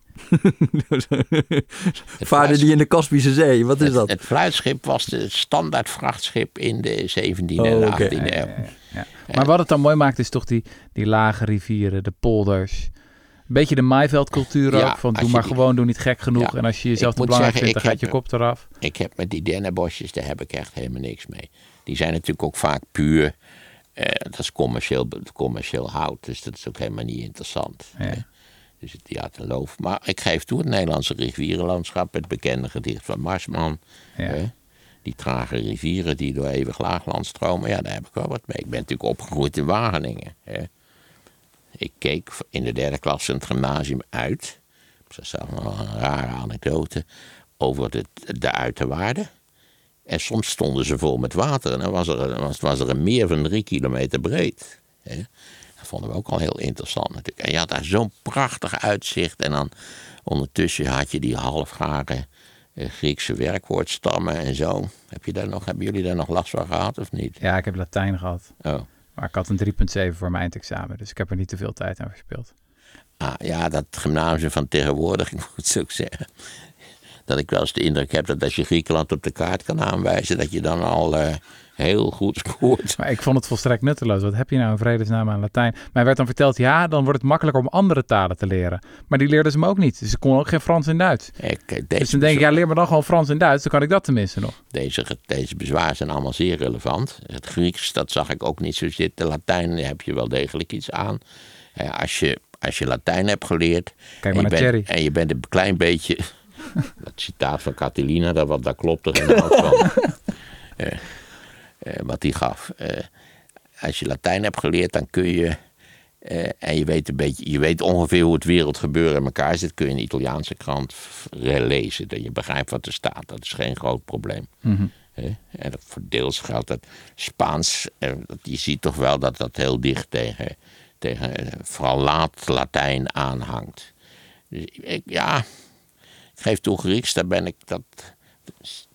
Vaarde die in de Kaspische Zee, wat is het, dat? Het fluitschip was de standaard vrachtschip in de zeventiende en achttiende eeuw. Ja, ja, ja. Ja. Maar wat het dan mooi maakt, is toch die, die lage rivieren, de polders. Een beetje de maaiveldcultuur ja, ook, van doe maar die, gewoon, doe niet gek genoeg. Ja, en als je jezelf te belangrijk zeggen, vindt, dan gaat je kop eraf. Ik heb met die dennenbosjes, daar heb ik echt helemaal niks mee. Die zijn natuurlijk ook vaak puur... Uh, dat is commercieel, commercieel hout, dus dat is ook helemaal niet interessant. Ja. Dus het, ja, het loof. Maar ik geef toe, het Nederlandse rivierenlandschap, het bekende gedicht van Marsman. Ja. Uh, die trage rivieren die door eeuwig laagland stromen, ja, daar heb ik wel wat mee. Ik ben natuurlijk opgegroeid in Wageningen. Hè. Ik keek in de derde klas van het gymnasium uit, dat is wel een rare anekdote, over de, de uiterwaarden. En soms stonden ze vol met water en dan was er, was, was er een meer van drie kilometer breed. Hè. Dat vonden we ook al heel interessant natuurlijk. En je had daar zo'n prachtig uitzicht en dan ondertussen had je die halfgare eh, Griekse werkwoordstammen en zo. Heb je daar nog, hebben jullie daar nog last van gehad of niet? Ja, ik heb Latijn gehad. Oh. Maar ik had een drie komma zeven voor mijn eindexamen, dus ik heb er niet te veel tijd aan verspild. Ah, ja, dat gymnasium van tegenwoordig, ik moet het zo zeggen... dat ik wel eens de indruk heb dat als je Griekenland op de kaart kan aanwijzen... dat je dan al uh, heel goed scoort. Maar ik vond het volstrekt nutteloos. Wat heb je nou in vredesnaam aan Latijn? Mij werd dan verteld, ja, dan wordt het makkelijker om andere talen te leren. Maar die leerden ze me ook niet. Dus ze konden ook geen Frans en Duits. Ik, dus dan denk ik, ja, leer me dan gewoon Frans en Duits. Dan kan ik dat tenminste nog. Deze, deze bezwaren zijn allemaal zeer relevant. Het Grieks, dat zag ik ook niet zo zitten. Latijn, daar heb je wel degelijk iets aan. Ja, als, je, als je Latijn hebt geleerd... Kijk maar naar Thierry. En je bent een klein beetje... Dat citaat van Catilina, dat, wat, dat klopt er helemaal van. uh, uh, wat hij gaf. Uh, als je Latijn hebt geleerd, dan kun je... Uh, en je weet, een beetje, je weet ongeveer hoe het wereldgebeuren in elkaar zit... kun je een Italiaanse krant lezen. Dat je begrijpt wat er staat. Dat is geen groot probleem. Mm-hmm. Uh, en dat voor deels geldt dat Spaans... Uh, dat, je ziet toch wel dat dat heel dicht tegen... tegen uh, vooral laat Latijn aanhangt. Dus ik, ja... Ik geef toe Grieks, daar ben ik dat...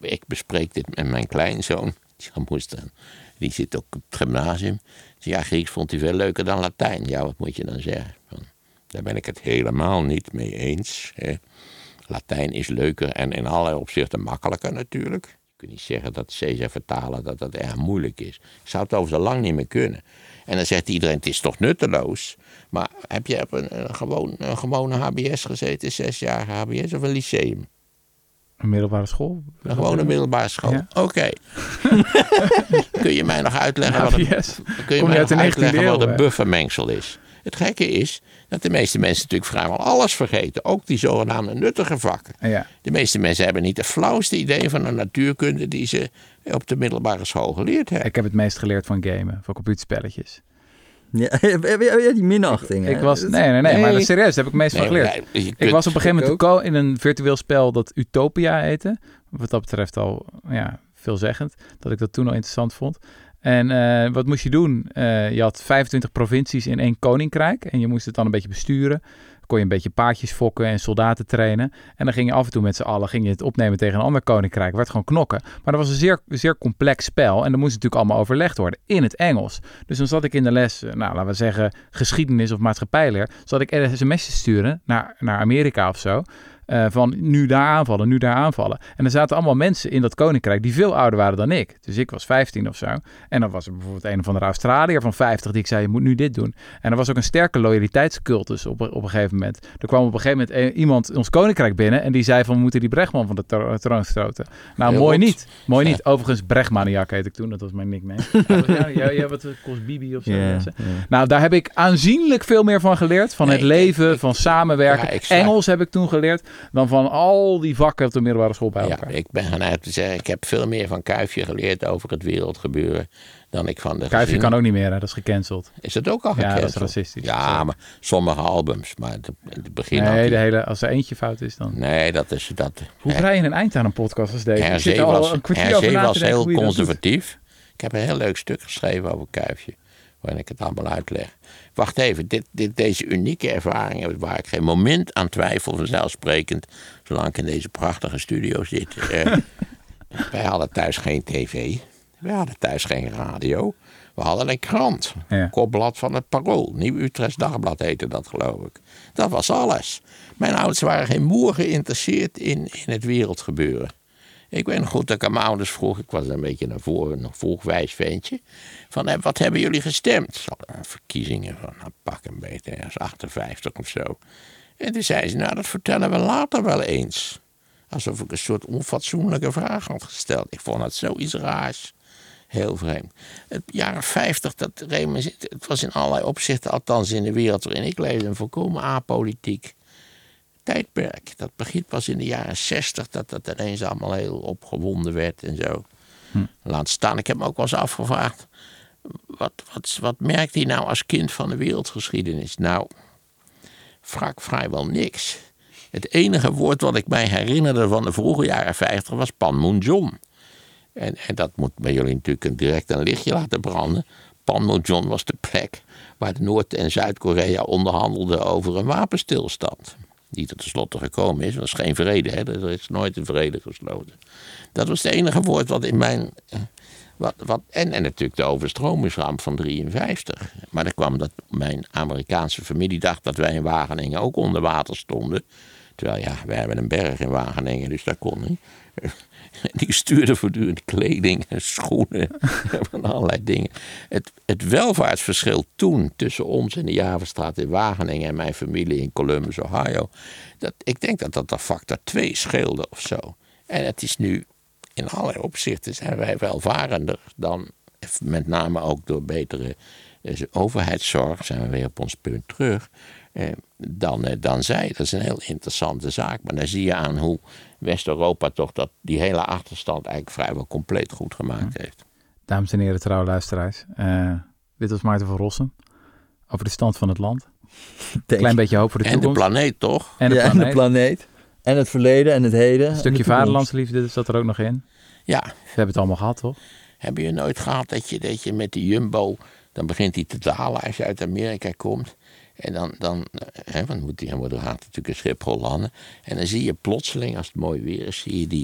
ik bespreek dit met mijn kleinzoon. Die moest dan, die zit ook op het gymnasium. Ja, Grieks vond hij veel leuker dan Latijn. Ja, wat moet je dan zeggen? Van, daar ben ik het helemaal niet mee eens. Hè. Latijn is leuker en in allerlei opzichten makkelijker natuurlijk. Je kunt niet zeggen dat Caesar vertalen dat dat erg moeilijk is. Ik zou het over zo lang niet meer kunnen. En dan zegt iedereen, het is toch nutteloos? Maar heb je op een, een, gewoon, een gewone H B S gezeten, zes jaar H B S of een lyceum? Een middelbare school? Een gewone middelbare school. Ja. Oké. Okay. Kun je mij nog uitleggen wat het, kun je mij nog uitleggen wat een buffermengsel is? Het gekke is dat de meeste mensen natuurlijk vrijwel alles vergeten. Ook die zogenaamde nuttige vakken. Ja. De meeste mensen hebben niet de flauwste idee van de natuurkunde die ze op de middelbare school geleerd hebben. Ik heb het meest geleerd van gamen, van computerspelletjes. Ja, ja, die minachting. Ik, ik was, nee, nee, nee, nee, maar serieus, daar heb ik het meest nee, van geleerd. Nee, kunt, ik was op een gegeven moment in een virtueel spel dat Utopia heette. Wat dat betreft al ja, veelzeggend. Dat ik dat toen al interessant vond. En uh, wat moest je doen? Uh, je had vijfentwintig provincies in één koninkrijk. En je moest het dan een beetje besturen. Kon je een beetje paardjes fokken en soldaten trainen. En dan ging je af en toe met z'n allen ging je het opnemen tegen een ander koninkrijk. Het werd gewoon knokken. Maar dat was een zeer, zeer complex spel. En dan moest het natuurlijk allemaal overlegd worden in het Engels. Dus dan zat ik in de les, nou laten we zeggen geschiedenis of maatschappijleer. Zat ik sms'jes sturen naar, naar Amerika of zo. Uh, van nu daar aanvallen, nu daar aanvallen. En er zaten allemaal mensen in dat koninkrijk die veel ouder waren dan ik. Dus ik was vijftien of zo. En dan was er bijvoorbeeld een of andere Australiër van vijftig die ik zei, je moet nu dit doen. En er was ook een sterke loyaliteitscultus op, op een gegeven moment. Er kwam op een gegeven moment iemand in ons koninkrijk binnen en die zei van, we moeten die Bregman van de to- troon stoten. Nou, Heel mooi goed. niet. Mooi ja. niet. Overigens, Bregmaniak heet ik toen, dat was mijn nickname. ja, ja, ja, wat kost Bibi of zo. Yeah, yeah. Nou, daar heb ik aanzienlijk veel meer van geleerd. Van nee, het leven, ik, van samenwerken. Ja, Engels heb ik toen geleerd. Dan van al die vakken op de middelbare school bij elkaar. Ja, ik ben gaan uit te zeggen, ik heb veel meer van Kuifje geleerd over het wereldgebeuren dan ik van de Kuifje gezin. Kan ook niet meer, hè? Dat is gecanceld. Is dat ook al gecanceld? Ja, dat is racistisch. Ja, maar sommige albums, maar het, het begin Nee, die... de hele, als er eentje fout is dan. Nee, dat is dat. Hoe vrij je een eind aan een podcast als deze? R C was, R C was heel conservatief. Ik heb een heel leuk stuk geschreven over Kuifje. Waarin ik het allemaal uitleg. Wacht even, dit, dit, deze unieke ervaringen waar ik geen moment aan twijfel, vanzelfsprekend, zolang ik in deze prachtige studio zit. Eh, wij hadden thuis geen tv, wij hadden thuis geen radio, we hadden een krant, ja. Kopblad van het Parool, Nieuw Utrechts Dagblad heette dat geloof ik. Dat was alles. Mijn ouders waren geen moer geïnteresseerd in, in het wereldgebeuren. Ik weet nog goed dat ik aan mijn ouders vroeg, ik was een beetje naar voren, nog vroegwijs ventje, van wat hebben jullie gestemd? Verkiezingen van, nou, pak een beetje, ergens achtenvijftig of zo. En toen zei ze, nou dat vertellen we later wel eens. Alsof ik een soort onfatsoenlijke vraag had gesteld. Ik vond het zoiets raars. Heel vreemd. Het jaren vijftig, dat het was in allerlei opzichten, althans in de wereld waarin ik leefde, een volkomen apolitiek tijdperk. Dat begint pas in de jaren zestig, dat dat ineens allemaal heel opgewonden werd en zo. Hm. Laat staan. Ik heb me ook wel eens afgevraagd, wat, wat, wat merkt hij nou als kind van de wereldgeschiedenis? Nou, vaak vrijwel niks. Het enige woord wat ik mij herinnerde van de vroege jaren vijftig was Panmunjom. En, en dat moet bij jullie natuurlijk direct een lichtje laten branden. Panmunjom was de plek waar Noord- en Zuid-Korea onderhandelden over een wapenstilstand. Die er tenslotte gekomen is. Dat was geen vrede, hè? Er is nooit een vrede gesloten. Dat was het enige woord wat in mijn... Wat, wat, en, en natuurlijk de overstromingsramp van drieënvijftig. Maar dat kwam dat mijn Amerikaanse familie dacht dat wij in Wageningen ook onder water stonden. Terwijl ja, wij hebben een berg in Wageningen, dus dat kon niet. Die stuurde voortdurend kleding en schoenen en allerlei dingen. Het, het welvaartsverschil toen tussen ons in de Javerstraat in Wageningen en mijn familie in Columbus, Ohio. Dat, ik denk dat dat de factor twee scheelde of zo. En het is nu, in allerlei opzichten zijn wij welvarender dan, met name ook door betere dus overheidszorg, zijn we weer op ons punt terug, eh, dan, eh, dan zij. Dat is een heel interessante zaak. Maar dan zie je aan hoe West-Europa toch dat, die hele achterstand eigenlijk vrijwel compleet goed gemaakt heeft. Dames en heren, trouwe luisteraars. Uh, dit was Maarten van Rossum over de stand van het land. Een klein beetje hoop voor de en toekomst. En de planeet, toch? En de, ja, planeet. en de planeet. En het verleden en het heden. Een stukje vaderlandsliefde zat er ook nog in. Ja. We hebben het allemaal gehad, toch? Heb je nooit gehad dat je, dat je met de Jumbo, dan begint hij te dalen als je uit Amerika komt. En dan, dan hè, want moet die, moet er gaat natuurlijk een Schiphol landen. En dan zie je plotseling, als het mooi weer is, zie je die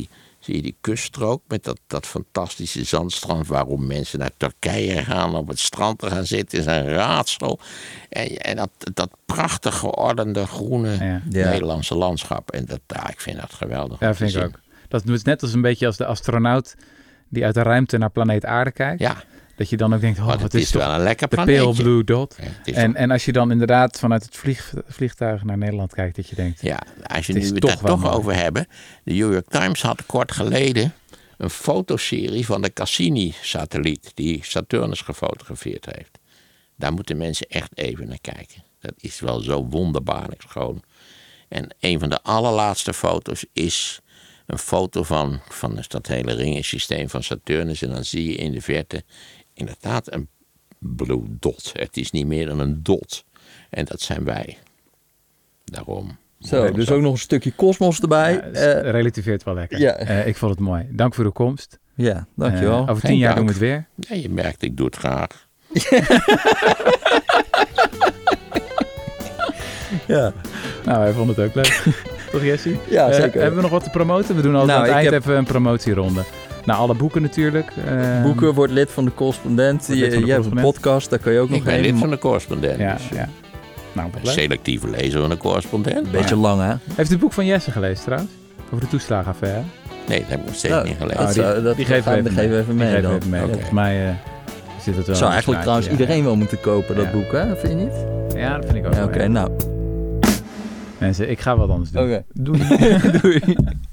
Zie je die kuststrook met dat, dat fantastische zandstrand... waarom mensen naar Turkije gaan, op het strand te gaan zitten... is een raadsel. En, en dat, dat prachtig geordende, groene Ja. Ja. Nederlandse landschap. En dat, ja, ik vind dat geweldig. Ja, om te vind ik zien. ook. Dat is net als een beetje als de astronaut die uit de ruimte naar planeet Aarde kijkt. Ja, Dat je dan ook denkt, oh, maar wat het is, is toch wel een lekker de planeetje. pale blue dot. Ja, het is En, toch- en als je dan inderdaad vanuit het vlieg, vliegtuig naar Nederland kijkt, dat je denkt... Ja, als je Het nu is het toch daar wel toch mooi. over hebben. De New York Times had kort geleden een fotoserie van de Cassini-satelliet die Saturnus gefotografeerd heeft. Daar moeten mensen echt even naar kijken. Dat is wel zo wonderbaarlijk schoon. En een van de allerlaatste foto's is een foto van, van dat hele ringensysteem van Saturnus. En dan zie je in de verte inderdaad een blue dot. Het is niet meer dan een dot. En dat zijn wij. Daarom. Zo, dus ook nog een stukje kosmos erbij. Ja, het Eh, relativeert wel lekker. ja. Eh, ik vond het mooi. Dank voor de komst. ja, dankjewel. Eh, over Geen tien jaar dank. doen we het weer. Ja, je merkt, ik doe het graag. ja. Nou, wij vonden het ook leuk. Toch, Jessie? Ja, Eh, zeker. hebben we nog wat te promoten? We doen altijd Nou, aan het ik eind heb- even een promotieronde. Nou, alle boeken natuurlijk. Eh, Boeken, wordt lid van de correspondent. Wordt Je, lid van de je hebt een correspondent. podcast, daar kan je ook nog Ik ben heen. lid van de correspondent. Ja, dus ja. Nou, wat een leuk. selectieve lezer van de correspondent. Beetje lang, hè? Heeft u het boek van Jesse gelezen trouwens? Over de toeslagenaffaire? Nee, dat heb ik nog steeds Nou, niet gelezen. Oh, dat die, zou- dat die geven we gaan- even die geven we even mee Die geven we dan. even mee. Oké. Volgens mij eh, zit het wel Zou in het eigenlijk trouwens straatje, iedereen wel moeten kopen, dat Ja. boek, hè? Vind je niet? Ja, ja dat vind ik ook Ja, wel, Oké, ja. nou. Mensen, ik ga wat anders doen. Oké. Doei. Doei.